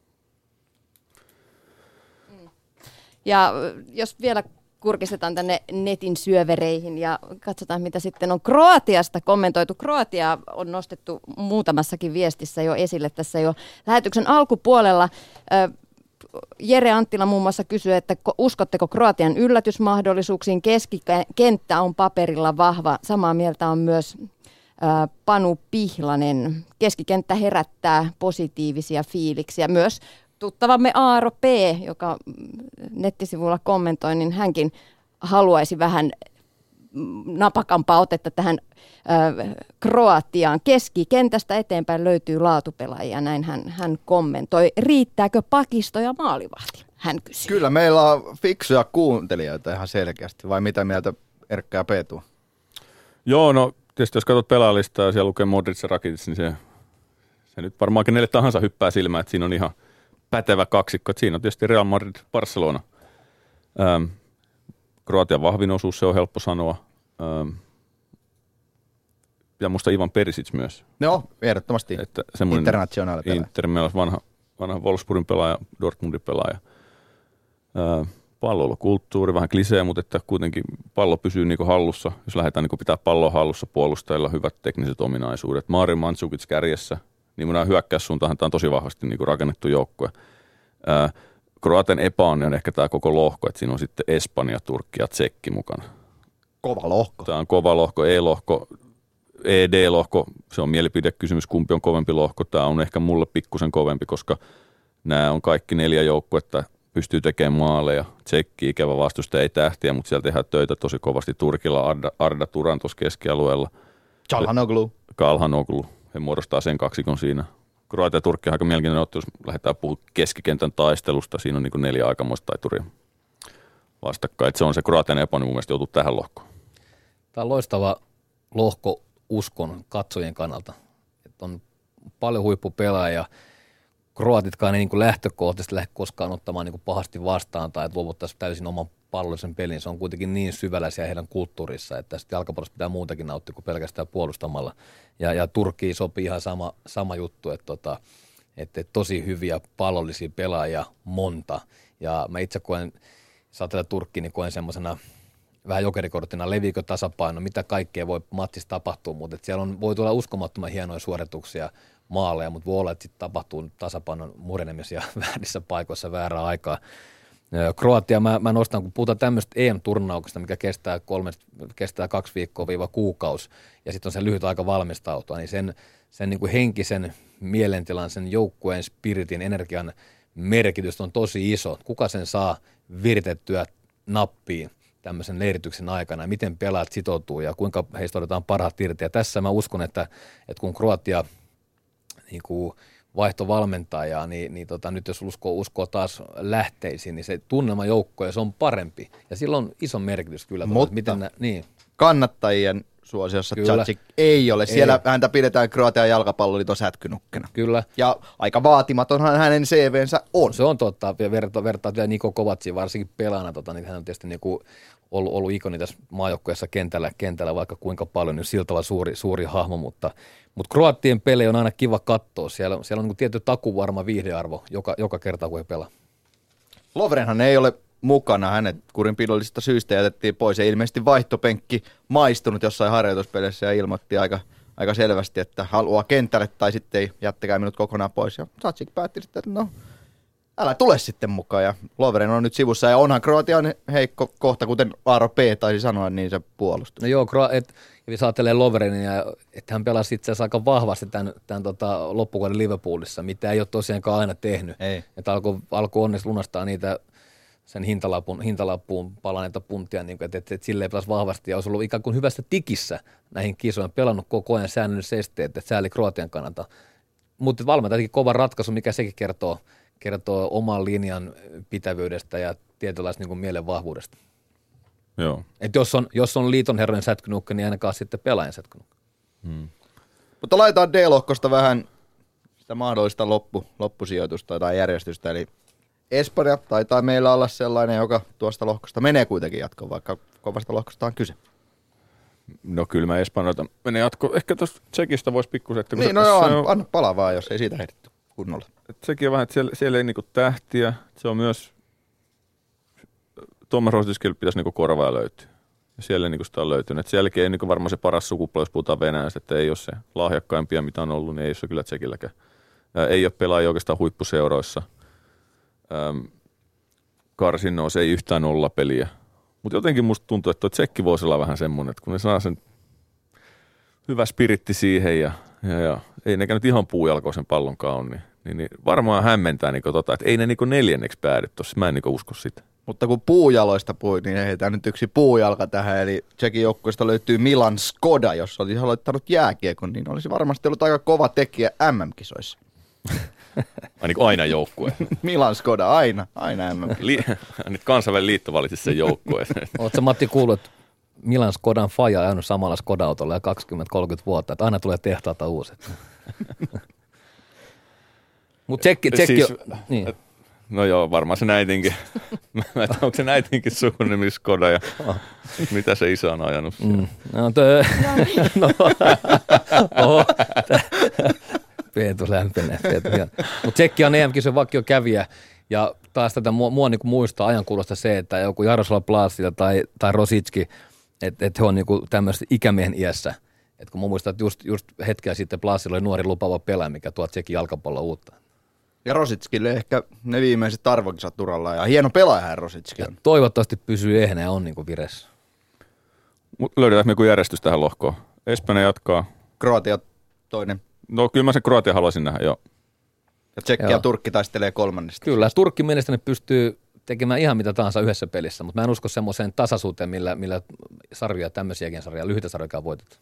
Ja jos vielä kurkistetaan tänne netin syövereihin ja katsotaan, mitä sitten on Kroatiasta kommentoitu. Kroatia on nostettu muutamassakin viestissä jo esille tässä jo lähetyksen alkupuolella. Jere Anttila muun muassa kysyy, että uskotteko Kroatian yllätysmahdollisuuksiin? Keskikenttä on paperilla vahva. Samaa mieltä on myös Panu Pihlanen. Keskikenttä herättää positiivisia fiiliksiä. Myös tuttavamme Aaro P., joka nettisivuilla kommentoi, niin hänkin haluaisi vähän napakampaa otetta tähän ö, Kroatiaan. Keskikentästä eteenpäin löytyy laatupelaajia, näin hän, hän kommentoi. Riittääkö pakisto ja maalivahti? Hän kysyy. Kyllä meillä on fiksuja kuuntelijoita ihan selkeästi, vai mitä mieltä Erkka ja Peetu? Joo, no tietysti jos katsot pelaajalistaa ja siellä lukee Modric ja Rakitic, niin se, se nyt varmaan kenelle tahansa hyppää silmään, että siinä on ihan pätevä kaksikko. Että siinä on tietysti Real Madrid, Barcelona. Ähm, Kroatian vahvin osuus, se on helppo sanoa. Ähm, ja musta Ivan Perisic myös. No, ehdottomasti internationaali pelaaja. Inter, meillä olisi vanha, vanha Wolfsburgin pelaaja, Dortmundin pelaaja. Ähm, palloilukulttuuri, vähän klisee, mutta että kuitenkin pallo pysyy niinku hallussa. Jos lähdetään niinku pitää palloa hallussa, puolustajilla hyvät tekniset ominaisuudet. Mario Mandzukic kärjessä. Niin mun hyökkäyssuuntaan tämä on tosi vahvasti niin kuin rakennettu joukkue. Ää, Kroatian epäonni on ehkä tämä koko lohko, että siinä on sitten Espanja, Turkki ja Tsekki mukana. Kova lohko. Tämä on kova lohko, E-lohko, E D-lohko, se on mielipidekysymys, kumpi on kovempi lohko. Tämä on ehkä mulle pikkusen kovempi, koska nämä on kaikki neljä joukkuetta, pystyy tekemään maaleja. Tsekki, ikävä vastusta, ei tähtiä, mutta siellä tehdään töitä tosi kovasti. Turkilla Arda, Arda Turan tuossa keskialueella. Calhanoglu. Calhanoglu. He muodostaa sen kaksikon siinä. Kroatia ja Turkki on aika mielenkiintoinen ottelu, jos lähdetään puhumaan keskikentän taistelusta. Siinä on niin kuin neljä aikamoista taituria vastakkain. Et se on se Kroatian eponi mun mielestä joutuu tähän lohkoon. Tämä on loistava lohko uskon katsojien kannalta. Et on paljon huippupelaajia. Kroatitkaan ei niin kuin lähtökohtaisesti lähde koskaan ottamaan niin kuin pahasti vastaan tai että luovuttaisiin täysin oman pallollisen pelin. Se on kuitenkin niin syvällä siellä heidän kulttuurissa, että sitten jalkapallossa pitää muutakin nauttia kuin pelkästään puolustamalla. Ja, ja Turkkiin sopii ihan sama, sama juttu, että, tota, että tosi hyviä pallollisia pelaajia monta. Ja mä itse koen, jos ajatellaan Turkkiin, niin koen semmoisena vähän jokerikorttina, leviikö tasapaino, mitä kaikkea voi matsissa tapahtua, mutta siellä on, voi tulla uskomattoman hienoja suorituksia, maaleja, mutta voi olla, että sitten tapahtuu tasapainon murenemisia väärissä paikoissa väärää aikaa. Kroatia, mä, mä nostan, kun puhutaan tämmöistä E M-turnauksesta, mikä kestää, kolme, kestää kaksi viikkoa viiva kuukausi, ja sitten on se lyhyt aika valmistautua, niin sen, sen niin kuin henkisen mielentilan, sen joukkueen spiritin, energian merkitys on tosi iso. Kuka sen saa viritettyä nappiin tämmöisen leirityksen aikana, ja miten pelaat sitoutuu, ja kuinka heistä otetaan parhaat irti. Ja tässä mä uskon, että, että kun Kroatia niin kuin vaihtovalmentajaa, niin, niin tota, nyt jos uskoo, uskoo taas lähteisiin, niin se tunnelma joukko ja se on parempi. Ja sillä on iso merkitys kyllä. Mutta tuota, miten nä, niin. kannattajien suosiossa Tsatsic ei ole. Siellä ei. Häntä pidetään Kroatian jalkapalloliiton sätkynukkena. Kyllä. Ja aika vaatimatonhan hänen C V:nsä on. Se on totta. Vertaat verta vielä Niko Kovaciin, varsinkin pelaana. Tota, niin hän on tietysti niinku ollut, ollut ikoni tässä maajoukkueessa kentällä, kentällä vaikka kuinka paljon, niin siltä on suuri, suuri hahmo, mutta Mutta Kroatien pelejä on aina kiva katsoa. Siellä, siellä on niin tietty takuvarma viihdearvo joka, joka kerta, kun he pelaa. Lovrenhan ei ole mukana. Hänet kurinpidollisista syistä jätettiin pois ja ilmeisesti vaihtopenkki maistunut jossain harjoituspeleissä ja ilmoitti aika, aika selvästi, että haluaa kentälle tai sitten ei jättäkää minut kokonaan pois. Ja Zacic päätti sitten, että no älä tule sitten mukaan. Ja Lovren on nyt sivussa ja onhan Kroatian heikko kohta, kuten Aaro P. taisi sanoa, niin se puolustus. No joo, et, jos ajattelee Lovrenin, että hän pelasi itse asiassa aika vahvasti tämän, tämän tota, loppukauden Liverpoolissa, mitä ei ole tosiaankaan aina tehnyt. Ei. Että alkoi alko onneksi lunastaa niitä sen hintalapun, hintalappuun palaneita puntia, niin että et, et silleen pelasi vahvasti ja olisi ollut ikään kuin hyvässä tikissä näihin kisoihin, pelannut koko ajan säännöllisesti, että sääli Kroatian kannalta. Mutta valmentajakin kova ratkaisu, mikä sekin kertoo, kertoo oman linjan pitävyydestä ja tietynlaista niin mielen vahvuudesta. Joo. Et jos on, jos on liiton herrojen sätkynukka, niin ainakaan sitten pelaajan sätkynukka. Hmm. Mutta laitetaan D-lohkosta vähän sitä mahdollista loppu, loppusijoitusta tai järjestystä, eli Espanja taitaa meillä olla sellainen, joka tuosta lohkosta menee kuitenkin jatkoon, vaikka kovasta lohkosta on kyse. No kyllä mä Espanjalta menee jatkoon. Ehkä tuosta Tsekistä voisi pikkusen. Niin, no joo, anna, anna palaa vaan, jos ei siitä heitetty kunnolla. Tsekin on vähän, että siellä, siellä ei niinku tähtiä. Se on myös, Thomas Rosickille pitäisi niinku korvaa löytyä. Ja siellä ei niinku sitä on löytynyt. Et sielläkin ei niinku varmaan se paras sukupolvi, jos puhutaan Venäjästä, että ei ole se lahjakkaimpia, mitä on ollut, niin ei ole se kyllä Tsekilläkään. Ää, ei ole pelaajia oikeastaan huippuseuroissa. Ähm, karsinnoissa ei yhtään nollapeliä. Mutta jotenkin musta tuntuu, että tuo Tsekki voisi olla vähän semmoinen, että kun ne saa sen hyvä spiritti siihen ja, ja, ja ei nekään nyt ihan puujalkoisen pallonkaan on, niin, niin, niin varmaan hämmentää niinku tota, että ei ne niinku neljänneksi päädy tuossa. Mä en niinku usko sitä. Mutta kun puujaloista puhuit, niin heitään nyt yksi puujalka tähän, eli Tsekin joukkueesta löytyy Milan Skoda, jos olisi aloittanut jääkiekon, niin olisi varmasti ollut aika kova tekijä M M-kisoissa. Aina aina joukkue. Milan Skoda, aina, aina M M. Li- nyt kansainvälinen liitto valitsi sen joukkueen. Oletko Matti kuullut, että Milan Skodan faja on ajanut samalla Skoda-autolla ja kaksikymmentä kolmekymmentä vuotta, että aina tulee tehtaata uuset. Mutta Tsekki, tsekki siis, on, niin. No joo, varmaan se näitinkin. Mä en tiedä, onko se näitinkin sukunimi Skoda ja mitä se isä on ajanut siellä. Mm. No, tö, no, oho, Peetu lämpenee. Mutta Tsekki on E M-kisojen vakio kävijä ja taas tätä mua, mua niinku muistaa ajankuulosta se, että joku Jaroslav Plasila tai, tai Rosicki, että et he on niinku tämmöistä ikämiehen iässä. Et kun mä muistan, että just, just hetkeä sitten Plasila oli nuori lupaava pelaaja, mikä tuo Tsekin jalkapalloa uutta. Ja Rositskille ehkä ne viimeiset arvokisat uralla ja hieno pelaajahan Rositski on. Toivottavasti pysyy ehänä ja on niinku viressä. Löydetäänkö me joku järjestys tähän lohkoon? Espanja jatkaa. Kroatia toinen. No kyllä mä sen Kroatia haluaisin nähdä, joo. Ja Tsekki ja Turkki taistelee kolmannesta. Kyllä, Turkki mielestäni pystyy tekemään ihan mitä tahansa yhdessä pelissä, mutta mä en usko semmoiseen tasaisuuteen, millä, millä sarjoja, tämmöisiäkin sarjoja, lyhyitä sarjoja voitetaan.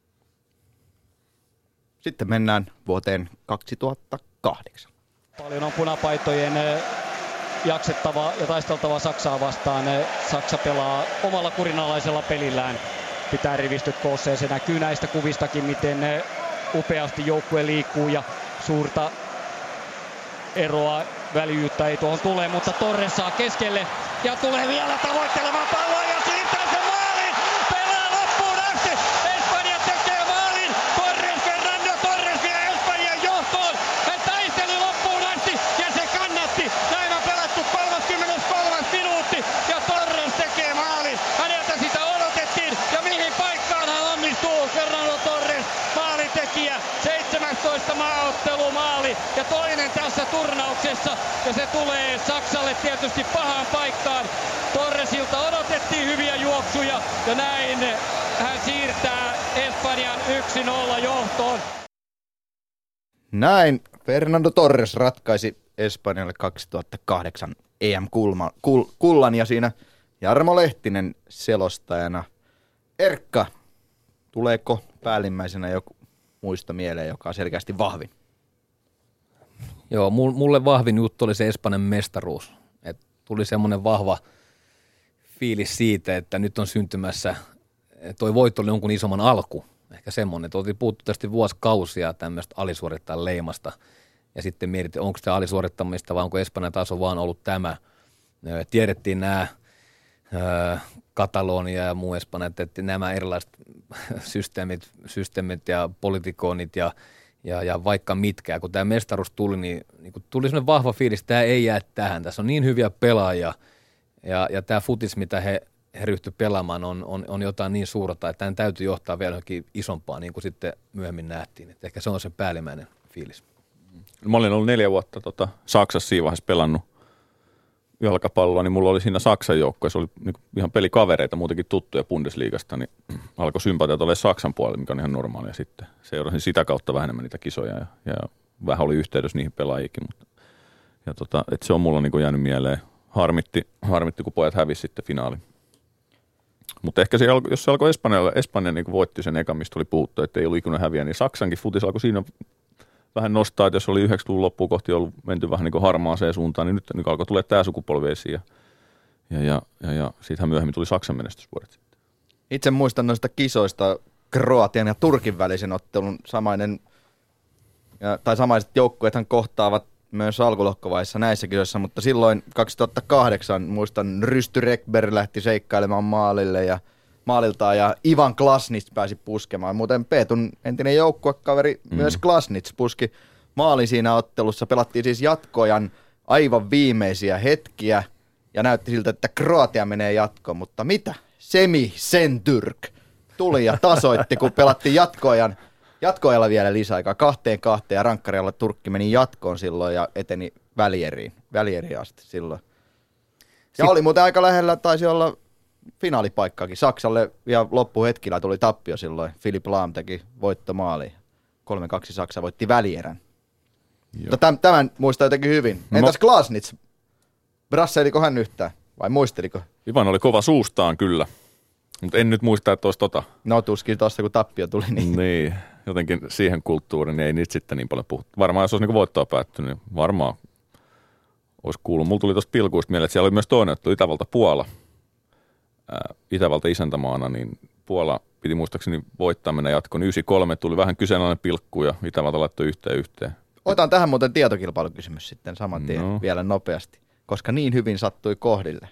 Sitten mennään vuoteen kaksituhattakahdeksan. Paljon on punapaitojen jaksettava ja taisteltava Saksaa vastaan. Saksa pelaa omalla kurinalaisella pelillään. Pitää rivistöt koossa ja se näkyy näistä kuvistakin, miten upeasti joukkue liikkuu ja suurta eroa, väljyyttä ei tuohon tule, mutta Torres saa keskelle ja tulee vielä tavoittelemaan palloa ja siirtää sen maaliin. Pelaa loppuun asti. Espanja tekee maalin. Torres, Fernando Torres vie Espanjan johtoon. Hän taisteli loppuun asti ja se kannatti. Näin on pelattu kolmaskymmeneskolmas minuutti ja Torres tekee maalin. Häneltä sitä odotettiin ja mihin paikkaan hän onnistuu. Fernando Torres, maalintekijä. seitsemäntoista maaottelu maali ja toinen tässä turnauksessa ja se tulee Saksalle tietysti pahaan paikkaan. Torresilta odotettiin hyviä juoksuja ja näin hän siirtää Espanjan yksi nolla johtoon. Näin Fernando Torres ratkaisi Espanjalle kaksituhattakahdeksan E M-kullan ja siinä Jarmo Lehtinen selostajana. Erkka, tuleeko päällimmäisenä joku muista mieleen, joka on selkeästi vahvin? Joo, mulle vahvin juttu oli se Espanjan mestaruus. Et tuli semmoinen vahva fiilis siitä, että nyt on syntymässä, toi voitto oli jonkun isomman alku. Ehkä semmoinen, että oltiin puhuttu tästä vuosikausia tämmöistä alisuorittajan leimasta. Ja sitten mietittiin, onko tämä alisuorittamista vai onko Espanjan taso vaan ollut tämä. Tiedettiin nämä Katalonia ja muu Espanja, että nämä erilaiset systeemit, systeemit ja politikoonit ja, ja, ja vaikka mitkä. Kun tämä mestaruus tuli, niin, niin kun tuli sellainen vahva fiilis, että tämä ei jää tähän. Tässä on niin hyviä pelaajia, Ja, ja tämä futis, mitä he, he ryhtyivät pelaamaan, on, on, on jotain niin suurta, että tämän täytyy johtaa vielä johonkin isompaa, niin kuin sitten myöhemmin nähtiin. Et ehkä se on se päällimmäinen fiilis. Mä olin ollut neljä vuotta tota, Saksassa siinä vaiheessa pelannut jalkapalloa, niin mulla oli siinä Saksan joukko, ja se oli niin ihan pelikavereita, muutenkin tuttuja Bundesliigasta, niin alkoi sympatiat olemaan Saksan puolella, mikä on ihan normaalia sitten. Seurasin sitä kautta vähän enemmän niitä kisoja, ja, ja vähän oli yhteydessä niihin pelaajikin, mutta ja tota, et se on mulla niin jäänyt mieleen. Harmitti, harmitti, kun pojat hävisi sitten finaali. Mutta ehkä se alko, jos se alkoi Espanjalla, Espanja niin voitti sen eka, mistä oli puhuttu, että ei ollut ikinä häviä, niin Saksankin futis alkoi siinä vähän nostaa, että jos oli yhdeksänkymmentäluvun loppuun kohti ollut menty vähän niin harmaaseen suuntaan, niin nyt niin alkoi tulla tämä sukupolvi esiin. Ja, ja, ja, ja, ja siitähän myöhemmin tuli Saksan menestysvuodet sitten. Itse muistan noista kisoista Kroatian ja Turkin välisen ottelun samainen, ja, tai samaiset joukkueethan kohtaavat myös alkulohkovaiheessa näissä kisoissa, mutta silloin kaksituhattakahdeksan muistan Rysty Rekberg lähti seikkailemaan maalille ja maaliltaan ja Ivan Klasnits pääsi puskemaan. Muuten Peetun entinen joukkuekaveri mm. myös Klasnits puski maalin siinä ottelussa. Pelattiin siis jatkojan aivan viimeisiä hetkiä ja näytti siltä, että Kroatia menee jatkoon, mutta mitä? Semi Sentyrk tuli ja tasoitti, kun pelattiin jatkoajan. Jatkoajalla vielä lisäaikaa, kahteen kahteen ja rankkarialla Turkki meni jatkoon silloin ja eteni välieriin, välieriin asti silloin. Ja Sitten oli muuten aika lähellä, taisi olla finaalipaikkaakin. Saksalle ja loppuhetkillä tuli tappio silloin. Philipp Lahm teki voittomaali. kolme kaksi Saksa voitti välierän. Mutta tämän, tämän muistaa jotenkin hyvin. Entäs no. Klasnits? Brasseliko hän yhtään vai muisteliko? Ivan oli kova suustaan kyllä. Mutta en nyt muista, että olisi tota. No tuskin tuossa, kun tappio tuli. Niin, niin jotenkin siihen kulttuuriin niin ei niitä sitten niin paljon puhuttu. Varmaan jos olisi niin voittoa päättynyt, niin varmaan olisi kuullut. Mulla tuli tuosta pilkuista mieleen, että siellä oli myös toinen, että Itävalta-Puola. Ää, Itävalta isäntämaana, niin Puola piti muistaakseni voittaa mennä jatkoon. yhdeksänkymmentäkolme tuli vähän kyseenalainen pilkku ja Itävalta laittoi yhteen yhteen. Otan tähän muuten tietokilpailukysymys sitten saman tien no. vielä nopeasti, koska niin hyvin sattui kohdille.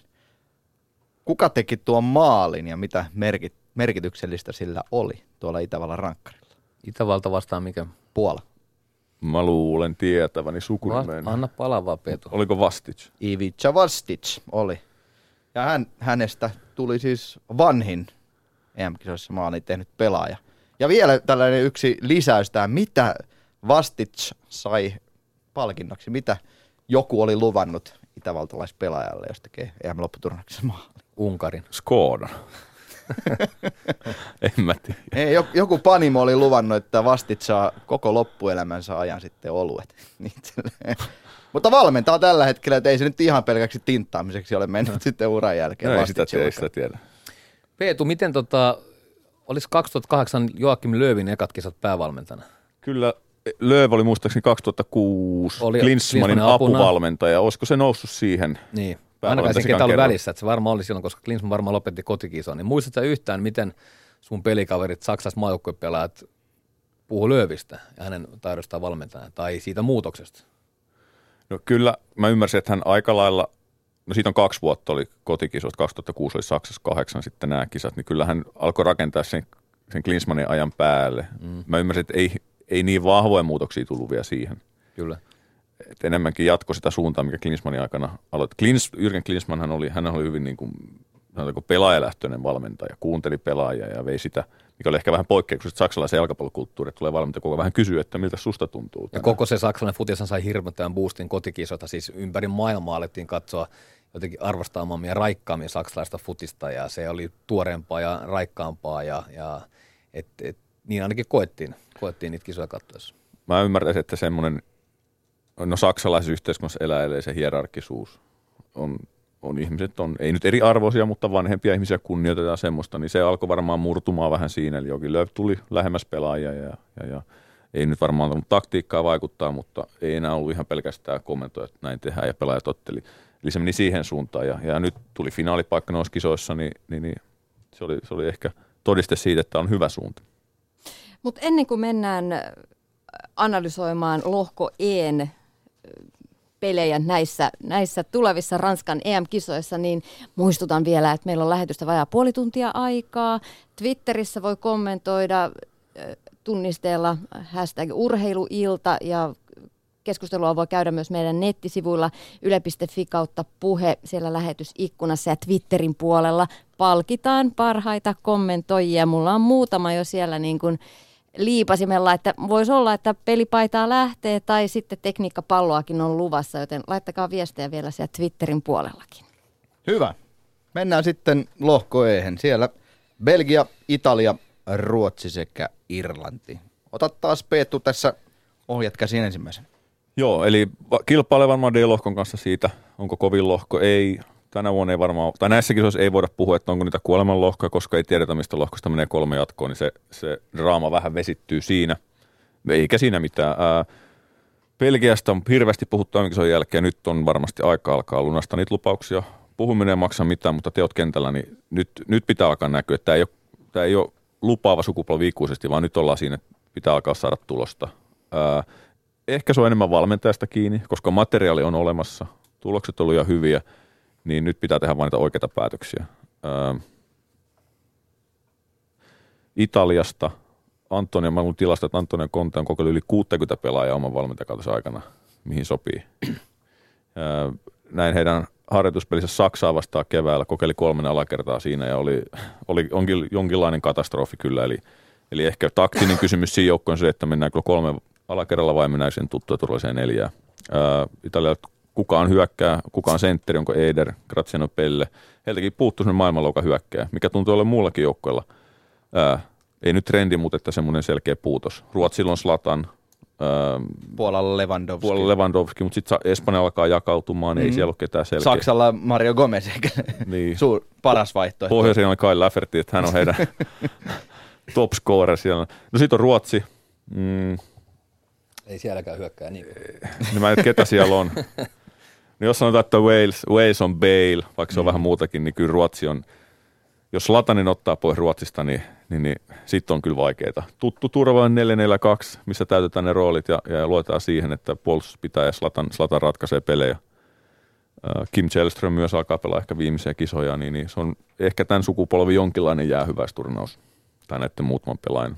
Kuka teki tuon maalin ja mitä merkit, merkityksellistä sillä oli tuolla Itävallan rankkarilla? Itävalta vastaan mikä? Puola. Mä luulen tietäväni sukunimen. Va- anna palavaa, Peetu. Oliko Vastic? Ivica Vastic oli. Ja hän, hänestä tuli siis vanhin E M-kisoissa maalin tehnyt pelaaja. Ja vielä tällainen yksi lisäys tähän, mitä Vastic sai palkinnoksi, mitä joku oli luvannut itävaltalaispelaajalle, jos tekee E M-lopputurnauksessa maalin. Unkarin. Skoda. En mä tiedä. Ei, joku panimo oli luvannut, että Vastit saa koko loppuelämänsä ajan sitten oluet. Mutta valmentaa tällä hetkellä, että ei se nyt ihan pelkäksi tinttaamiseksi ole mennyt sitten uran jälkeen. No ei sitä, ei sitä tiedä. Peetu, miten tota, olisi kaksituhattakahdeksan Joakim Löwin ekat kisat päävalmentana? Kyllä, Löw oli muistaakseni kaksituhattakuusi oli Klinsmannin apuvalmentaja. Olisiko se noussut siihen? Niin. Ainakaan siinä ketä oli välissä, että se varmaan oli silloin, koska Klinsmann varmaan lopetti kotikisoon. Niin muistatko yhtään, miten sun pelikaverit, Saksassa maajoukkuepelaajat, puhuu Löwistä ja hänen taidostaan valmentajana tai siitä muutoksesta? No kyllä, mä ymmärsin, että hän aika lailla, no siitä on kaksi vuotta oli kotikisoista, kaksituhattakuusi oli Saksassa kahdeksan sitten nämä kisat, niin kyllä hän alkoi rakentaa sen, sen Klinsmannin ajan päälle. Mm. Mä ymmärsin, että ei, ei niin vahvoja muutoksia tullut vielä siihen. Kyllä. Et enemmänkin jatko sitä suuntaa, mikä Klinsmannin aikana aloitti. Klins, Jürgen Klinsmann hän oli, hän oli hyvin niin kuin, pelaajalähtöinen valmentaja, kuunteli pelaajia ja vei sitä, mikä oli ehkä vähän poikkeuksellista saksalaisen jalkapallokulttuuri, että tulee valmentaja koko vähän kysyä, että miltä susta tuntuu. Ja tänään. Koko se saksalainen futishan sai hirveän boostin kotikisoita, siis ympäri maailmaa alettiin katsoa jotenkin arvostaamamme ja raikkaammin saksalaista futista ja se oli tuoreempaa ja raikkaampaa ja, ja et, et, niin ainakin koettiin, koettiin niitä kisoja katsoessa. Mä ymmärtäisin, että semmoinen no saksalaisessa yhteiskunnassa elää se hierarkisuus. On, on ihmiset, on, ei nyt eri arvoisia, mutta vanhempia ihmisiä kunnioitetaan semmoista, niin se alkoi varmaan murtumaan vähän siinä. Eli Jogi Löw tuli lähemmäs pelaajia ja, ja, ja ei nyt varmaan ollut taktiikkaa vaikuttaa, mutta ei enää ollut ihan pelkästään kommentoja, että näin tehdään ja pelaajat otteli. Eli se meni siihen suuntaan ja, ja nyt tuli finaalipaikka noissa kisoissa, niin, niin, niin se, oli, se oli ehkä todiste siitä, että on hyvä suunta. Mutta ennen kuin mennään analysoimaan lohko E:n pelejä näissä, näissä tulevissa Ranskan E M-kisoissa, niin muistutan vielä, että meillä on lähetystä vajaa puoli tuntia aikaa. Twitterissä voi kommentoida tunnisteella hashtag urheiluilta ja keskustelua voi käydä myös meidän nettisivuilla yle piste fi kautta puhe siellä lähetysikkunassa ja Twitterin puolella. Palkitaan parhaita kommentoijia. Mulla on muutama jo siellä niin kuin liipasimella, että voisi olla, että pelipaitaa lähtee tai sitten tekniikkapalloakin on luvassa, joten laittakaa viestejä vielä siellä Twitterin puolellakin. Hyvä. Mennään sitten lohko E:hen. Siellä Belgia, Italia, Ruotsi sekä Irlanti. Ota taas Peettu tässä ohjat käsiin ensimmäisen. Joo, eli kilpailee varmaan D-lohkon kanssa siitä, onko kovin lohko, ei. Tänä vuonna ei varmaan, tai näissä kisoissa ei voida puhua, että onko niitä kuoleman lohkoja, koska ei tiedetä, mistä lohkosta menee kolme jatkoon, niin se, se draama vähän vesittyy siinä. Eikä siinä mitään. Ää, Belgiasta on hirveästi puhuttu kisojen jälkeen, nyt on varmasti aika alkaa lunastaa niitä lupauksia. Puhuminen ei maksa mitään, mutta teot kentällä, niin nyt, nyt pitää alkaa näkyä, että tämä ei ole, tämä ei ole lupaava sukupolvi ikuisesti, vaan nyt ollaan siinä, että pitää alkaa saada tulosta. Ää, ehkä se on enemmän valmentajasta kiinni, koska materiaali on olemassa, tulokset on ollut ihan hyviä, niin nyt pitää tehdä vain niitä oikeita päätöksiä. Ää, Italiasta, Antonio, mä luin tilasta, että Antonio Conte on kokeillut yli kuusikymmentä pelaajaa oman valmentajakautensa aikana, mihin sopii. Ää, näin heidän harjoituspelissä Saksaa vastaan keväällä, kokeili kolmen alakertaa siinä ja oli, oli onkin, jonkinlainen katastrofi kyllä. Eli, eli ehkä taktinen kysymys siinä joukkoon on se, että mennäänkö kolme alakerralla vai mennäänkö sen tuttua turvalliseen neljään. Ää, Italia, kukaan hyökkää, kukaan sentteri, onko Eder, Graziano Pelle. Heiltäkin puuttuu semmoinen maailmanlouka hyökkää, mikä tuntuu olemaan muullakin joukkoilla. Ää, ei nyt trendi, mutta että semmoinen selkeä puutos. Ruotsilla on Zlatan. Puolalla Lewandowski. Puolalla Lewandowski, mutta sitten Espanja alkaa jakautumaan, mm-hmm. ei siellä ole ketään selkeä. Saksalla Mario Gomez, eikä niin. Suur, paras vaihtoehto. Pohjoisilla on Kai Lafferty, että hän on heidän top scorer siellä. No sitten on Ruotsi. Mm. Ei sielläkään hyökkää niin. No mä en ketä siellä on. No jos sanotaan, että Wales, Wales on Bale, vaikka se on mm. vähän muutakin, niin kyllä Ruotsi on, jos Latanin ottaa pois Ruotsista, niin, niin, niin sitten on kyllä vaikeaa. Tuttu turvallinen neljä neljä kaksi, missä täytetään ne roolit ja, ja luetaan siihen, että puolustus pitää ja Zlatan, Zlatan ratkaisee pelejä. Kim Källström myös alkaa pelaa ehkä viimeisiä kisoja, niin, niin se on ehkä tämän sukupolvi jonkinlainen jäähyväisturnaus tai näiden muutaman pelaajan.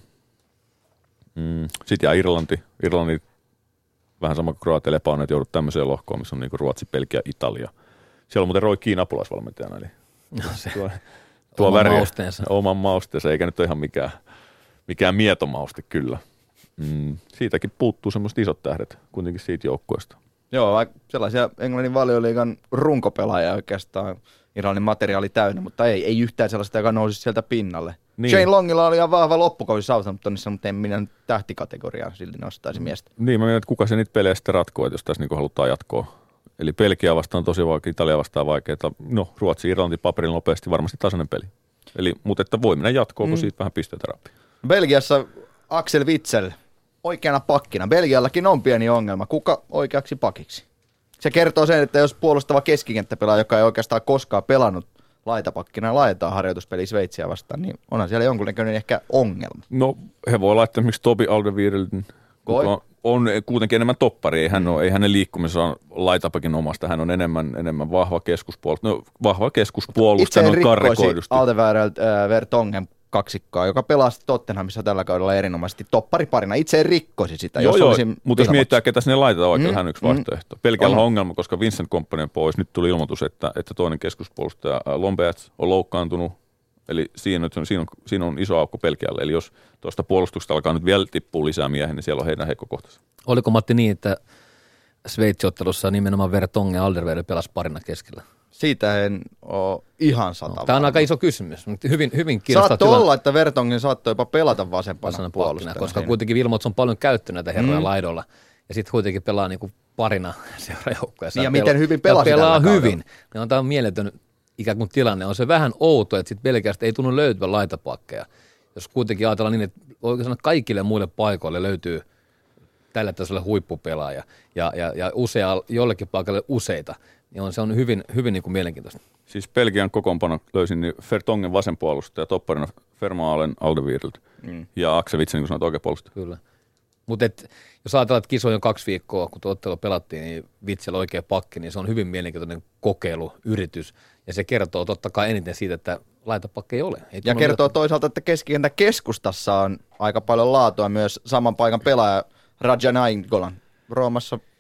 Mm. Sitten jää Irlanti. Irlanti vähän sama kuin Kroatia Lepaunen, että joudut tämmöiseen lohkoon, missä on niin kuin Ruotsi, Belgia, Italia. Siellä on muuten Roy Keane apulaisvalmentajana, eli tuo, tuo oman väri, mausteensa. Oman mausteensa, eikä nyt ole ihan mikään, mikään mietomauste kyllä. Mm. Siitäkin puuttuu semmoiset isot tähdet kuitenkin siitä joukkueesta. Joo, sellaisia Englannin Valioliigan runkopelaajia oikeastaan. Irlannin materiaali täynnä, mutta ei, ei yhtään sellaista, joka nousisi sieltä pinnalle. Niin. Shane Longilla oli ihan vahva loppukausi Southamptonissa, mutta en minä nyt tähtikategoriaan silti nostaisi miestä. Niin, mä mietin, että kuka se niitä pelejä sitten ratkoo, että jos tässä niin halutaan jatkoa. Eli Belgia vastaan tosi vaikea, Italia vastaan vaikeaa. No, Ruotsi, Irlanti, paperilla nopeasti varmasti tasainen peli. Eli, mutta että voi mennä jatkoon, kun mm. siitä vähän pisteitä rappi. Belgiassa Axel Witsel oikeana pakkina. Belgiallakin on pieni ongelma. Kuka oikeaksi pakiksi? Se kertoo sen, että jos puolustava keskikenttäpelaaja, joka ei oikeastaan koskaan pelannut laitapakkina ja laitetaan harjoituspeli Sveitsiä vastaan, niin onhan siellä jonkunnäköinen ehkä ongelma. No he voi laittaa esimerkiksi Toby Alderweireld, joka on kuitenkin enemmän toppari. Ei, hän ole, ei hänen liikkumisessa on laitapakin omasta, hän on enemmän, enemmän vahva keskuspuolustaja. No vahva keskuspuolustaja noin karrikoidusti. Itse Alderweireld äh, Vertongen kaksikkaa, joka pelasi Tottenhamissa tällä kaudella erinomaisesti toppariparina. Itse ei rikkoisi sitä. Joo, jos joo, olisi mutta jos mietitään, ketä sinne laitetaan oikein, mm, hän on yksi vaihtoehto. Mm, Pelkällä on ongelma, koska Vincent Kompany on pois. Nyt tuli ilmoitus, että, että toinen keskuspuolustaja Lombeats on loukkaantunut. Eli siinä on, siinä on, siinä on iso aukko Belgialle. Eli jos tuosta puolustuksesta alkaa nyt vielä tippua lisää miehiä, niin siellä on heidän heikkokohtansa. Oliko Matti niin, että Sveitsi-ottelussa nimenomaan Vertongen ja Alderweireld pelasi parina keskellä? Siitä en ole ihan sata. No, tämä on aika iso kysymys, mutta hyvin, hyvin kiinnostaa. Saattoi olla, että Vertongen saattoi jopa pelata vasempana puolustajana. Koska siinä kuitenkin Wilmots on paljon käyttänyt näitä herroja mm. laidolla. Ja sitten kuitenkin pelaa niinku parina seurajoukkoja. Ja miten hyvin pelasi pelaa hyvin. Ne on tämä mieletön ikään kuin tilanne. On se vähän outo, että sitten Belgiasta ei tunnu löytyä laitapakkeja. Jos kuitenkin ajatellaan niin, että oikeastaan kaikille muille paikoille löytyy tällä tasolla huippupelaaja ja, ja, ja usea, jollekin paikalle useita, niin on, se on hyvin, hyvin niin kuin mielenkiintoista. Siis Belgian kokoonpano löysin niin Vertongen vasenpuolustaja, topparina Vermaelen Alderweireld mm. ja Axel Witsel, niin kuin sanoit, oikea puolustaja. Kyllä. Mutta jos ajatellaan, että kisoja on kaksi viikkoa, kun tuo ottelu pelattiin, niin Witsel oikea pakki, niin se on hyvin mielenkiintoinen kokeilu, yritys. Ja se kertoo totta kai eniten siitä, että laitapakki ei ole. Ei ja kertoo yhtä... toisaalta, että keskikentän keskustassa on aika paljon laatua myös saman paikan pelaaja Raja Nainggolan. Roomassa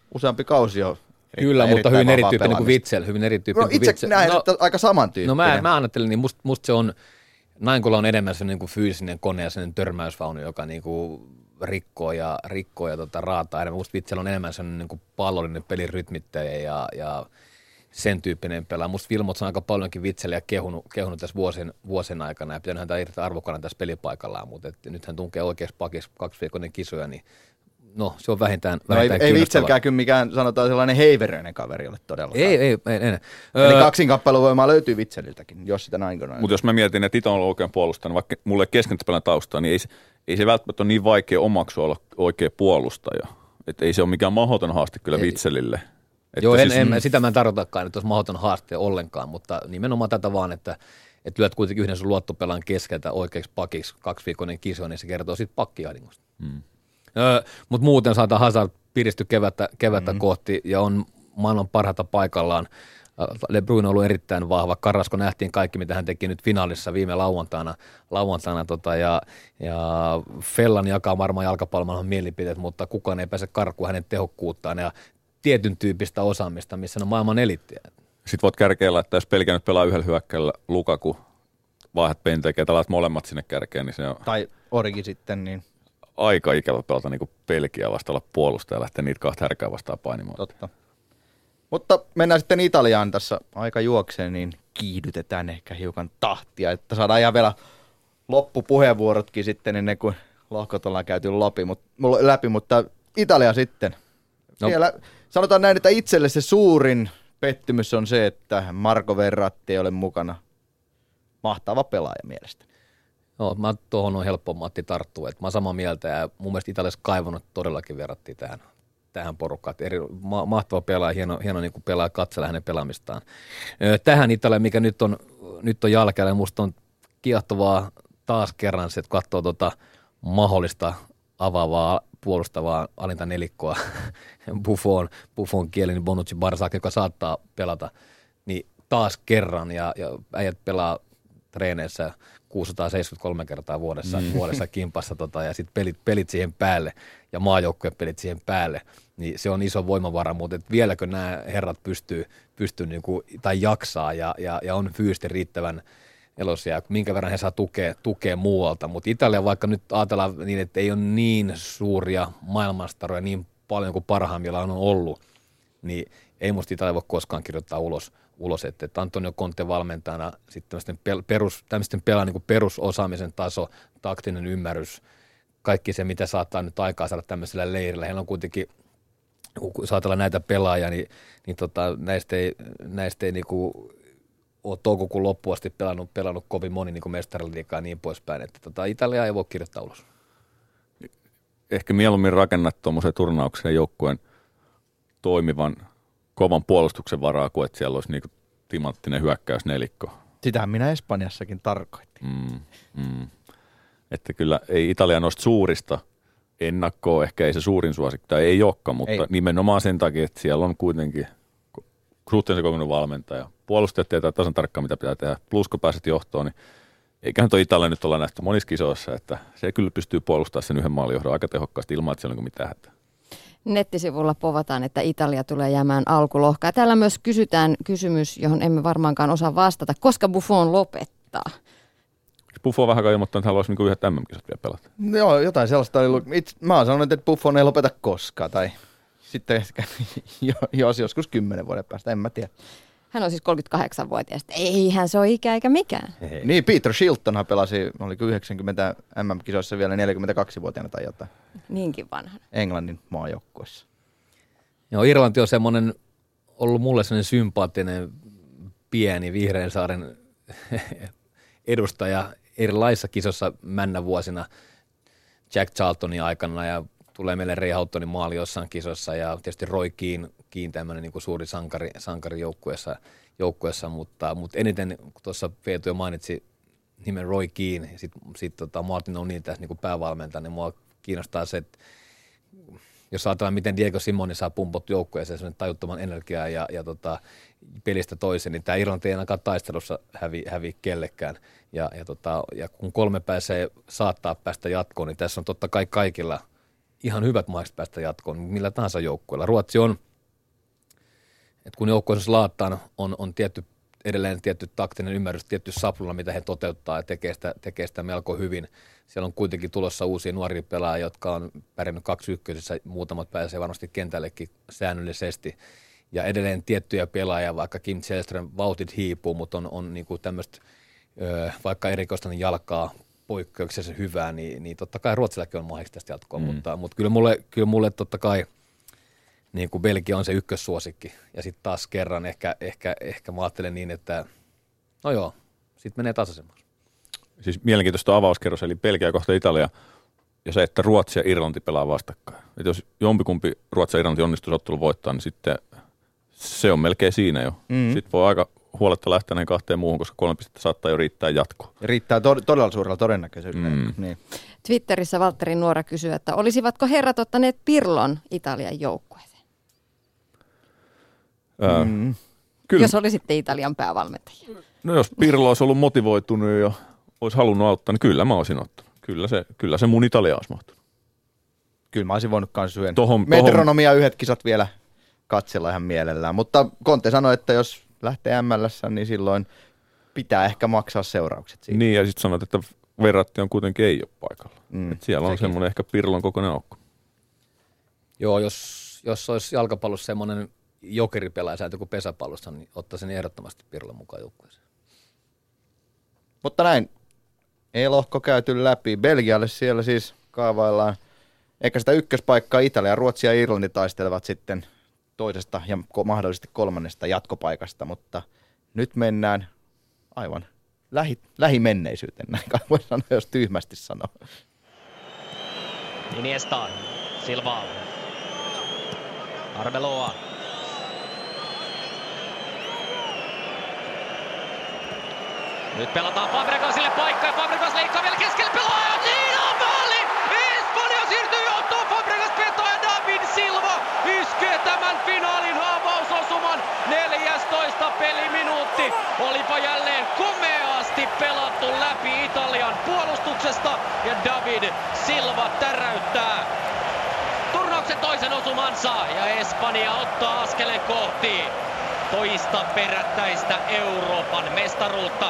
useampi kausi jo. Kyllä, mutta hyvin erityyppinen kuin Witsel. Hyvin erityyppinen no, kuin itse Witsel. näen, no, että aika samantyyppinen. No mä, mä ajattelin, niin musta must se on, Nainkola on enemmän se niin kuin fyysinen kone ja sellainen törmäysvaunu, joka niin kuin rikkoo ja, rikkoo ja tota, raataa enemmän. Musta Witsel on enemmän sellainen niin kuin pallollinen pelin rytmittäjä ja, ja sen tyyppinen pelaa. Musta Wilmots on aika paljonkin Witseliä kehunut, kehunut tässä vuosien, vuosien aikana ja pitänyt häntä irti arvokkaana tässä pelipaikallaan, mutta nyt hän tunkee oikeassa pakissa kaksiviikkoinen kisoja, niin no se on vähintään, no vähintään ei, ei Witselkään kyllä mikään, sanotaan sellainen heiveröinen kaveri ole todellakaan. Ei, ei, ei. ei. Eli öö, kaksinkappailuvoimaa löytyy Witseliltäkin, jos sitä näin on. Mutta jos mä mietin, että Ito on ollut oikein puolustaja, vaikka mulle ei keskentäpelän taustaa, niin ei se, ei se välttämättä ole niin vaikea omaksua olla oikea puolustaja. Että ei se ole mikään mahdoton haaste kyllä Witselille. Joo, en, siis, en, sitä mä en tarkoitakaan, että olisi mahdoton haaste ollenkaan, mutta nimenomaan tätä vaan, että, että lyöt kuitenkin yhden sun luottopelan keskeltä oikeaksi pakiksi kaksiviikkoinen kiso, niin se kertoo siitä pakkiahdingosta. Hmm. Öö, mutta muuten saattaa Hazard piristy kevättä, kevättä hmm. kohti ja on maailman parhaita paikallaan. De Bruyne on ollut erittäin vahva. Carrasco nähtiin kaikki, mitä hän teki nyt finaalissa viime lauantaina. lauantaina tota, ja, ja Fellan jakaa varmaan jalkapallon mielipiteet, mutta kukaan ei pääse karkuun hänen tehokkuuttaan ja tietyn tyyppistä osaamista, missä on maailman elittiä. Sitten voit kärkeellä, että jos pelkää nyt pelaa yhdellä hyökkäyllä Lukaku, vaihdat Bentekeä, tällaiset molemmat sinne kärkeen, niin se on... Tai Origi sitten, niin... Aika ikävä pelata niin Belgiaa vasta olla puolustaja ja lähteä niitä kahta härkää vastaan painimaan. Totta. Mutta mennään sitten Italiaan tässä aika juokseen, niin kiihdytetään ehkä hiukan tahtia, että saadaan ihan vielä loppupuheenvuorotkin sitten ennen kuin lohkot ollaan käyty läpi, mutta, läpi, mutta Italia sitten. No. Siellä sanotaan näin, että itselle se suurin pettymys on se, että Marco Verratti ei ole mukana. Mahtava pelaaja mielestäni. No, mä tuohon on helppo Matti tarttua, että mä oon samaa mieltä ja mun mielestä Italiassa kaivannut todellakin Verratti tähän, tähän porukkaan. Eri, ma- mahtava pelaaja, hieno, hieno niin kuin pelaaja, katsella hänen pelaamistaan. Tähän Italia, mikä nyt on, nyt on jalkeella, musta on kiehtovaa taas kerran se, että katsoo tota mahdollista avaavaa puolustavaa alinta nelikkoa Buffon, Buffon kielinen Bonucci Barzak, joka saattaa pelata, niin taas kerran ja, ja äijät pelaa treeneissä kuusisataaseitsemänkymmentäkolme kertaa vuodessa, mm. vuodessa kimpassa tota, ja sitten pelit, pelit siihen päälle ja maajoukkueen pelit siihen päälle, niin se on iso voimavara, mutta et vieläkö nämä herrat pystyy, pystyy niinku, tai jaksaa ja, ja, ja on fyysisesti riittävän elosia, minkä verran he saa tukea, tukea muualta, mutta Italia vaikka nyt ajatellaan niin, että ei ole niin suuria maailmanstaroja niin paljon kuin parhaimmillaan on ollut, niin ei musta Italia voi koskaan kirjoittaa ulos, ulos että, että Antonio Conte valmentajana sitten pel, perus, tämmöisten pelaa niin perusosaamisen taso, taktinen ymmärrys, kaikki se, mitä saattaa nyt aikaa saada tämmöisellä leirillä. Heillä on kuitenkin, kun saatellaan näitä pelaajia, niin, niin tota, näistä ei, näistä ei niinku ole toukokuun loppuun asti pelannut, pelannut kovin moni niin mestariliigaa ja niin poispäin, että tota, Italia ei voi kirjoittaa ulos. Ehkä mieluummin rakennat tuommoisen turnauksen joukkueen toimivan kovan puolustuksen varaa, kuin että siellä olisi niin timanttinen hyökkäysnelikko. Sitähän minä Espanjassakin tarkoitin. Mm, mm. Että kyllä ei Italia noista suurista ennakkoa, ehkä ei se suurin suosikki, tai ei olekaan, mutta ei. Nimenomaan sen takia, että siellä on kuitenkin suhteellisen kokoinen valmentaja. Puolustajat tietää tasan tarkkaan, mitä pitää tehdä. Plus kun pääset johtoon, niin eiköhän tuo Italia nyt olla nähty monissa kisoissa, että se kyllä pystyy puolustamaan sen yhden maalijohdon aika tehokkaasti ilman, että siellä on mitään hätää. Nettisivulla povataan, että Italia tulee jäämään alkulohkaan. Täällä myös kysytään kysymys, johon emme varmaankaan osaa vastata. Koska Buffon lopettaa? Buffon vähän ilmoittanut, että haluaisi niinku yhdet M M-kisat vielä pelata. Joo, jotain sellaista oli. Itse, mä oon sanonut, että Buffon ei lopeta koskaan. Tai sitten jos joskus kymmenen vuoden päästä, en mä tiedä. Hän on siis kolmekymmentäkahdeksanvuotias. Eihän se ole ikä eikä mikään. Hei. Niin, Peter Shiltonhan pelasi, oli yhdeksänkymmentä M M-kisoissa vielä neljäkymmentäkaksivuotiaana tai jotain. Niinkin vanhana. Englannin maajoukkuessa. Joo, Irlanti on semmoinen, ollut mulle semmoinen sympaattinen pieni Vihreän saaren edustaja erilaisissa kisossa männävuosina Jack Charltonin aikana ja tulee meille Ray Houghtonin maali jossain kisossa ja tietysti Roy Keane, Keane tämmöinen niin kuin suuri sankari, sankari joukkueessa, joukkueessa, mutta, mutta eniten, kun tuossa Veetu jo mainitsi nimen Roy Keane ja sitten sit, tota, Martin O'Neill tässä niin kuin päävalmentaja, niin mua kiinnostaa se, että jos ajatellaan, miten Diego Simoni saa pumpottu joukkueeseen sellainen tajuttoman energiaa ja, ja tota, pelistä toiseen, niin tämä Irlanti ei ainakaan taistelussa hävi, hävi kellekään. Ja, ja, tota, ja kun kolme pääsee saattaa päästä jatkoon, niin tässä on totta kai kaikilla ihan hyvät mahdollisuudet päästä jatkoon millä tahansa joukkueella. Ruotsi on, että kun joukkueessa laataan, on, on tietty, edelleen tietty taktinen ymmärrys, tietty sapluuna, mitä he toteuttaa ja tekee sitä, tekee sitä melko hyvin. Siellä on kuitenkin tulossa uusia nuoria pelaajia, jotka on pärjännyt kaksi ykkösessä, muutamat pääsee varmasti kentällekin säännöllisesti. Ja edelleen tiettyjä pelaajia, vaikka Kim Källström vauhtit hiipuu, mutta on, on niinku tämmöistä vaikka erikoista jalkaa poikkeuksellisen hyvää, niin, niin totta kai Ruotsillakin on mahdollista tästä jatkoa, mm. mutta, mutta kyllä, mulle, kyllä mulle totta kai niin kuin Belgia on se ykkössuosikki. Ja sitten taas kerran ehkä, ehkä, ehkä mä ajattelen niin, että no joo, sitten menee tasaisemmaksi. Siis mielenkiintoista avauskerros, eli Belgia kohta Italia, ja se, että Ruotsi ja Irlanti pelaa vastakkain. Et jos jompikumpi Ruotsi ja Irlanti onnistuisi ottelun voittaa, niin sitten se on melkein siinä jo. Mm. Sitten voi aika huoletta lähteä näihin kahteen muuhun, koska kolme pistettä saattaa jo riittää jatkoon. Riittää to- todella suurella todennäköisyydellä. Mm. Niin. Twitterissä Valtteri Nuora kysyy, että olisivatko herrat ottaneet Pirlon Italian joukkueeseen? Ää, mm. kyllä. Jos olisitte Italian päävalmentajia. No jos Pirlo olisi ollut motivoitunut ja olisi halunnut auttaa, niin kyllä mä olisin ottanut. Kyllä se, kyllä se mun Italia olisi mahtunut. Kyllä mä olisin voinut kans yhden metronomia yhdet kisat vielä katsella ihan mielellään. Mutta Conte sanoi, että jos lähtee M L:ssä, niin silloin pitää ehkä maksaa seuraukset siitä. Niin, ja sitten sanoit, että Verratti on kuitenkin ei ole paikalla. Mm, Et siellä on semmoinen ehkä Pirlon kokoinen aukko. Joo, jos, jos olisi jalkapallossa semmoinen jokeripelaajasääntö kuin pesäpallossa, niin ottaisin ehdottomasti Pirlon mukaan joukkueeseen. Mutta näin, E-lohko käyty läpi. Belgialle siellä siis kaavaillaan, eikä sitä ykköspaikkaa Italia, Ruotsi ja Irlanti taistelevat sitten toisesta ja mahdollisesti kolmannesta jatkopaikasta, mutta nyt mennään aivan lähi, lähimenneisyyteen, näin kai voi sanoa, jos tyhmästi sanoo. Iniesta, Silva, Arbeloa. Nyt pelataan Fabregasille paikka ja Fabregas leikkaa vielä keskelle pelaaja. Siinä on maali! Espanja siirtyy johtoon, Fabregas petoo ja David Silva iskee tämän finaalin haavausosuman. neljästoista peliminuutti. Olipa jälleen komeasti pelattu läpi Italian puolustuksesta ja David Silva täräyttää turnauksen toisen osumansa ja Espanja ottaa askeleen kohti toista perättäistä Euroopan mestaruutta.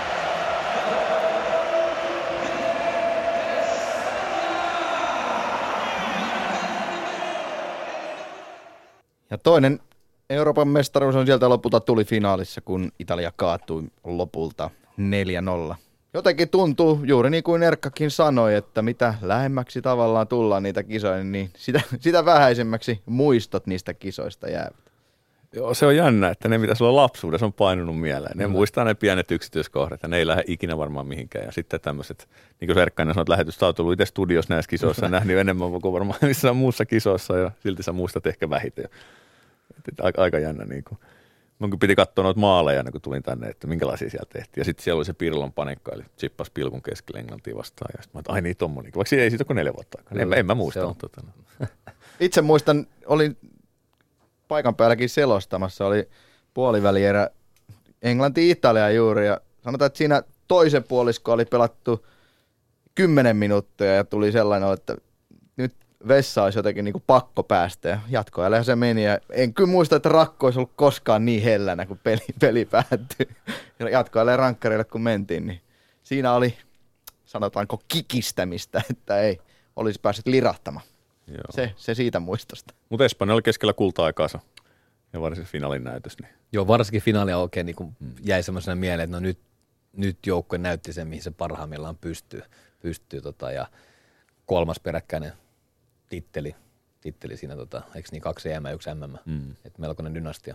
Ja toinen Euroopan mestaruus on sieltä lopulta tuli finaalissa, kun Italia kaatui lopulta neljä nolla. Jotenkin tuntuu, juuri niin kuin Erkkakin sanoi, että mitä lähemmäksi tavallaan tullaan niitä kisoja, niin sitä, sitä vähäisemmäksi muistot niistä kisoista jäävät. Joo, se on jännä, että ne mitä sulla lapsuudessa on painunut mieleen. Ne mm. muistaa ne pienet yksityiskohdat ja ne ei lähde ikinä varmaan mihinkään. Ja sitten tämmöiset, niin kuin Erkkainen sanoi, että lähetystä on tullut itse studiossa näissä kisoissa ja nähnyt enemmän kuin varmaan missään muussa kisoissa ja silti sä muistat ehkä vähiten. Aika, aika jännä. Niin kuin. Mun piti katsoa noita maaleja, kun tulin tänne, että minkälaisia siellä tehtiin. Ja sitten siellä oli se Pirlon panikka, eli chippas pilkun keskelle Englantiin vastaan. Ja sitten mä ai niin tommonen, vaikka ei siitä ole kuin neljä vuotta aikaa. En, en mä muista. Tota. Itse muistan, olin paikan päälläkin selostamassa, oli puolivälierä Englanti-Italia juuri. Ja sanotaan, että siinä toisen puolisko oli pelattu kymmenen minuuttia ja tuli sellainen, että nyt vessa olisi jotenkin niin kuin pakko päästä ja jatkoajalle se meni. Ja en kyllä muista, että rakko olisi ollut koskaan niin hellänä, kun peli, peli päättyi. Jatkoajalle rankkareille kun mentiin, niin siinä oli, sanotaanko, kikistämistä, että ei olisi päässyt lirahtamaan. Se, se siitä muistosta. Mutta Espanja oli keskellä kulta-aikaansa ja varsinkin finaalin näytös. Niin. Joo, varsinkin finaalia oikein niin kuin jäi semmoisena mieleen, että no nyt, nyt joukkue näytti sen, mihin se parhaimmillaan pystyy. pystyy tota, ja kolmas peräkkäinen titteli, titteli siinä, tota, eikö niin kaksi E M ja yksi M M, mm. että melkoinen dynastia.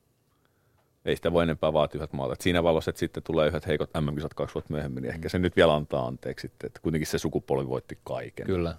Ei sitä voi enempää vaatia yhdet maalta. Siinä valossa, että sitten tulee yhdet heikot M M-kisat kaksi vuotta myöhemmin, niin ehkä se nyt vielä antaa anteeksi, että kuitenkin se sukupolvi voitti kaiken. Kyllä.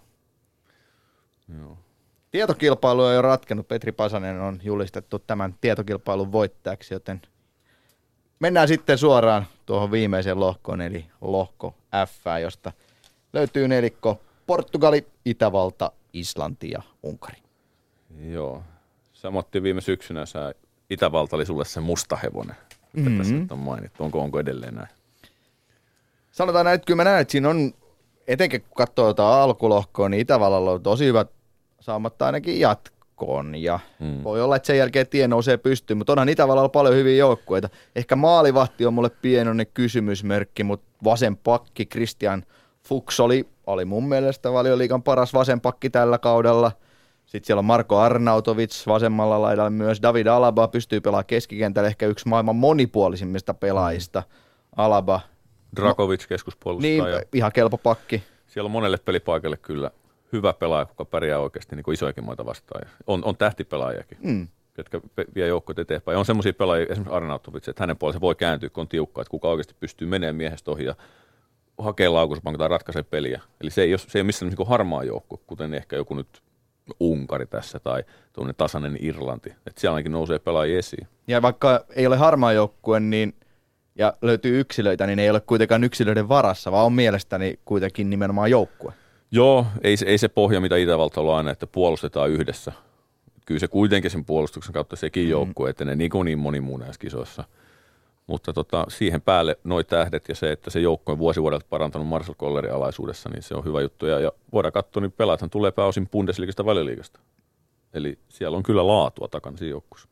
Joo. Tietokilpailu on jo ratkennut. Petri Pasanen on julistettu tämän tietokilpailun voittajaksi, joten mennään sitten suoraan tuohon viimeiseen lohkoon, eli lohko F, josta löytyy nelikko Portugali, Itävalta, Islanti ja Unkari. Joo. Sä Matti viime syksynä, sä Itävalta oli sulle se musta hevonen. Mm-hmm. Tässä on mainittu. Onko, onko edelleen näin? Sanotaan näin, että kyllä mä näen, että siinä on etenkin kun katsoo jotain alkulohkoa, niin Itävallalla on tosi hyvät saamatta ainakin jatkoon. Ja hmm. voi olla, että sen jälkeen tie nousee pystyyn, mutta onhan Itävallalla paljon hyviä joukkueita. Ehkä maalivahti on mulle pienoinen kysymysmerkki, mutta vasen pakki Christian Fuchs oli, oli mun mielestä Valioliigan paras vasen pakki tällä kaudella. Sitten siellä on Marko Arnautovic vasemmalla laidalla myös. David Alaba pystyy pelaamaan keskikentällä, ehkä yksi maailman monipuolisimmista pelaajista. Alaba. Dragovic keskuspuolustaja. Niin, ihan kelpo pakki. Siellä on monelle pelipaikalle kyllä hyvä pelaaja, joka pärjää oikeasti niin kuin isojakin maita vastaan. On, on tähtipelaajakin, mm. jotka vie joukkoja eteenpäin. On semmoisia pelaajia, esimerkiksi Arnautovic, että hänen puolella voi kääntyä, kun on tiukkaa, että kuka oikeasti pystyy menemään miehestä ohi ja hakee laukuspankin tai ratkaisee peliä. Eli se ei ole, se ei ole missään niin harmaa joukkue, kuten ehkä joku nyt Unkari tässä tai tuollainen tasainen Irlanti. Että siellä ainakin nousee pelaajia esiin. Ja vaikka ei ole harmaa joukkue, niin ja löytyy yksilöitä, niin ei ole kuitenkaan yksilöiden varassa, vaan on mielestäni kuitenkin nimenomaan joukkue. Joo, ei, ei se pohja, mitä Itävalta on aina, että puolustetaan yhdessä. Kyllä se kuitenkin sen puolustuksen kautta sekin joukkue etenee niin kuin niin moni muu näissä kisoissa. Mutta tota, siihen päälle noi tähdet ja se, että se joukko on vuosi vuodelta parantanut Marcel Kollerin alaisuudessa, niin se on hyvä juttu. Ja, ja voidaan katsoa, niin pelaathan tulee pääosin Bundesliigasta Valioliigasta. Eli siellä on kyllä laatua takana siinä joukkueessa.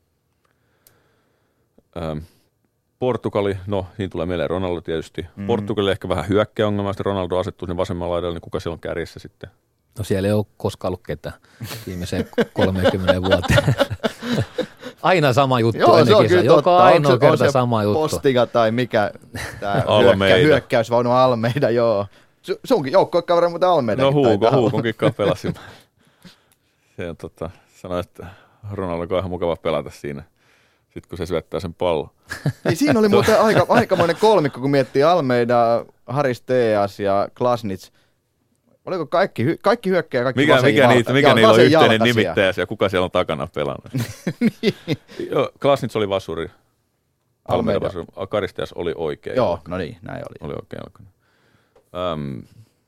Ähm. Portugali, no siinä tulee mieleen Ronaldo tietysti. Mm-hmm. Portugali ehkä vähän hyökkäongelma, että Ronaldo asettuu sen vasemmalla laidalla, niin kuka siellä on kärjessä sitten? No siellä ei ole koskaan ollut ketään viimeiseen kolmekymmentä vuoteen. Aina sama juttu. Joo, se on kyllä joka totta. ainoa kerta sama juttu. Postiga tai mikä tämä hyökkä, hyökkäysvaunu Almeida, joo. Sunkin joukkuekaveri, mutta Almeida. No Hugo, Hugon kikkaa pelasin. Se on tota, sanoi, että Ronaldo on ihan mukava pelata siinä. Sitten kun se syöttää sen pallon. Niin siinä oli muuten aika, aikamoinen kolmikko, kun miettii Almeida, Haris Teas ja Klasnits. Oliko kaikki, kaikki hyökkäjä, kaikki mikä, vasen mikä, jalka, niitä, mikä jal, niillä on yhteinen jalkaisia. nimittäjä ja kuka siellä on takana pelannut? Niin. Joo, Klasnits oli vasuri. Almeida Almeida. vasuri. Haris Teas oli oikein. Joo, no niin, näin oli. Oli oikein jalkana. Um,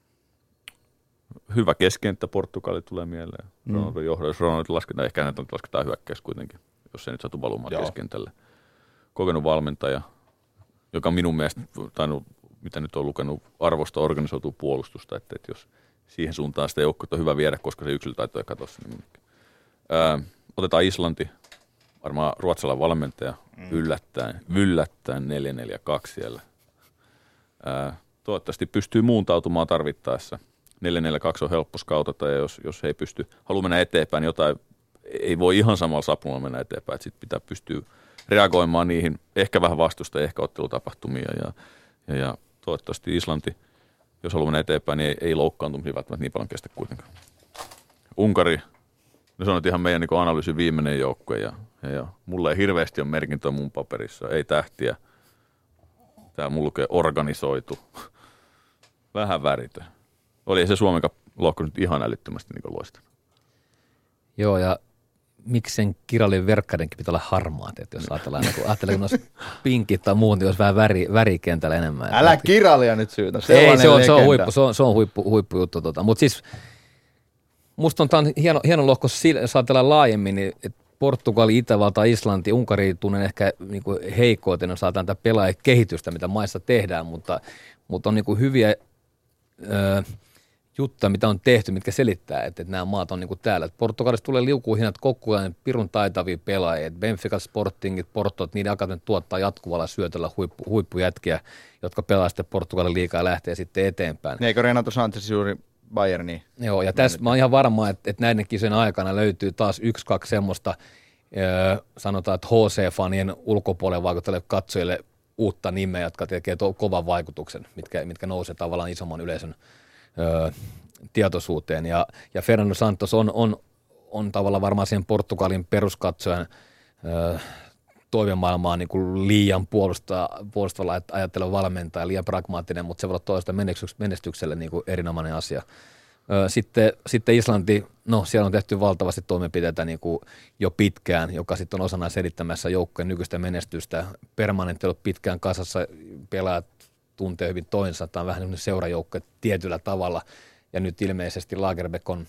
hyvä keskenttä Portugali tulee mieleen. Mm. Ronaldo johdolla. Jos Ronaldo lasketaan, ehkä näitä lasketaan hyökkäys kuitenkin, jos se nyt saatu valumaan Joo. keskentälle. Kokenut valmentaja, joka minun mielestä, tai no, mitä nyt on lukenut, arvosta organisoituu puolustusta, että, että jos siihen suuntaan sitä joukkoa on hyvä viedä, koska se yksilötaito ei katossa. Niin öö, otetaan Islanti, varmaan ruotsalainen valmentaja, mm. yllättäen, yllättäen neljä neljä kaksi siellä. Öö, toivottavasti pystyy muuntautumaan tarvittaessa. neljä neljä kaksi on helppo skautata, ja jos, jos ei pysty, haluaa mennä eteenpäin, niin jotain ei voi ihan samalla saplulla mennä eteenpäin, että sitten pitää pystyä reagoimaan niihin ehkä vähän vastusta, ehkä ottelutapahtumia, ja, ja, ja toivottavasti Islanti, jos haluaa mennä eteenpäin, niin ei, ei loukkaantumisia välttämättä niin paljon kestä kuitenkaan. Unkari, no se on ihan meidän niin analyysin viimeinen joukkue, ja, ja, ja mulla ei hirveästi ole merkintöä mun paperissa, ei tähtiä, tämä mulla lukee organisoitu, vähän väritö. Oli se Suomen lohko nyt ihan älyttömästi niin loistanut. Joo, ja miksi sen kirjallinen verkkadenkin pitää olla harmaat, että jos ajatellaan, niin kun, ajatellaan, kun olisi pinkit tai muut, niin olisi vähän väri, värikentällä enemmän. Älä että, kirjailija nyt syytä. Ei, se on, se on huippu, se on, se on huippu, huippujuttu. Tota. Mutta siis musta on, on hieno, hieno lohko, jos ajatellaan laajemmin, niin että Portugali, Itävalta, Islanti, Unkari tunnen ehkä niin kuin heikkoiten, jos ajatellaan tätä pelaajakehitystä, mitä maissa tehdään, mutta, mutta on niin kuin hyviä Öö, juttuja, mitä on tehty, mitkä selittää, että, että nämä maat on niin kuin täällä. Että Portugalista tulee liukuhinnat koko ajan pirun taitavia pelaajia. Benfica, Sportingit, Portot, niiden akatemiat tuottaa jatkuvalla syötöllä huippu, huippujätkiä, jotka pelaa sitten Portugalin liigaa ja lähtee sitten eteenpäin. Eikö Renato Sanchez juuri Bayerniin? Joo, ja tässä mä oon ihan varma, että, että näiden kisojen aikana löytyy taas yksi, kaksi semmoista, öö, sanotaan, että H C-fanien ulkopuolelle vaikuttaville katsojille uutta nimeä, jotka tekee to- kovan vaikutuksen, mitkä, mitkä nousee tavallaan isomman yleisön öö, tietoisuuteen. Ja, ja Fernando Santos on, on, on tavallaan varmaan siihen Portugalin peruskatsojan öö, toivemaailmaan niin kuin liian puolustavalla ajatteleva valmentaja, liian pragmaattinen, mutta se voi olla toista menestykselle niin kuin erinomainen asia. Sitten, sitten Islanti, no siellä on tehty valtavasti toimenpiteitä niin kuin jo pitkään, joka sitten on osana selittämässä joukkojen nykyistä menestystä. Permanentti on ollut pitkään kasassa, pelaajat tuntee hyvin toisensa, tämä on vähän seurajoukkoja tietyllä tavalla. Ja nyt ilmeisesti Lagerbeck on,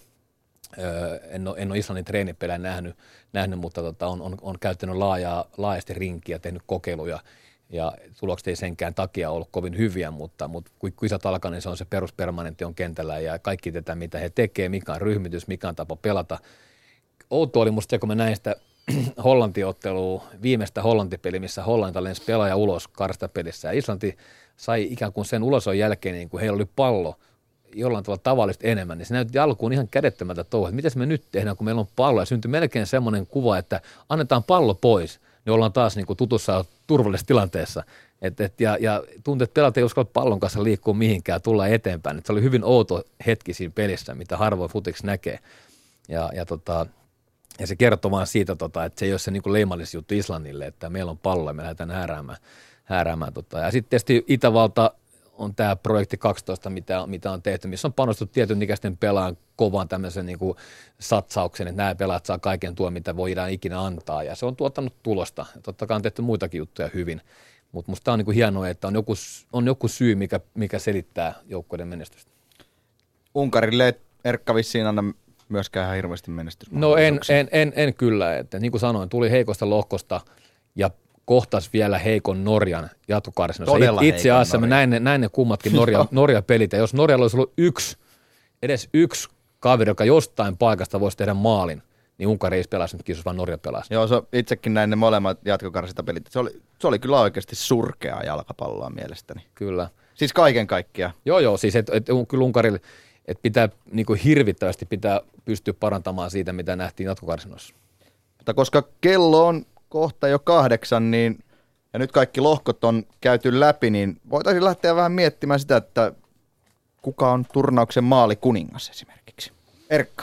en ole, en ole Islannin treenipelejä nähnyt, nähnyt mutta tota, on, on, on käyttänyt laajaa, laajasti rinkiä, tehnyt kokeiluja ja tulokset ei senkään takia ollut kovin hyviä, mutta, mutta kun kisat alkaa, niin se on se peruspermanentti on kentällä ja kaikki tätä, mitä he tekee, mikä on ryhmitys, mikä on tapa pelata. Outo oli musta se, kun mä näin sitä Hollanti-ottelua, viimeistä Hollanti-peliä, missä Hollanti lensi pelaaja ulos karstapelissä ja Islanti sai ikään kuin sen uloson jälkeen, niin kun heillä oli pallo jollain tavalla tavallista enemmän, niin se näytti alkuun ihan kädettömältä touhua, että mitäs me nyt tehdään, kun meillä on pallo, ja syntyi melkein semmoinen kuva, että annetaan pallo pois, niin ollaan taas niin kuin tutussa turvallisessa tilanteessa, et, et, ja, ja tuntuu, että pelat ei uskalla pallon kanssa liikkua mihinkään, tulla eteenpäin, et se oli hyvin outo hetki siinä pelissä, mitä harvoin futiksi näkee, ja, ja, tota, ja se kertoo vaan siitä, tota, että se ei ole se niin kuin leimallis juttu Islannille, että meillä on pallo ja me lähdetään hääräämään, hääräämään tota. Ja sitten tietysti Itävalta on tämä projekti kaksitoista, mitä, mitä on tehty, missä on panostettu tietyn ikäisten pelaan kovaan tämmöisen niin kuin satsauksen, että nämä pelaat saa kaiken tuon, mitä voidaan ikinä antaa, ja se on tuottanut tulosta. Ja totta kai on tehty muitakin juttuja hyvin, mutta musta on niin kuin hienoa, että on joku, on joku syy, mikä, mikä selittää joukkueiden menestystä. Unkarille ei Erkka vissiin anna myöskään ihan hirveästi menestystä. No en, en, en, en kyllä, että niin kuin sanoin, tuli heikosta lohkosta ja kohtas vielä heikon Norjan jatkokarsinnossa. Itse asiassa mä näin ne, näin ne kummatkin Norja, Norja-pelit, ja jos Norjalla olisi ollut yksi, edes yksi kaveri, joka jostain paikasta voisi tehdä maalin, niin Unkari ei pelasi nyt kisossa, vaan Norja pelasi. Joo, se, itsekin näin ne molemmat jatkokarsintapelit. Se oli, se oli kyllä oikeasti surkeaa jalkapalloa mielestäni. Kyllä. Siis kaiken kaikkiaan. Joo, joo, siis et, et, kyllä Unkarille, että pitää niin kuin hirvittävästi pitää pystyä parantamaan siitä, mitä nähtiin jatkokarsinnossa. Mutta koska kello on kohta jo kahdeksan, niin, ja nyt kaikki lohkot on käyty läpi, niin voitaisiin lähteä vähän miettimään sitä, että kuka on turnauksen maalikuningas esimerkiksi. Erkka.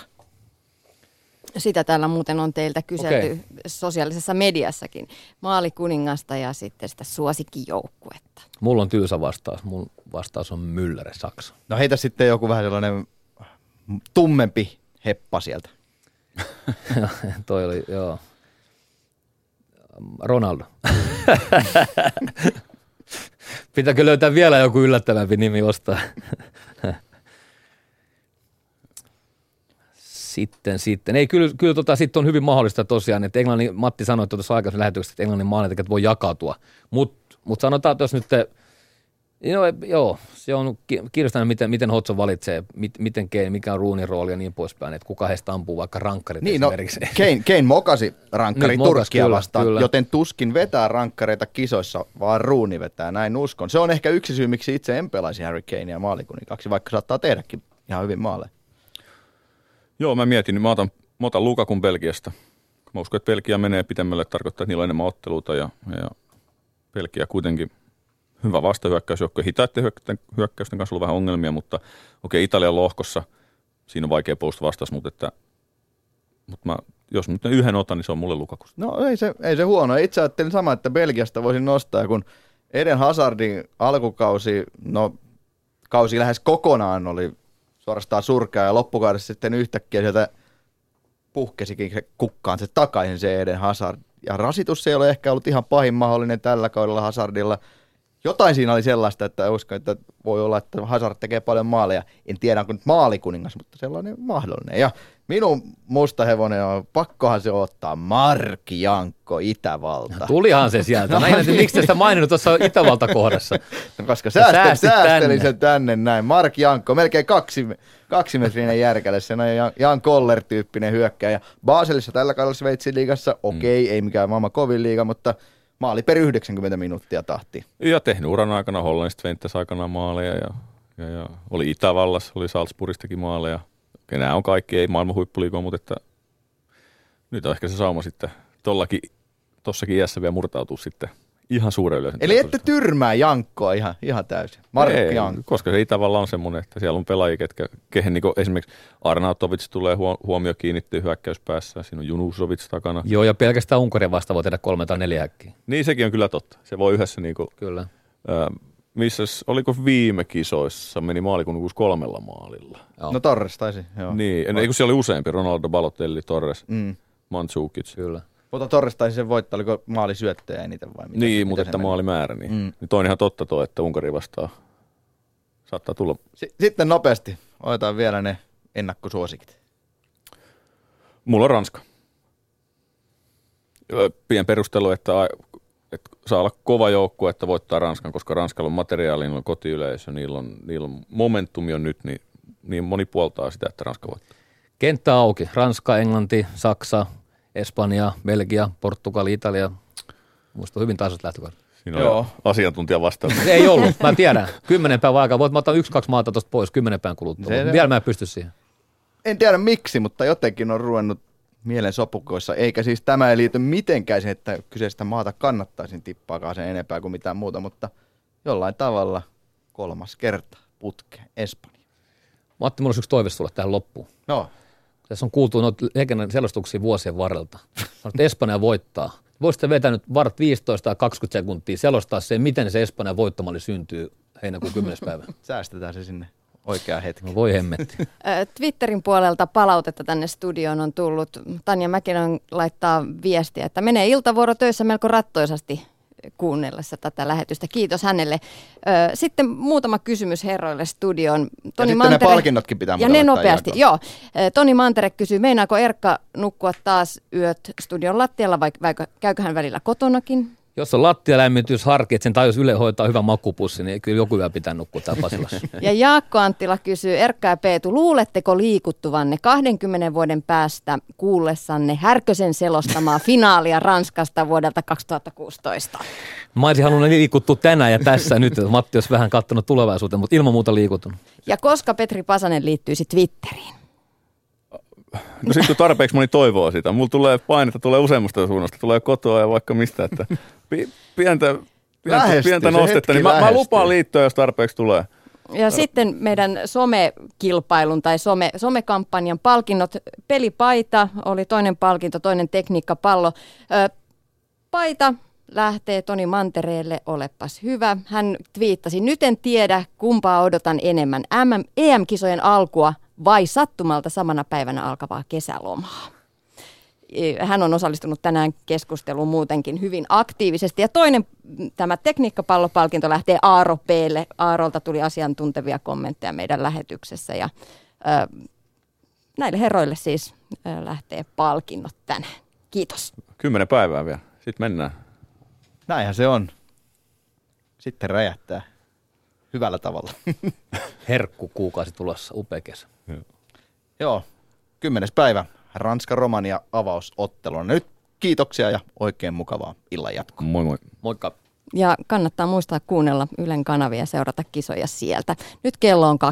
Sitä täällä muuten on teiltä kyselty Okei. sosiaalisessa mediassakin. Maalikuningasta ja sitten sitä suosikkijoukkuetta. Mulla on tylsä vastaus. Mun vastaus on Müller, Saksa. No heitä sitten joku vähän sellainen tummempi heppa sieltä. Toi oli, joo. Ronaldo. Pitääkö löytää vielä joku yllättävämpi nimi ostaa? Sitten, sitten. Ei, kyllä, kyllä tota, sitten on hyvin mahdollista tosiaan, että Englannin, Matti sanoi tuossa aikaisessa lähetyksessä, että Englannin maalintekijät voi jakautua, mutta mut sanotaan, että jos nyt, te, no, joo, se on kiinnostavaa, miten, miten Hodgson valitsee, mit, miten Kane, mikä on Rooneyn rooli ja niin poispäin, että kuka heistä ampuu vaikka rankkarit niin, esimerkiksi. No, Kane, Kane mokasi rankkari mokas, Turkkia kyllä, vastaan, kyllä. joten tuskin vetää rankkareita kisoissa, vaan Rooney vetää, näin uskon. Se on ehkä yksi syy, miksi itse en pelaisi Harry Kanea maalikuninkaksi, vaikka saattaa tehdäkin ihan hyvin maaleja. Joo, mä mietin, mä otan, mä otan Lukakun Belgiasta. Mä uskon, että Belgia menee pitemmälle, tarkoittaa, että niillä on enemmän otteluita ja, ja Belgia kuitenkin hyvä vastahyökkäysjoukko. Hitaiden hyökkäysten kanssa on ollut vähän ongelmia, mutta okei, okay, Italian lohkossa siinä on vaikea puolustaa vastaus, mutta, että, mutta mä, jos nyt yhden otan, niin se on mulle Lukakusta. No ei se, ei se huono. Itse ajattelin sama, että Belgiasta voisin nostaa, kun Eden Hazardin alkukausi, no kausi lähes kokonaan oli suorastaan surkea ja loppukaudessa sitten yhtäkkiä sieltä puhkesikin se kukkaan se takaisin se Eden Hazard. Ja rasitus ei ole ehkä ollut ihan pahin mahdollinen tällä kaudella Hazardilla. Jotain siinä oli sellaista, että uskon, että voi olla, että Hazard tekee paljon maaleja. En tiedä, onko nyt maalikuningas, mutta sellainen mahdollinen. Ja minun musta hevonen on, pakkohan se ottaa Mark Jankko Itävalta. Tulihan se sieltä. Mä en tiedä, miksi tästä maininnut tuossa Itävalta-kohdassa. No, koska säästelin, säästelin tänne. sen tänne näin. Mark Jankko, melkein kaksi, kaksimetrinen järkäle, se on Jan, Jan Koller-tyyppinen hyökkääjä. Baselissa tällä kaudella Sveitsin liigassa, okei, okay, mm. ei mikään maailman kovin liiga, mutta maali per yhdeksänkymmentä minuuttia tahti. Ja tehnyt uran aikana Hollannista Twentes aikanaan maaleja ja, ja, ja oli Itävallassa, oli Salzburgistakin maaleja. Ja nämä on kaikki, ei maailman huippuliigoa, mutta että nyt on ehkä se sauma sitten tollakin, tossakin iässä vielä murtautuu sitten ihan suuren yleisön. Eli ette tyrmää Jankkoa ihan, ihan täysin. Mark ei, Jankko. koska se Itävalla on semmoinen, että siellä on pelaajia, ketkä, kehen niin esimerkiksi Arnautovic tulee huomio kiinnittyä hyökkäyspäässä, siinä on Junusovic takana. Joo, ja pelkästään Unkarin vasta voi tehdä kolme tai neljä häkkiä. Niin, sekin on kyllä totta. Se voi yhdessä niin kuin, kyllä. Äh, missäs, oliko viime kisoissa meni maalikuninkuus kolmella maalilla? Joo. No Torres taisi, joo. Niin, ei kun siellä oli useampi, Ronaldo, Balotelli, Torres, mm. Mandzukic. Kyllä. Mutta Torres taisi sen voittaa, oliko maalisyöttöjä eniten vai mitä? Niin, se, mutta että maalimäärä, niin. Mm. Niin toinen ihan totta tuo, että Unkari vastaa saattaa tulla. S- sitten nopeasti, otetaan vielä ne ennakkosuosikit. Mulla on Ranska. Pien perustelu, että, että saa olla kova joukkue, että voittaa Ranskan, koska Ranskalla on materiaali, niillä on kotiyleisö, niillä on, niillä on momentumi on nyt, niin, niin moni puoltaa sitä, että Ranska voittaa. Kenttä auki. Ranska, Englanti, Saksa, Espanja, Belgia, Portugali, Italia. Muista hyvin taisat lähtökohdat. Siinä on Joo. asiantuntija vastaus. Ei ollut, mä tiedän. Kymmenen päivän aikaa. Voit mä ottaa yksi, kaksi maata tuosta pois kymmenen päivän kuluttua. Vielä mä en pysty siihen. En tiedä miksi, mutta jotenkin on ruvennut mielen sopukoissa. Eikä siis tämä ei liity mitenkään siihen, että kyseistä maata kannattaisin tippaakaan sen enempää kuin mitään muuta, mutta jollain tavalla kolmas kerta putkeen Espanja. Matti, mulla olisi yksi toive sulle tähän loppuun. No. Tässä on kuultu noita legendan selostuksia vuosien varrelta. Että Espanja voittaa. Voisitte vetää nyt vart viisitoista tai kaksikymmentä sekuntia selostaa sen, miten se Espanjan voittomalli syntyy heinäkuun kymmenes päivä. Säästetään se sinne oikeaan hetki. No voi hemmetti. Twitterin puolelta palautetta tänne studioon on tullut. Tanja Mäkinen laittaa viestiä, että menee iltavuoro töissä melko rattoisasti kuunnellessa tätä lähetystä. Kiitos hänelle. Sitten muutama kysymys herroille studioon. Toni ja Mantere, ne palkinnotkin pitää ja ne nopeasti, joo. Toni Mantere kysyy, meinaako Erkka nukkua taas yöt studion lattialla vai, vai käykö hän välillä kotonakin? Jos on lattialämmitysharki, että sen tajus Yle hoitaa hyvä makkupussi, niin kyllä joku yö pitää nukkua täällä Pasilassa. Ja Jaakko Anttila kysyy, Erkka ja Peetu, luuletteko liikuttuvanne kahdenkymmenen vuoden päästä kuullessanne Härkösen selostamaa finaalia Ranskasta vuodelta kaksituhattakuusitoista? Mä olisin halunnut liikuttua tänään ja tässä nyt, että Matti olisi vähän katsonut tulevaisuuteen, mutta ilman muuta liikutunut. Ja koska Petri Pasanen liittyisi Twitteriin? No sitten kun tarpeeksi moni toivoo sitä. Mulla tulee painetta, tulee useammasta suunnasta, tulee kotoa ja vaikka mistä, että pientä, pientä, pientä nostetta, niin mä, mä lupaan liittyä, jos tarpeeksi tulee. Ja sitten meidän somekilpailun tai some, somekampanjan palkinnot. Pelipaita oli toinen palkinto, toinen tekniikkapallo. Ö, paita lähtee Toni Mantereelle, olepas hyvä. Hän twiittasi, nyt en tiedä kumpaa odotan enemmän, E M-kisojen alkua vai sattumalta samana päivänä alkavaa kesälomaa. Hän on osallistunut tänään keskusteluun muutenkin hyvin aktiivisesti. Ja toinen, tämä tekniikkapallopalkinto lähtee Aaro P:lle. Aarolta tuli asiantuntevia kommentteja meidän lähetyksessä. Ja, ö, näille herroille siis ö, lähtee palkinnot tänään. Kiitos. Kymmenen päivää vielä. Sitten mennään. Näinhän se on. Sitten räjähtää. Hyvällä tavalla. Herkku kuukausi tulossa, upea kesä. Joo. Joo, kymmenes päivä. Ranska-Romania avausotteluna. Nyt kiitoksia ja oikein mukavaa illan jatkoa. Moi moi. Moikka. Ja kannattaa muistaa kuunnella Ylen kanavia ja seurata kisoja sieltä. Nyt kello on kaksi.